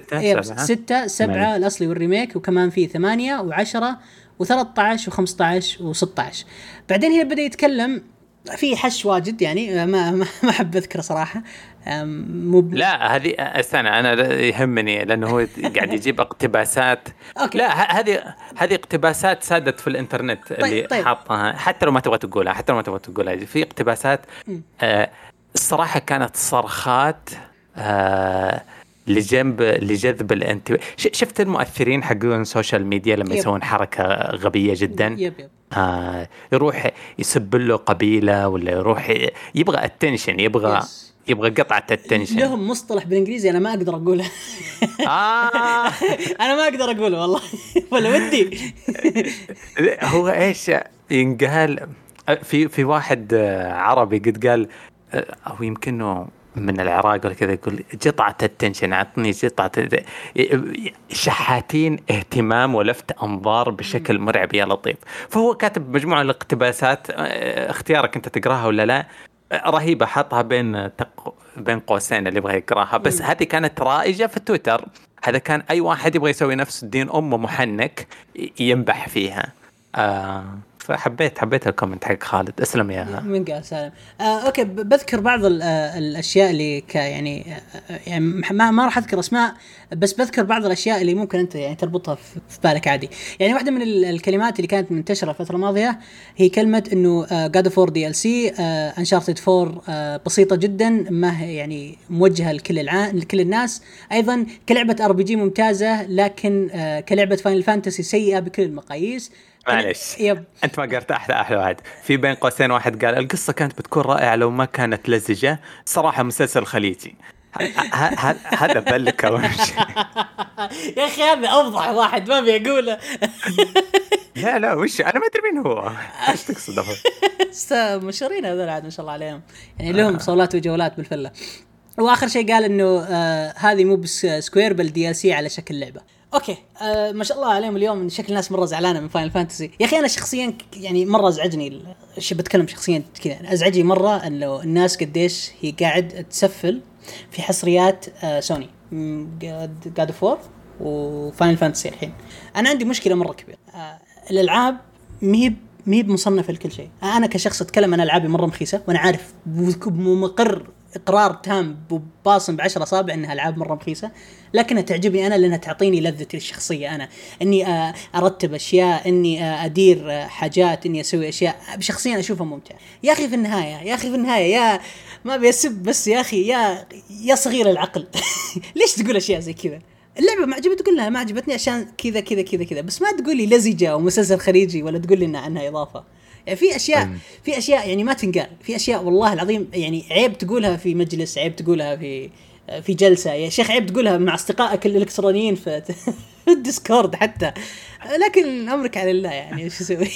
Speaker 2: 7 الأصلي والريميك، وكمان في 8 و10 و13 و15 و16. بعدين هي بدأ يتكلم في حش واجد، يعني ما أحب أذكره صراحة.
Speaker 1: لا هذه استنى، أنا يهمني لأنه هو قاعد يجيب اقتباسات. لا هذه اقتباسات سادت في الإنترنت. اللي حاطها حتى لو ما تبغى تقولها في اقتباسات. الصراحة كانت صرخات لجذب الانتباه. شفت المؤثرين حقون السوشيال ميديا لما يسوون حركة غبية جدا؟ يروح يسب له قبيلة، ولا يروح يبغى التنشن، يبغى قطعة التنشن.
Speaker 2: لهم مصطلح بالإنجليزي أنا ما أقدر أقوله. أنا ما أقدر أقوله والله ولا ودي.
Speaker 1: هو إيش ينقال في واحد عربي قد قال، أو يمكنه من العراق ولا كذا، يقول قطعة التنشن، عطني قطعة. شحاتين اهتمام ولفت أنظار بشكل مرعب يا لطيف. فهو كاتب مجموعة الاقتباسات، اختيارك أنت تقراها ولا لا، رهيبة، حطها بين قوسين اللي يبغى يقراها. بس هذه كانت رائجة في تويتر. هذا كان أي واحد يبغى يسوي نفس الدين أمه محنك ينبح فيها. فحبيت الكومنت حق خالد. اسلم يا
Speaker 2: من قال سالم. اوكي، بذكر بعض الاشياء اللي يعني ما راح اذكر اسماء، بس بذكر بعض الاشياء اللي ممكن انت يعني تربطها في بالك عادي. يعني واحده من الكلمات اللي كانت منتشره الفتره الماضيه هي كلمه انه God of War DLC Uncharted 4 بسيطه جدا، ما هي يعني موجهه لكل الناس. ايضا كلعبه RPG ممتازه، لكن كلعبه فاينل فانتسي سيئه بكل المقاييس.
Speaker 1: معلش أنت ما قرأت أحلى واحد في بين قوسين. واحد قال القصة كانت بتكون رائعة لو ما كانت لزجة. صراحة مسلسل خليجي. هذا بلك
Speaker 2: يا أخي هذا أوضح واحد ما بيقوله.
Speaker 1: لا وش أنا ما أدري مين هو. إيش تقصد؟
Speaker 2: مشهورين هذول عاد ما شاء الله عليهم، يعني لهم صولات وجولات بالفلة. وآخر شيء قال إنه هذه مو بس سكوير بل DLC على شكل لعبة. اوكي ما شاء الله عليهم اليوم. من شكل الناس مره زعلانه من فاينل فانتسي. يا اخي انا شخصيا يعني مره ازعجني بتكلم شخصيا كذا، ازعجني مره انه الناس قديش هي قاعد تسفل في حصريات سوني God of War وفاينل فانتسي. الحين انا عندي مشكله مره كبيره. الالعاب مهي مصنفه لكل شيء. انا كشخص اتكلم، انا العابي مره مخيسه، وانا عارف مقر إقرار تام وباصم ب10 أصابع إنها ألعاب مرة رخيصة، لكنها تعجبني أنا لأنها تعطيني لذتي الشخصية. أنا إني أرتب أشياء، إني أدير حاجات، إني أسوي أشياء شخصيا أشوفها ممتعة. يا أخي في النهاية يا ما بيسب، بس يا أخي يا صغير العقل ليش تقول أشياء زي كذا؟ اللعبة ما عجبتك، تقول لها ما عجبتني عشان كذا كذا كذا كذا، بس ما تقولي لزجة ومسلسل خليجي، ولا تقول لنا عنها إضافة. يعني في أشياء يعني ما تنقال، في أشياء والله العظيم يعني عيب تقولها في مجلس، عيب تقولها في جلسة يا شيخ، عيب تقولها مع أصدقائك الإلكترونيين في الديسكورد حتى، لكن أمرك على الله يعني إيش أسوي.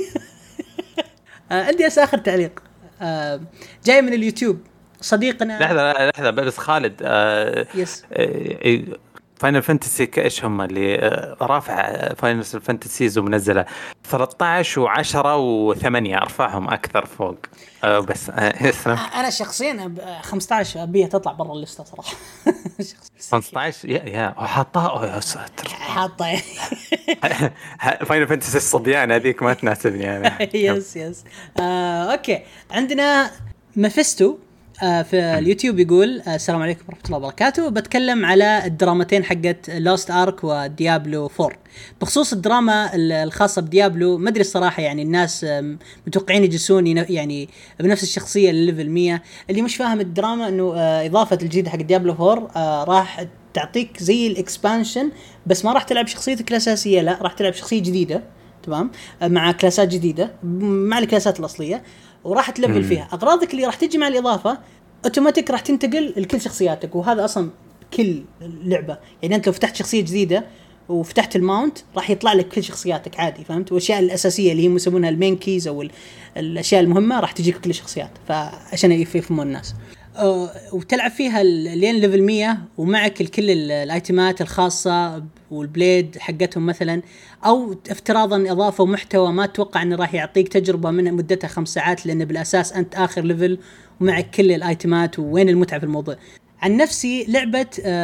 Speaker 2: عندي آخر تعليق جاي من اليوتيوب صديقنا.
Speaker 1: لحظة بس خالد.
Speaker 2: يس.
Speaker 1: فاينل فانتسي ايش هم اللي رافع فاينل فانتسيز ومنزله 13 و10 و8 ارفعهم اكثر فوق بس
Speaker 2: انا شخصيا 15 ابيها تطلع برا الليسته صراحه.
Speaker 1: 15 يا حاطها يا ساتر
Speaker 2: حاطه
Speaker 1: فاينل فانتسي الصبيان هذيك ما تناسبني انا.
Speaker 2: يس اوكي عندنا مفستو في اليوتيوب يقول السلام عليكم ورحمة الله وبركاته. بتكلم على الدرامتين حقت لوست آرك وديابلو 4. بخصوص الدراما الخاصة بديابلو ما أدري الصراحة، يعني الناس متوقعين يجلسون يعني بنفس الشخصية الليفل 100. اللي مش فاهم الدراما إنه إضافة الجديدة حق ديابلو 4 راح تعطيك زي الإكسبانشن، بس ما راح تلعب شخصيتك الأساسية، لا راح تلعب شخصية جديدة تمام مع كلاسات جديدة مع الكلاسات الأصلية، وراح تلفل فيها. أغراضك اللي راح تجي مع الإضافة أوتوماتيك راح تنتقل لكل شخصياتك، وهذا أصلا كل لعبة. يعني أنت لو فتحت شخصية جديدة وفتحت الماونت راح يطلع لك كل شخصياتك عادي، فهمت؟ والأشياء الأساسية اللي هم يسمونها المين كيز أو الأشياء المهمة راح تجيك كل الشخصيات، فعشان يفهمون الناس. وتلعب فيها لين ليفل 100 ومعك كل الايتمات الخاصة والبليد حقتهم مثلا، او افتراضا اضافوا محتوى ما تتوقع انه راح يعطيك تجربة من مدتها 5 ساعات، لان بالاساس انت اخر ليفل ومعك كل الايتمات. وين المتعة في الموضوع؟ عن نفسي لعبة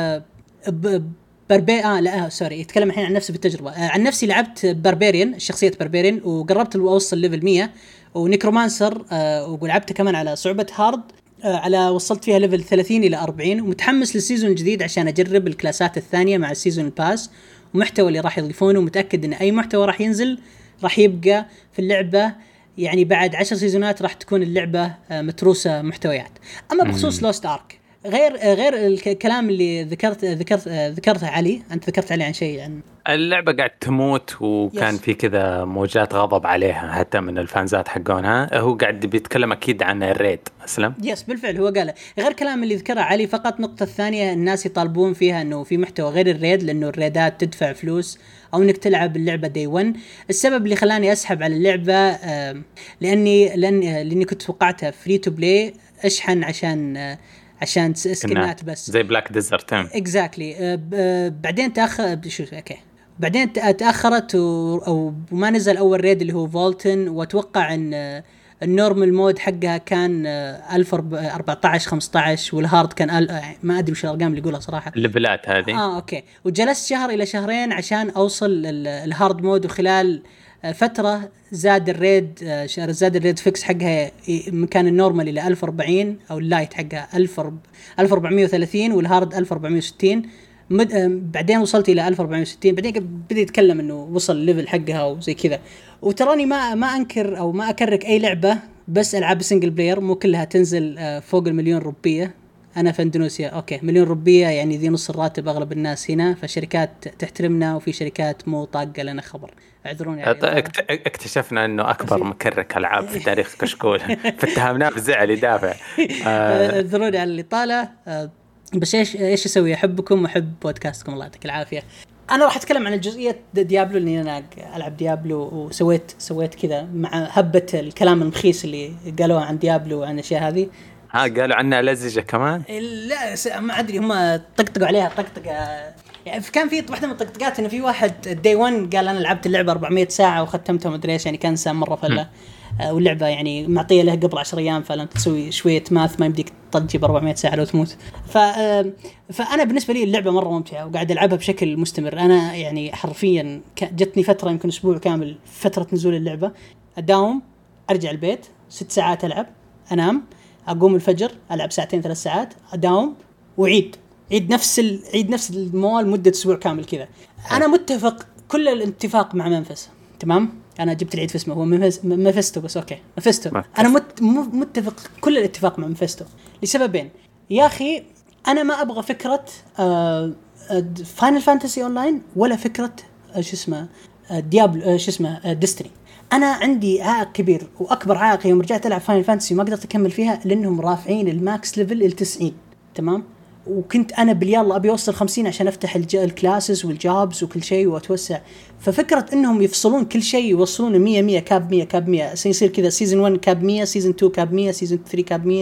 Speaker 2: سوري يتكلم الحين عن نفسي بالتجربة. عن نفسي لعبت باربيريان، شخصية باربيريان، وقربت اوصل ليفل 100. ونيكرومانسر ولعبته كمان على صعوبة هارد، على وصلت فيها ليفل 30 إلى 40. ومتحمس للسيزون الجديد عشان أجرب الكلاسات الثانية مع السيزون الباس ومحتوى اللي راح يضيفونه. ومتأكد إن أي محتوى راح ينزل راح يبقى في اللعبة، يعني بعد 10 سيزونات راح تكون اللعبة متروسة محتويات. أما بخصوص لوست آرك، غير الكلام اللي ذكرته علي، أنت ذكرت علي عن شيء عن
Speaker 1: اللعبة قاعد تموت، وكان في كذا موجات غضب عليها حتى من الفانزات حقونها. هو قاعد بيتكلم أكيد عن الريد. أسلم
Speaker 2: بالفعل هو قال غير كلام اللي ذكره علي. فقط نقطة الثانية الناس يطالبون فيها أنه في محتوى غير الريد، لأنه الريدات تدفع فلوس أو أنك تلعب اللعبة داي 1. السبب اللي خلاني أسحب على اللعبة لأني كنت توقعتها فري تو بلاي، أشحن عشان سكنات بس
Speaker 1: زي بلاك ديزرت.
Speaker 2: اكزاكتلي. بعدين بعدين تأخرت وما نزل أول ريد اللي هو فولتن. واتوقع ان النورمال مود حقها كان 1014-15 والهارد كان ما ادري وش الارقام اللي يقولها صراحه
Speaker 1: الليفلات هذه.
Speaker 2: اوكي. وجلست شهر الى شهرين عشان اوصل الهارد مود، وخلال فتره زاد الريد فيكس حقها من كان النورمال الى 1040 او اللايت حقها 1430 والهارد 1460. بعدين وصلت الى 1460. بعدين بدي اتكلم انه وصل الليفل حقها وزي كذا. وتراني ما انكر او ما اكرك اي لعبه، بس العاب سنجل بلاير مو كلها تنزل فوق 1,000,000 روبيه. انا في اندونيسيا اوكي 1,000,000 روبيه يعني ذي نص الراتب اغلب الناس هنا، فشركات تحترمنا وفي شركات مو طاقه لنا خبر. اعذروني يعني.
Speaker 1: اكتشفنا انه اكبر مكرك العاب في تاريخ كشكول فاتهمناه بالزعل يدافع.
Speaker 2: اعذروني على الاطاله، بس ايش اسوي؟ احبكم واحب بودكاستكم، الله يعطيك العافيه. انا راح اتكلم عن الجزئيه ديابلو، لاني انا العب ديابلو وسويت كذا مع هبه الكلام المخيس اللي قالوه عن ديابلو وعن الاشياء هذه.
Speaker 1: قالوا عنها لزجه كمان.
Speaker 2: لا ما ادري، هم طقطقوا عليها طقطقه. يعني كان في واحده من الطقطقات انه في واحد داي 1 قال انا لعبت اللعبه 400 ساعه وختمتها ما ادري ايش، يعني كان سام مره فله. واللعبه يعني معطيه له قبل 10 ايام، فلما تسوي شويه ماث ما يمديك تطجي ب 400 ساعه لو تموت. فانا بالنسبه لي اللعبه مره ممتعه وقاعد العبها بشكل مستمر. انا يعني حرفيا جتني فتره يمكن اسبوع كامل فتره نزول اللعبه اداوم، ارجع البيت 6 ساعات العب، انام، اقوم الفجر العب 2-3 ساعات، اداوم وعيد نفس الموال مده اسبوع كامل كذا. انا متفق كل الاتفاق مع منفس، تمام. انا جبت العيد في اسمه هو مفستو، بس اوكي مفستو. انا متفق كل الاتفاق مع مفستو لسببين. يا اخي انا ما ابغى فكره فاينل فانتسي اونلاين ولا فكره ديابلو ديستني. انا عندي عائق كبير، واكبر عائق يوم رجعت العب فاينل فانتسي ما قدرت اكمل فيها لانهم رافعين الماكس ليفل ل 90، تمام. وكنت انا باليلا ابي اوصل 50 عشان افتح الكلاسز والجابز وكل شيء واتوسع. ففكره انهم يفصلون كل شيء يوصلون 100 كاب 100 يصير كذا، سيزن 1 كاب 100، سيزن 2 كاب 100، سيزن 3 كاب 100،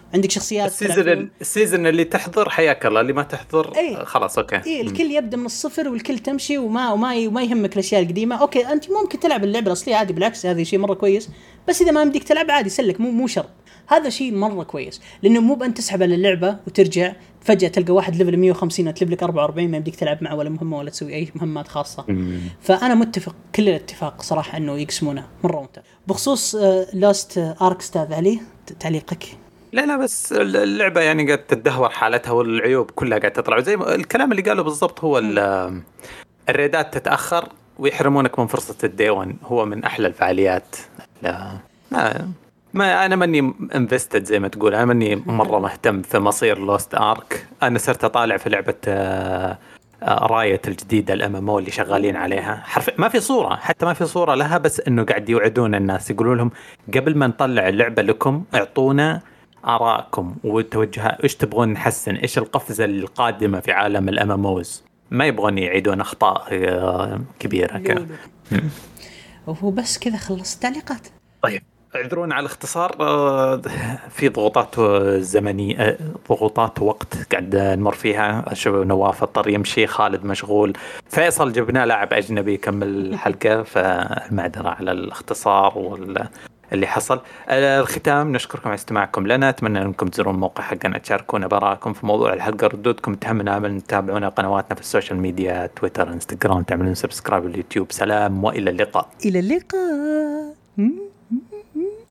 Speaker 2: عندك شخصيات
Speaker 1: السيزن اللي تحضر حياك الله، اللي ما تحضر خلاص اوكي.
Speaker 2: الكل يبدا من الصفر والكل تمشي وما يهمك الاشياء القديمه. اوكي انت ممكن تلعب اللعبه الاصليه عادي، بالعكس هذا شيء مره كويس، بس اذا ما بدك تلعب عادي سلك، مو شرط. هذا شيء مره كويس، لانه مو بأن تسحب على اللعبه وترجع فجاه تلقى واحد ليفل 150 وتلعب لك 44 ما بدك تلعب معه ولا مهمه ولا تسوي اي مهمات خاصه. فانا متفق كل الاتفاق صراحه انه يقسمونه مره ممتاز. بخصوص لاست ارك استاذ علي تعليقك؟
Speaker 1: لا بس اللعبة يعني قاعد تدهور حالتها والعيوب كلها قاعد تطلع، زي الكلام اللي قاله بالضبط. هو الريدات تتأخر ويحرمونك من فرصة الديوان، هو من أحلى الفعاليات. لا ما أنا ماني انفستد زي ما تقول، أنا ماني مرة مهتم في مصير لوست آرك. أنا صرت أطالع في لعبة راية الجديدة الMMO اللي شغالين عليها، ما في صورة، حتى ما في صورة لها، بس إنه قاعد يوعدون الناس يقولوا لهم قبل ما نطلع اللعبة لكم اعطونا آراءكم وتوجهات، إيش تبغون نحسن، إيش القفزة القادمة في عالم الMMOs. ما يبغون يعيدون أخطاء كبيرة كان.
Speaker 2: وهو بس كذا خلص تعليقات.
Speaker 1: طيب اعذرونا على الاختصار، في ضغوطات زمنية، ضغوطات وقت قاعد نمر فيها. شو نواف اضطر يمشي، خالد مشغول، فيصل جبنا لاعب أجنبي يكمل الحلقة، فالمعذرة على الاختصار اللي حصل. الختام نشكركم على استماعكم لنا، أتمنى أنكم تزورون الموقع حقنا تشاركونا براءكم في موضوع الحلقة، ردودكم تهمنا، تتابعونا قنواتنا في السوشيال ميديا تويتر انستغرام، تعملون سبسكرايب اليوتيوب. سلام وإلى اللقاء.
Speaker 2: إلى اللقاء.